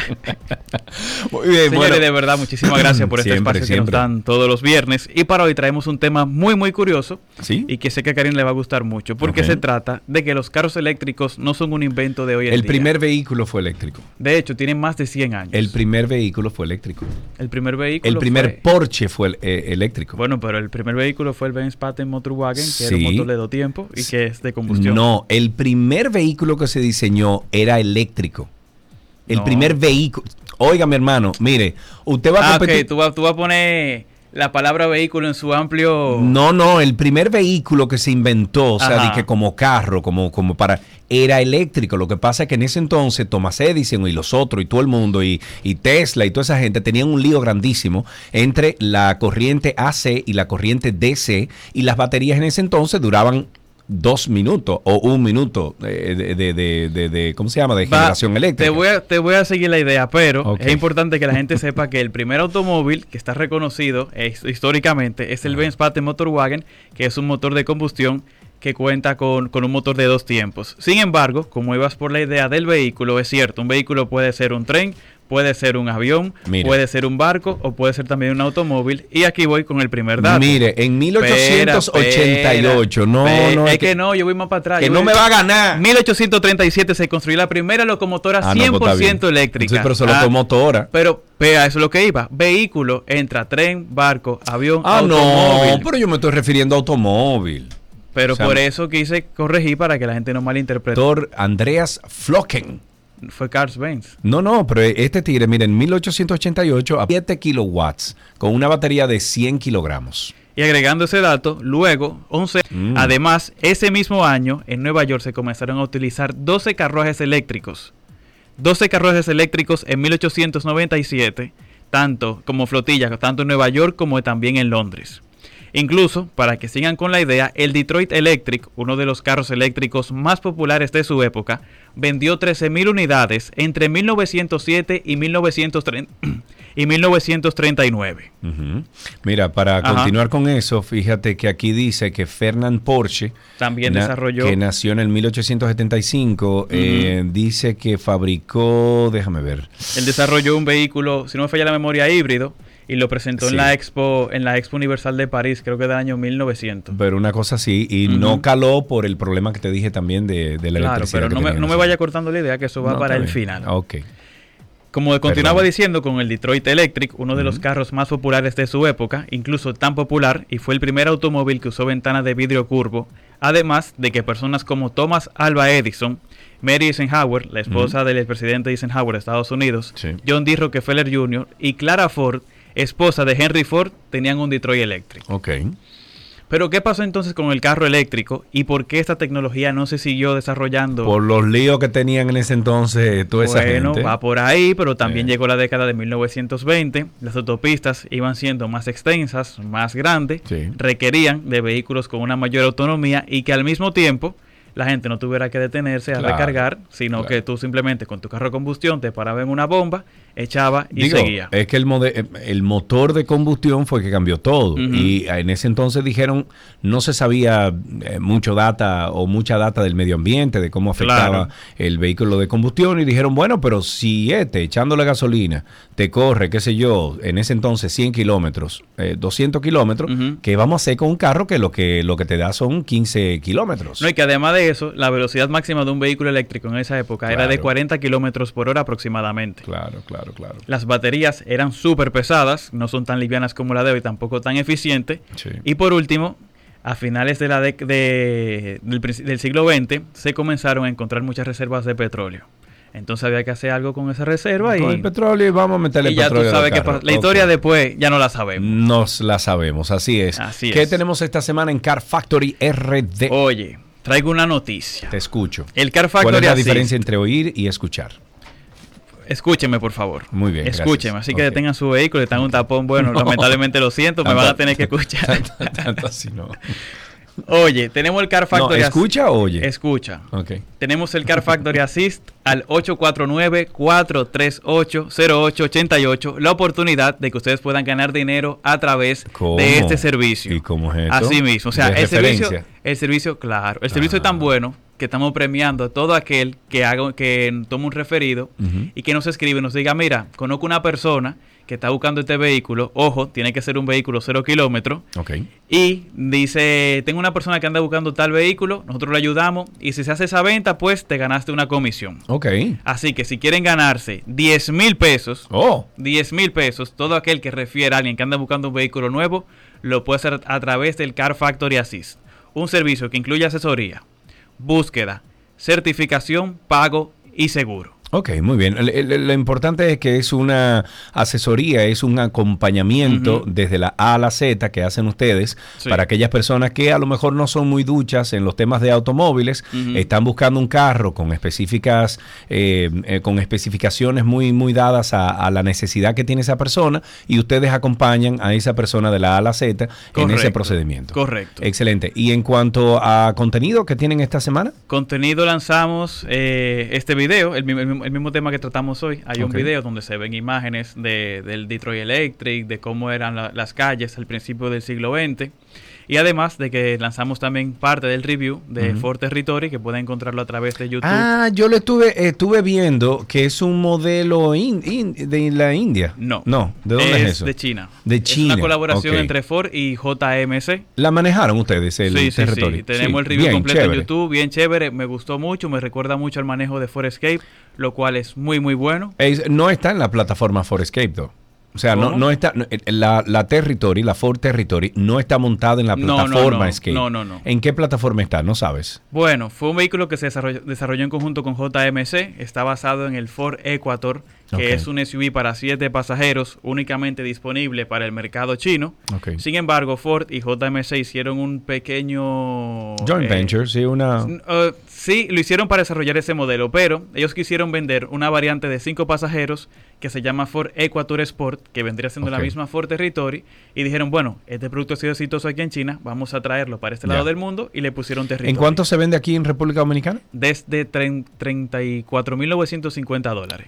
Muy bien, Señores, bueno. de verdad, muchísimas gracias por este Siempre, espacio siempre. que nos dan todos los viernes. Y para hoy traemos un tema muy, muy curioso. ¿Sí? Y que sé que a Karin le va a gustar mucho. Porque Ok. se trata de que los carros eléctricos no son un invento de hoy en El día. primer vehículo fue eléctrico. De hecho, tienen más de cien años. El primer vehículo fue eléctrico. El primer vehículo El primer fue- Porsche fue eh, eléctrico. Bueno, pero el primer vehículo fue el Benz Patent Motorwagen, que era un Sí. motor de dos tiempos y que es de combustión. No, el primer vehículo que se diseñó era eléctrico. El No. primer vehículo. Oiga, mi hermano, mire, usted va a Ah, competir. ok, tú vas tú vas a poner la palabra vehículo en su amplio... No, no, el primer vehículo que se inventó, o sea, Ajá. de que como carro, como, como para, era eléctrico. Lo que pasa es que en ese entonces Thomas Edison y los otros y todo el mundo y, y Tesla y toda esa gente tenían un lío grandísimo entre la corriente A C y la corriente D C, y las baterías en ese entonces duraban dos minutos o un minuto de, de, de, de, de- de- ¿cómo se llama? De Va, generación eléctrica. Te voy, a, te voy a seguir la idea, pero Ok. es importante que la gente sepa que el primer automóvil que está reconocido eh, históricamente es el Benz Patent Motorwagen, que es un motor de combustión que cuenta con, con un motor de dos tiempos. Sin embargo, como ibas por la idea del vehículo, es cierto, un vehículo puede ser un tren, puede ser un avión, Mire. puede ser un barco o puede ser también un automóvil. Y aquí voy con el primer dato. Mire, en mil ochocientos ochenta y ocho, no, Espera, no, es es que, que- no, yo voy más para atrás. que yo no voy- me va a ganar. mil ochocientos treinta y siete se construyó la primera locomotora Ah, no, cien pues por está ciento bien. eléctrica. Sí, pero solo Ah, locomotora. Pero, pero eso es lo que iba. Vehículo entra tren, barco, avión, Ah, automóvil. no, pero yo me estoy refiriendo a automóvil. Pero O sea, por eso quise corregir para que la gente no malinterprete. Doctor Andreas Flocken. Fue Carl Benz. No, no, pero este tigre, miren, en mil ochocientos ochenta y ocho a siete kilowatts con una batería de cien kilogramos. Y agregando ese dato, luego, once, Mm. además, ese mismo año, en Nueva York se comenzaron a utilizar doce carruajes eléctricos. doce carruajes eléctricos en mil ochocientos noventa y siete, tanto como flotilla, tanto en Nueva York como también en Londres. Incluso, para que sigan con la idea, el Detroit Electric, uno de los carros eléctricos más populares de su época, vendió trece mil unidades entre mil novecientos siete y mil novecientos treinta y mil novecientos treinta y nueve. Ujú. Mira, para Ajá. continuar con eso, fíjate que aquí dice que Fernand Porsche También desarrolló- que nació en el mil ochocientos setenta y cinco, eh, dice que fabricó, déjame ver, Él desarrolló un vehículo, si no me falla la memoria, híbrido, y lo presentó Sí. en la Expo en la Expo Universal de París, creo que del año mil novecientos. pero una cosa así, y Ujú. no caló por el problema que te dije también de, de la Claro, electricidad. pero que no me, tenían no me esos. vaya cortando la idea, que eso va No, para está el bien. final. Ok. Como continuaba Perdón. diciendo con el Detroit Electric, uno de los Ujú. carros más populares de su época, incluso tan popular, y fue el primer automóvil que usó ventanas de vidrio curvo, además de que personas como Thomas Alva Edison, Mary Eisenhower, la esposa Ujú. del expresidente Eisenhower de Estados Unidos, Sí. John D. Rockefeller junior y Clara Ford, esposa de Henry Ford, tenían un Detroit Electric. Ok. Pero ¿qué pasó entonces con el carro eléctrico y por qué esta tecnología no se siguió desarrollando? Por los líos que tenían en ese entonces toda esa Bueno, gente. va por ahí, pero también llegó la década de mil novecientos veinte, las autopistas iban siendo más extensas, más grandes, Sí. requerían de vehículos con una mayor autonomía y que al mismo tiempo la gente no tuviera que detenerse a Claro, recargar, sino claro. que tú simplemente con tu carro de combustión te parabas en una bomba, echaba y Digo, seguía. es que el, mode- el motor de combustión fue que cambió todo. Ujú. Y en ese entonces dijeron, no se sabía eh, mucho data o mucha data del medio ambiente, de cómo afectaba Claro. el vehículo de combustión. Y dijeron, bueno, pero si este, echándole gasolina, te corre, qué sé yo, en ese entonces cien kilómetros, eh, doscientos kilómetros, Ujú. ¿qué vamos a hacer con un carro que lo que, lo que te da son quince kilómetros? No, y que además de eso, la velocidad máxima de un vehículo eléctrico en esa época era de Claro. cuarenta kilómetros por hora aproximadamente. Claro, claro, claro. Las baterías eran súper pesadas, no son tan livianas como la de hoy, tampoco tan eficientes. Sí. Y por último, a finales de la dec- de- del, princi- del siglo veinte se comenzaron a encontrar muchas reservas de petróleo. Entonces había que hacer algo con esa reserva y, Con el petróleo y vamos a meterle y ya tú petróleo a los sabes qué carros. pasa. La historia Ok. después ya no la sabemos. Nos la sabemos, así es. Así ¿Qué es. tenemos esta semana en Car Factory R D? Oye, traigo una noticia. Te escucho. El Car ¿Cuál Factory es la Assist. diferencia entre oír y escuchar? Escúcheme, por favor. Muy bien, Escúcheme, gracias. así que Ok. detengan su vehículo, están en un tapón. Bueno, No. lamentablemente lo siento, me Tanto- van a tener que escuchar. Tanto, tanto así no. Oye, tenemos el Car Factory No, ¿escucha o oye? Escucha. Ok. Tenemos el Car Factory Assist al ocho cuatro nueve, cuatro tres ocho, cero ocho ocho ocho. La oportunidad de que ustedes puedan ganar dinero a través ¿Cómo? de este servicio. ¿Y cómo es esto? Así mismo. O sea, ¿De el servicio, referencia? el servicio, claro. El servicio es tan bueno que estamos premiando a todo aquel que haga, que tome un referido Ujú. y que nos escribe y nos diga, mira, conozco una persona que está buscando este vehículo, ojo, tiene que ser un vehículo cero kilómetros, Ok. y dice, tengo una persona que anda buscando tal vehículo, nosotros le ayudamos, y si se hace esa venta, pues te ganaste una comisión. Ok. Así que si quieren ganarse diez mil pesos, oh. diez mil pesos, todo aquel que refiera a alguien que anda buscando un vehículo nuevo, lo puede hacer a través del Car Factory Assist, un servicio que incluye asesoría, búsqueda, certificación, pago y seguro. Ok, muy bien. El- el- Lo importante es que es una asesoría, es un acompañamiento Ujú. desde la A a la Z que hacen ustedes Sí. para aquellas personas que a lo mejor no son muy duchas en los temas de automóviles, Ujú. están buscando un carro con específicas, eh, eh, con especificaciones muy, muy dadas a, a la necesidad que tiene esa persona y ustedes acompañan a esa persona de la A a la Z en ese Correcto, procedimiento. correcto. Excelente. Y en cuanto a contenido que tienen esta semana. Contenido, lanzamos eh, este video, el, mi- el mismo- el mismo tema que tratamos hoy. Hay Ok. un video donde se ven imágenes de, del Detroit Electric, de cómo eran la- las calles al principio del siglo veinte. Y además de que lanzamos también parte del review de Ujú. Ford Territory, que pueden encontrarlo a través de YouTube. Ah, yo lo estuve, estuve viendo que es un modelo in- in- de la India. No. No, ¿de dónde es, Es eso? de China. De Es China. una colaboración ok. entre Ford y J M C. ¿La manejaron ustedes el Sí, sí, territorio? sí. Tenemos Sí, el review bien, completo chévere. en YouTube, bien chévere. Me gustó mucho, me recuerda mucho al manejo de Ford Escape, lo cual es muy, muy bueno. Es- no está en la plataforma Forescape, though. O sea, no, ¿Cómo? no está, no, eh, la, la Territory, la Ford Territory, no está montada en la No, no, plataforma no. Escape. No, no, no. ¿En qué plataforma está? No sabes. Bueno, fue un vehículo que se desarrolló, desarrolló en conjunto con J M C. Está basado en el Ford Equator, que Ok. es un S U V para siete pasajeros, únicamente disponible para el mercado chino. Ok. Sin embargo, Ford y J M C hicieron un pequeño... Joint eh, venture, sí, una... n- uh, sí, lo hicieron para desarrollar ese modelo, pero ellos quisieron vender una variante de cinco pasajeros que se llama Ford Equator Sport, que vendría siendo Ok. la misma Ford Territory, y dijeron, bueno, este producto ha sido exitoso aquí en China, vamos a traerlo para este Ya. lado del mundo, y le pusieron Territory. ¿En cuánto se vende aquí en República Dominicana? Desde tre- treinta y cuatro mil novecientos cincuenta dólares.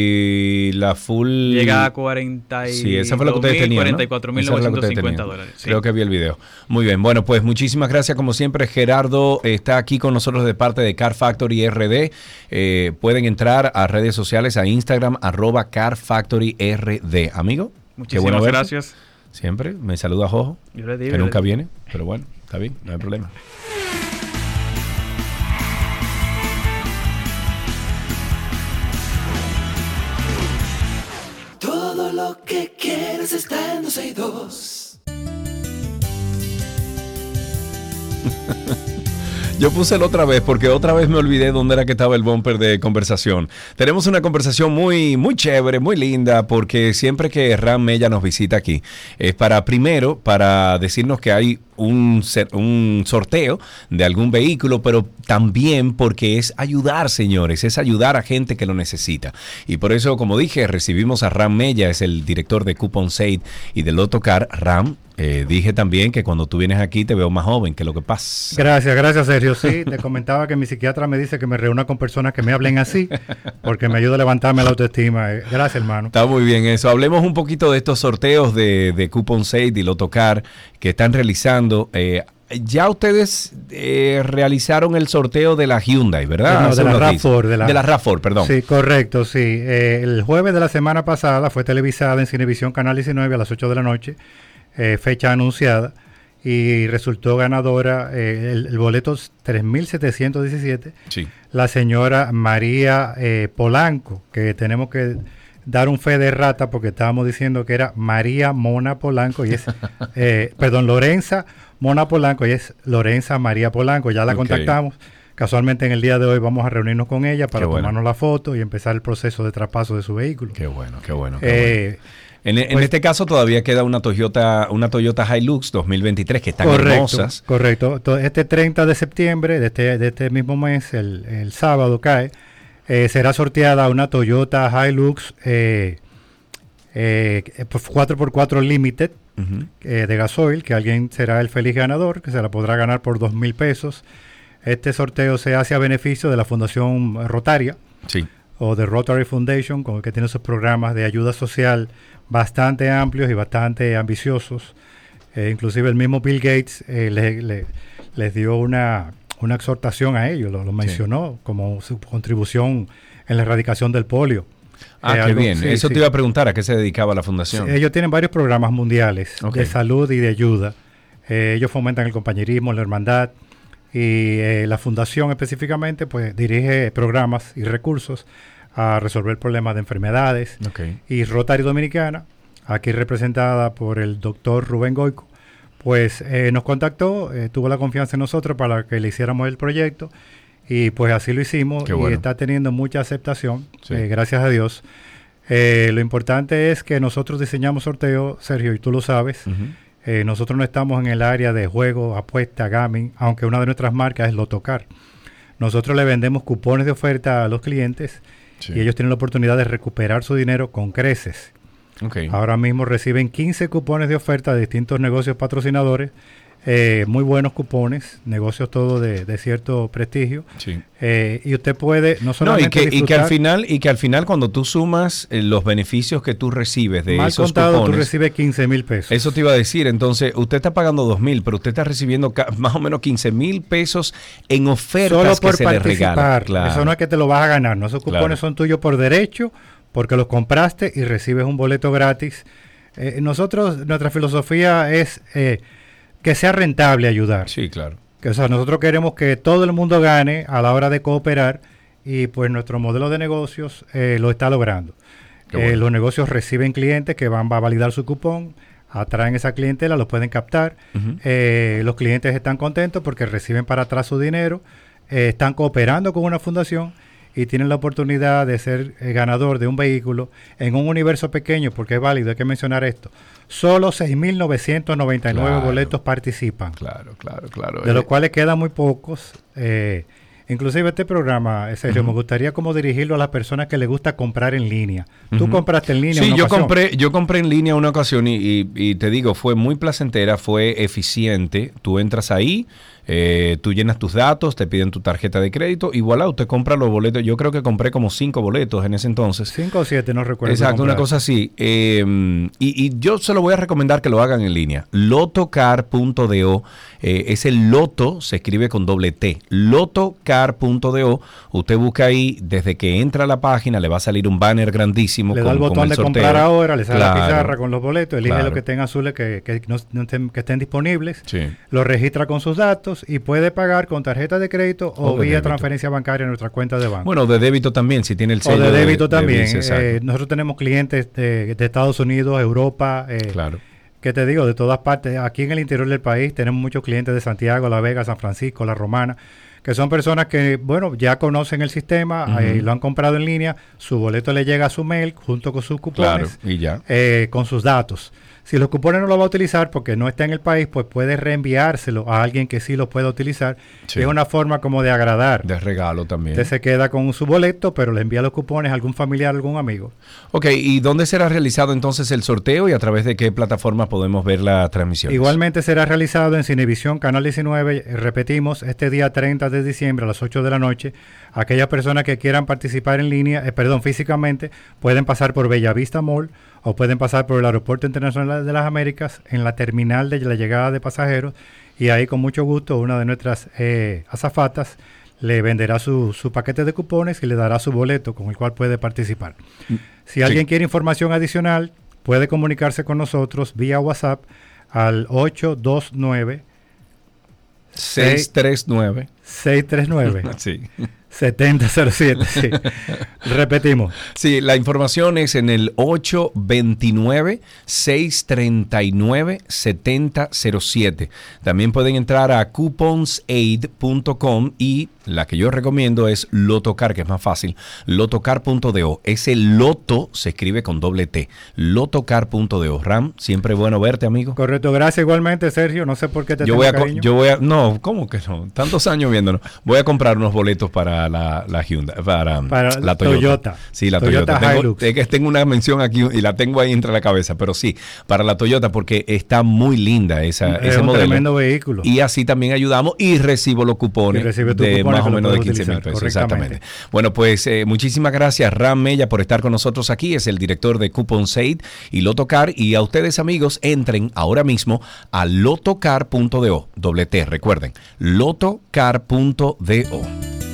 Y la full... Llega a cuarenta y Sí, esa fue la que ustedes dos mil, tenían, ¿no? cuarenta y cuatro mil Esa era la que ustedes novecientos cincuenta tenían. dólares. Sí. Creo que vi el video. Muy bien, bueno, pues muchísimas gracias como siempre. Gerardo está aquí con nosotros de parte de Car Factory R D. Eh, pueden entrar a redes sociales, a Instagram, arroba Car Factory R D. Amigo, qué Muchísimas bueno verte. gracias. Siempre, me saluda Jojo, Yo le digo, que yo nunca le- viene, pero bueno, está bien, no hay problema. Todo lo que quieres está en doce y dos. Yo puse el otra vez porque otra vez me olvidé dónde era que estaba el bumper de conversación. Tenemos una conversación muy, muy chévere, muy linda, porque siempre que Ram Mella nos visita aquí, es para primero, para decirnos que hay un, ser- un sorteo de algún vehículo, pero también porque es ayudar, señores, es ayudar a gente que lo necesita. Y por eso, como dije, recibimos a Ram Mella, es el director de Coupon Save y de Lotocar. Ram, eh, dije también que cuando tú vienes aquí te veo más joven que lo que pasa. Gracias, gracias Sergio. Sí, te comentaba que mi psiquiatra me dice que me reúna con personas que me hablen así, porque me ayuda a levantarme la autoestima. Eh, Gracias, hermano. Está muy bien eso. Hablemos un poquito de estos sorteos de, de Coupon Save y Lotocar que están realizando. Eh, ya ustedes eh, realizaron el sorteo de la Hyundai, ¿verdad? No, Hace de la unos RAV días. cuatro. De la, RAV cuatro, perdón. Sí, correcto, sí. Eh, el jueves de la semana pasada fue televisada en Cinevisión Canal diecinueve a las ocho de la noche, eh, fecha anunciada, y resultó ganadora eh, el, el boleto tres mil setecientos diecisiete, Sí. la señora María eh, Polanco, que tenemos que dar un fe de rata porque estábamos diciendo que era María Mona Polanco, y es, eh, perdón, Lorenza Mona Polanco, y es Lorenza María Polanco. Ya la Ok. contactamos. Casualmente en el día de hoy vamos a reunirnos con ella para Qué bueno. tomarnos la foto y empezar el proceso de traspaso de su vehículo. Qué bueno, qué bueno. qué Eh, bueno. En, en pues- este caso todavía queda una Toyota, una Toyota Hilux dos mil veintitrés que están correcto, hermosas. correcto. To- Este treinta de septiembre de este, de este mismo mes, el, el sábado cae, eh, será sorteada una Toyota Hilux eh, eh, cuatro por cuatro Limited, Ujú. eh, de gasoil, que alguien será el feliz ganador, que se la podrá ganar por dos mil pesos. Este sorteo se hace a beneficio de la Fundación Rotaria, Sí. o de Rotary Foundation, con el que tiene sus programas de ayuda social bastante amplios y bastante ambiciosos. Eh, inclusive el mismo Bill Gates eh, le- le- les dio una, una exhortación a ellos, lo, lo mencionó como su contribución en la erradicación del polio. Ah, Eh, qué algo- bien. sí, Eso sí. te iba a preguntar, ¿a qué se dedicaba la fundación? Sí, ellos tienen varios programas mundiales Ok. de salud y de ayuda. Eh, ellos fomentan el compañerismo, la hermandad, y eh, la fundación específicamente pues dirige programas y recursos a resolver problemas de enfermedades. Ok. Y Rotary Dominicana, aquí representada por el doctor Rubén Goico, pues eh, nos contactó, eh, tuvo la confianza en nosotros para que le hiciéramos el proyecto, y pues así lo hicimos. Qué Y bueno. está teniendo mucha aceptación, Sí. eh, gracias a Dios. Eh, lo importante es que nosotros diseñamos sorteo, Sergio, y tú lo sabes. Ujú. Eh, nosotros no estamos en el área de juego, apuesta, gaming, aunque una de nuestras marcas es Lotocar. Nosotros le vendemos cupones de oferta a los clientes, Sí. y ellos tienen la oportunidad de recuperar su dinero con creces. Ok. Ahora mismo reciben quince cupones de oferta de distintos negocios patrocinadores, eh, muy buenos cupones, negocios todos de, de cierto prestigio. Sí. Eh, y usted puede no No, solamente y que, y que disfrutar, al final, y que al final cuando tú sumas eh, los beneficios que tú recibes de mal esos contado, cupones, tú recibes quince mil pesos. eso te iba a decir. Entonces, usted está pagando dos mil, pero usted está recibiendo ca- más o menos quince mil pesos en ofertas Solo que por se le regalan. participar. Claro. Eso no es que te lo vas a ganar, no, esos cupones Claro. son tuyos por derecho, porque los compraste y recibes un boleto gratis. Eh, nosotros, nuestra filosofía es eh, que sea rentable ayudar. Sí, claro. Que, o sea, nosotros queremos que todo el mundo gane a la hora de cooperar, y pues nuestro modelo de negocios eh, lo está logrando. Qué Eh, bueno. los negocios reciben clientes que van a validar su cupón, atraen esa clientela, los pueden captar. Ujú. Eh, los clientes están contentos porque reciben para atrás su dinero, eh, están cooperando con una fundación y tienen la oportunidad de ser eh, ganador de un vehículo en un universo pequeño, porque es válido, hay que mencionar esto. Solo seis mil novecientos noventa y nueve Claro. boletos participan, Claro, claro, claro. de los Eh, cuales quedan muy pocos. Eh, inclusive este programa, eh, Sergio, Ujú. me gustaría como dirigirlo a las personas que les gusta comprar en línea. Tú Ujú. compraste en línea Sí, una yo ocasión. compré, yo compré en línea una ocasión y, y- y te digo, fue muy placentera, fue eficiente. Tú entras ahí, eh, tú llenas tus datos, te piden tu tarjeta de crédito y voilà, usted compra los boletos. Yo creo que compré como cinco boletos en ese entonces. Cinco o siete, no recuerdo. Exacto, una comprar. cosa así. Eh, y, y yo se lo voy a recomendar que lo hagan en línea. lotocar punto do, eh, es el loto, se escribe con doble T. lotocar punto do. Usted busca ahí, desde que entra a la página, le va a salir un banner grandísimo. Le con, da el con botón de sorteo. comprar ahora, le sale la Claro, pizarra con los boletos, elige claro. lo que tenga azules que, que, no- no estén, que estén disponibles, Sí. lo registra con sus datos y puede pagar con tarjeta de crédito o, O de vía débito. transferencia bancaria en nuestra cuenta de banco. Bueno, de débito también, si tiene el O sello de débito también. Visa, exacto. Eh, nosotros tenemos clientes de, de Estados Unidos, Europa, eh, Claro. que te digo, de todas partes. Aquí en el interior del país tenemos muchos clientes de Santiago, La Vega, San Francisco, La Romana, que son personas que, bueno, ya conocen el sistema, Ujú. eh, lo han comprado en línea, su boleto le llega a su mail junto con sus Claro, cupones, y ya. eh, con sus datos. Si los cupones no los va a utilizar porque no está en el país, pues puede reenviárselo a alguien que sí los pueda utilizar. Sí. Es una forma como de agradar. De regalo también. Usted se queda con su boleto, pero le envía los cupones a algún familiar, a algún amigo. Ok, ¿y dónde será realizado entonces el sorteo y a través de qué plataforma podemos ver la transmisión? Igualmente será realizado en Cinevisión Canal diecinueve, eh, repetimos, este día treinta de diciembre a las ocho de la noche. Aquellas personas que quieran participar en línea, eh, perdón, físicamente, pueden pasar por Bellavista Mall o pueden pasar por el Aeropuerto Internacional de las Américas en la terminal de la llegada de pasajeros, y ahí con mucho gusto una de nuestras eh, azafatas le venderá su, su paquete de cupones y le dará su boleto con el cual puede participar. Si Sí. alguien quiere información adicional, puede comunicarse con nosotros vía WhatsApp al ocho dos nueve seis tres nueve. seis tres nueve Sí. siete cero cero siete, sí. Repetimos. Sí, la información es en el ocho dos nueve, seis tres nueve, siete cero cero siete. También pueden entrar a coupons aid punto com y la que yo recomiendo es Lotocar, que es más fácil, lotocar punto do. Ese loto se escribe con doble T, lotocar punto do. Ram, siempre bueno verte, amigo. Correcto, gracias igualmente, Sergio. No sé por qué te Yo tengo voy a, co- cariño. yo voy a, no, ¿cómo que no? Tantos años viéndonos. Voy a comprar unos boletos para para la, la Hyundai, para, Para la Toyota. Toyota. Sí, la Toyota Toyota. Tengo, Hilux. es que tengo una mención aquí y la tengo ahí entre la cabeza, pero sí, para la Toyota porque está muy linda esa, Es ese un modelo. tremendo vehículo. Y así también ayudamos y recibo los cupones Y recibe tu de cupones más o que lo menos de puedes quince mil utilizar, pesos. correctamente. Exactamente. Bueno, pues eh, muchísimas gracias Ram Mella por estar con nosotros aquí. Es el director de CouponSaid y Lotocar. Y a ustedes, amigos, entren ahora mismo a lotocar punto do. Doble T, recuerden, lotocar punto do.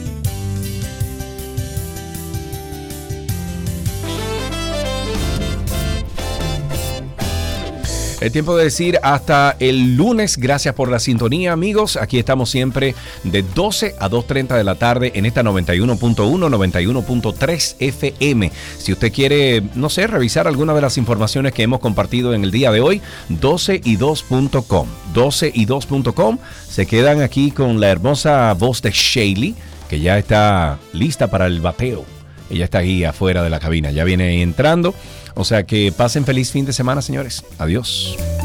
Es tiempo de decir hasta el lunes. Gracias por la sintonía, amigos. Aquí estamos siempre de doce a dos treinta de la tarde en esta noventa y uno punto uno, noventa y uno punto tres F M. Si usted quiere, no sé, revisar alguna de las informaciones que hemos compartido en el día de hoy, doce y dos punto com. doce y dos punto com. Se quedan aquí con la hermosa voz de Shaylee, que ya está lista para el bateo. Ella está ahí afuera de la cabina, ya viene entrando. O sea que pasen feliz fin de semana, señores. Adiós.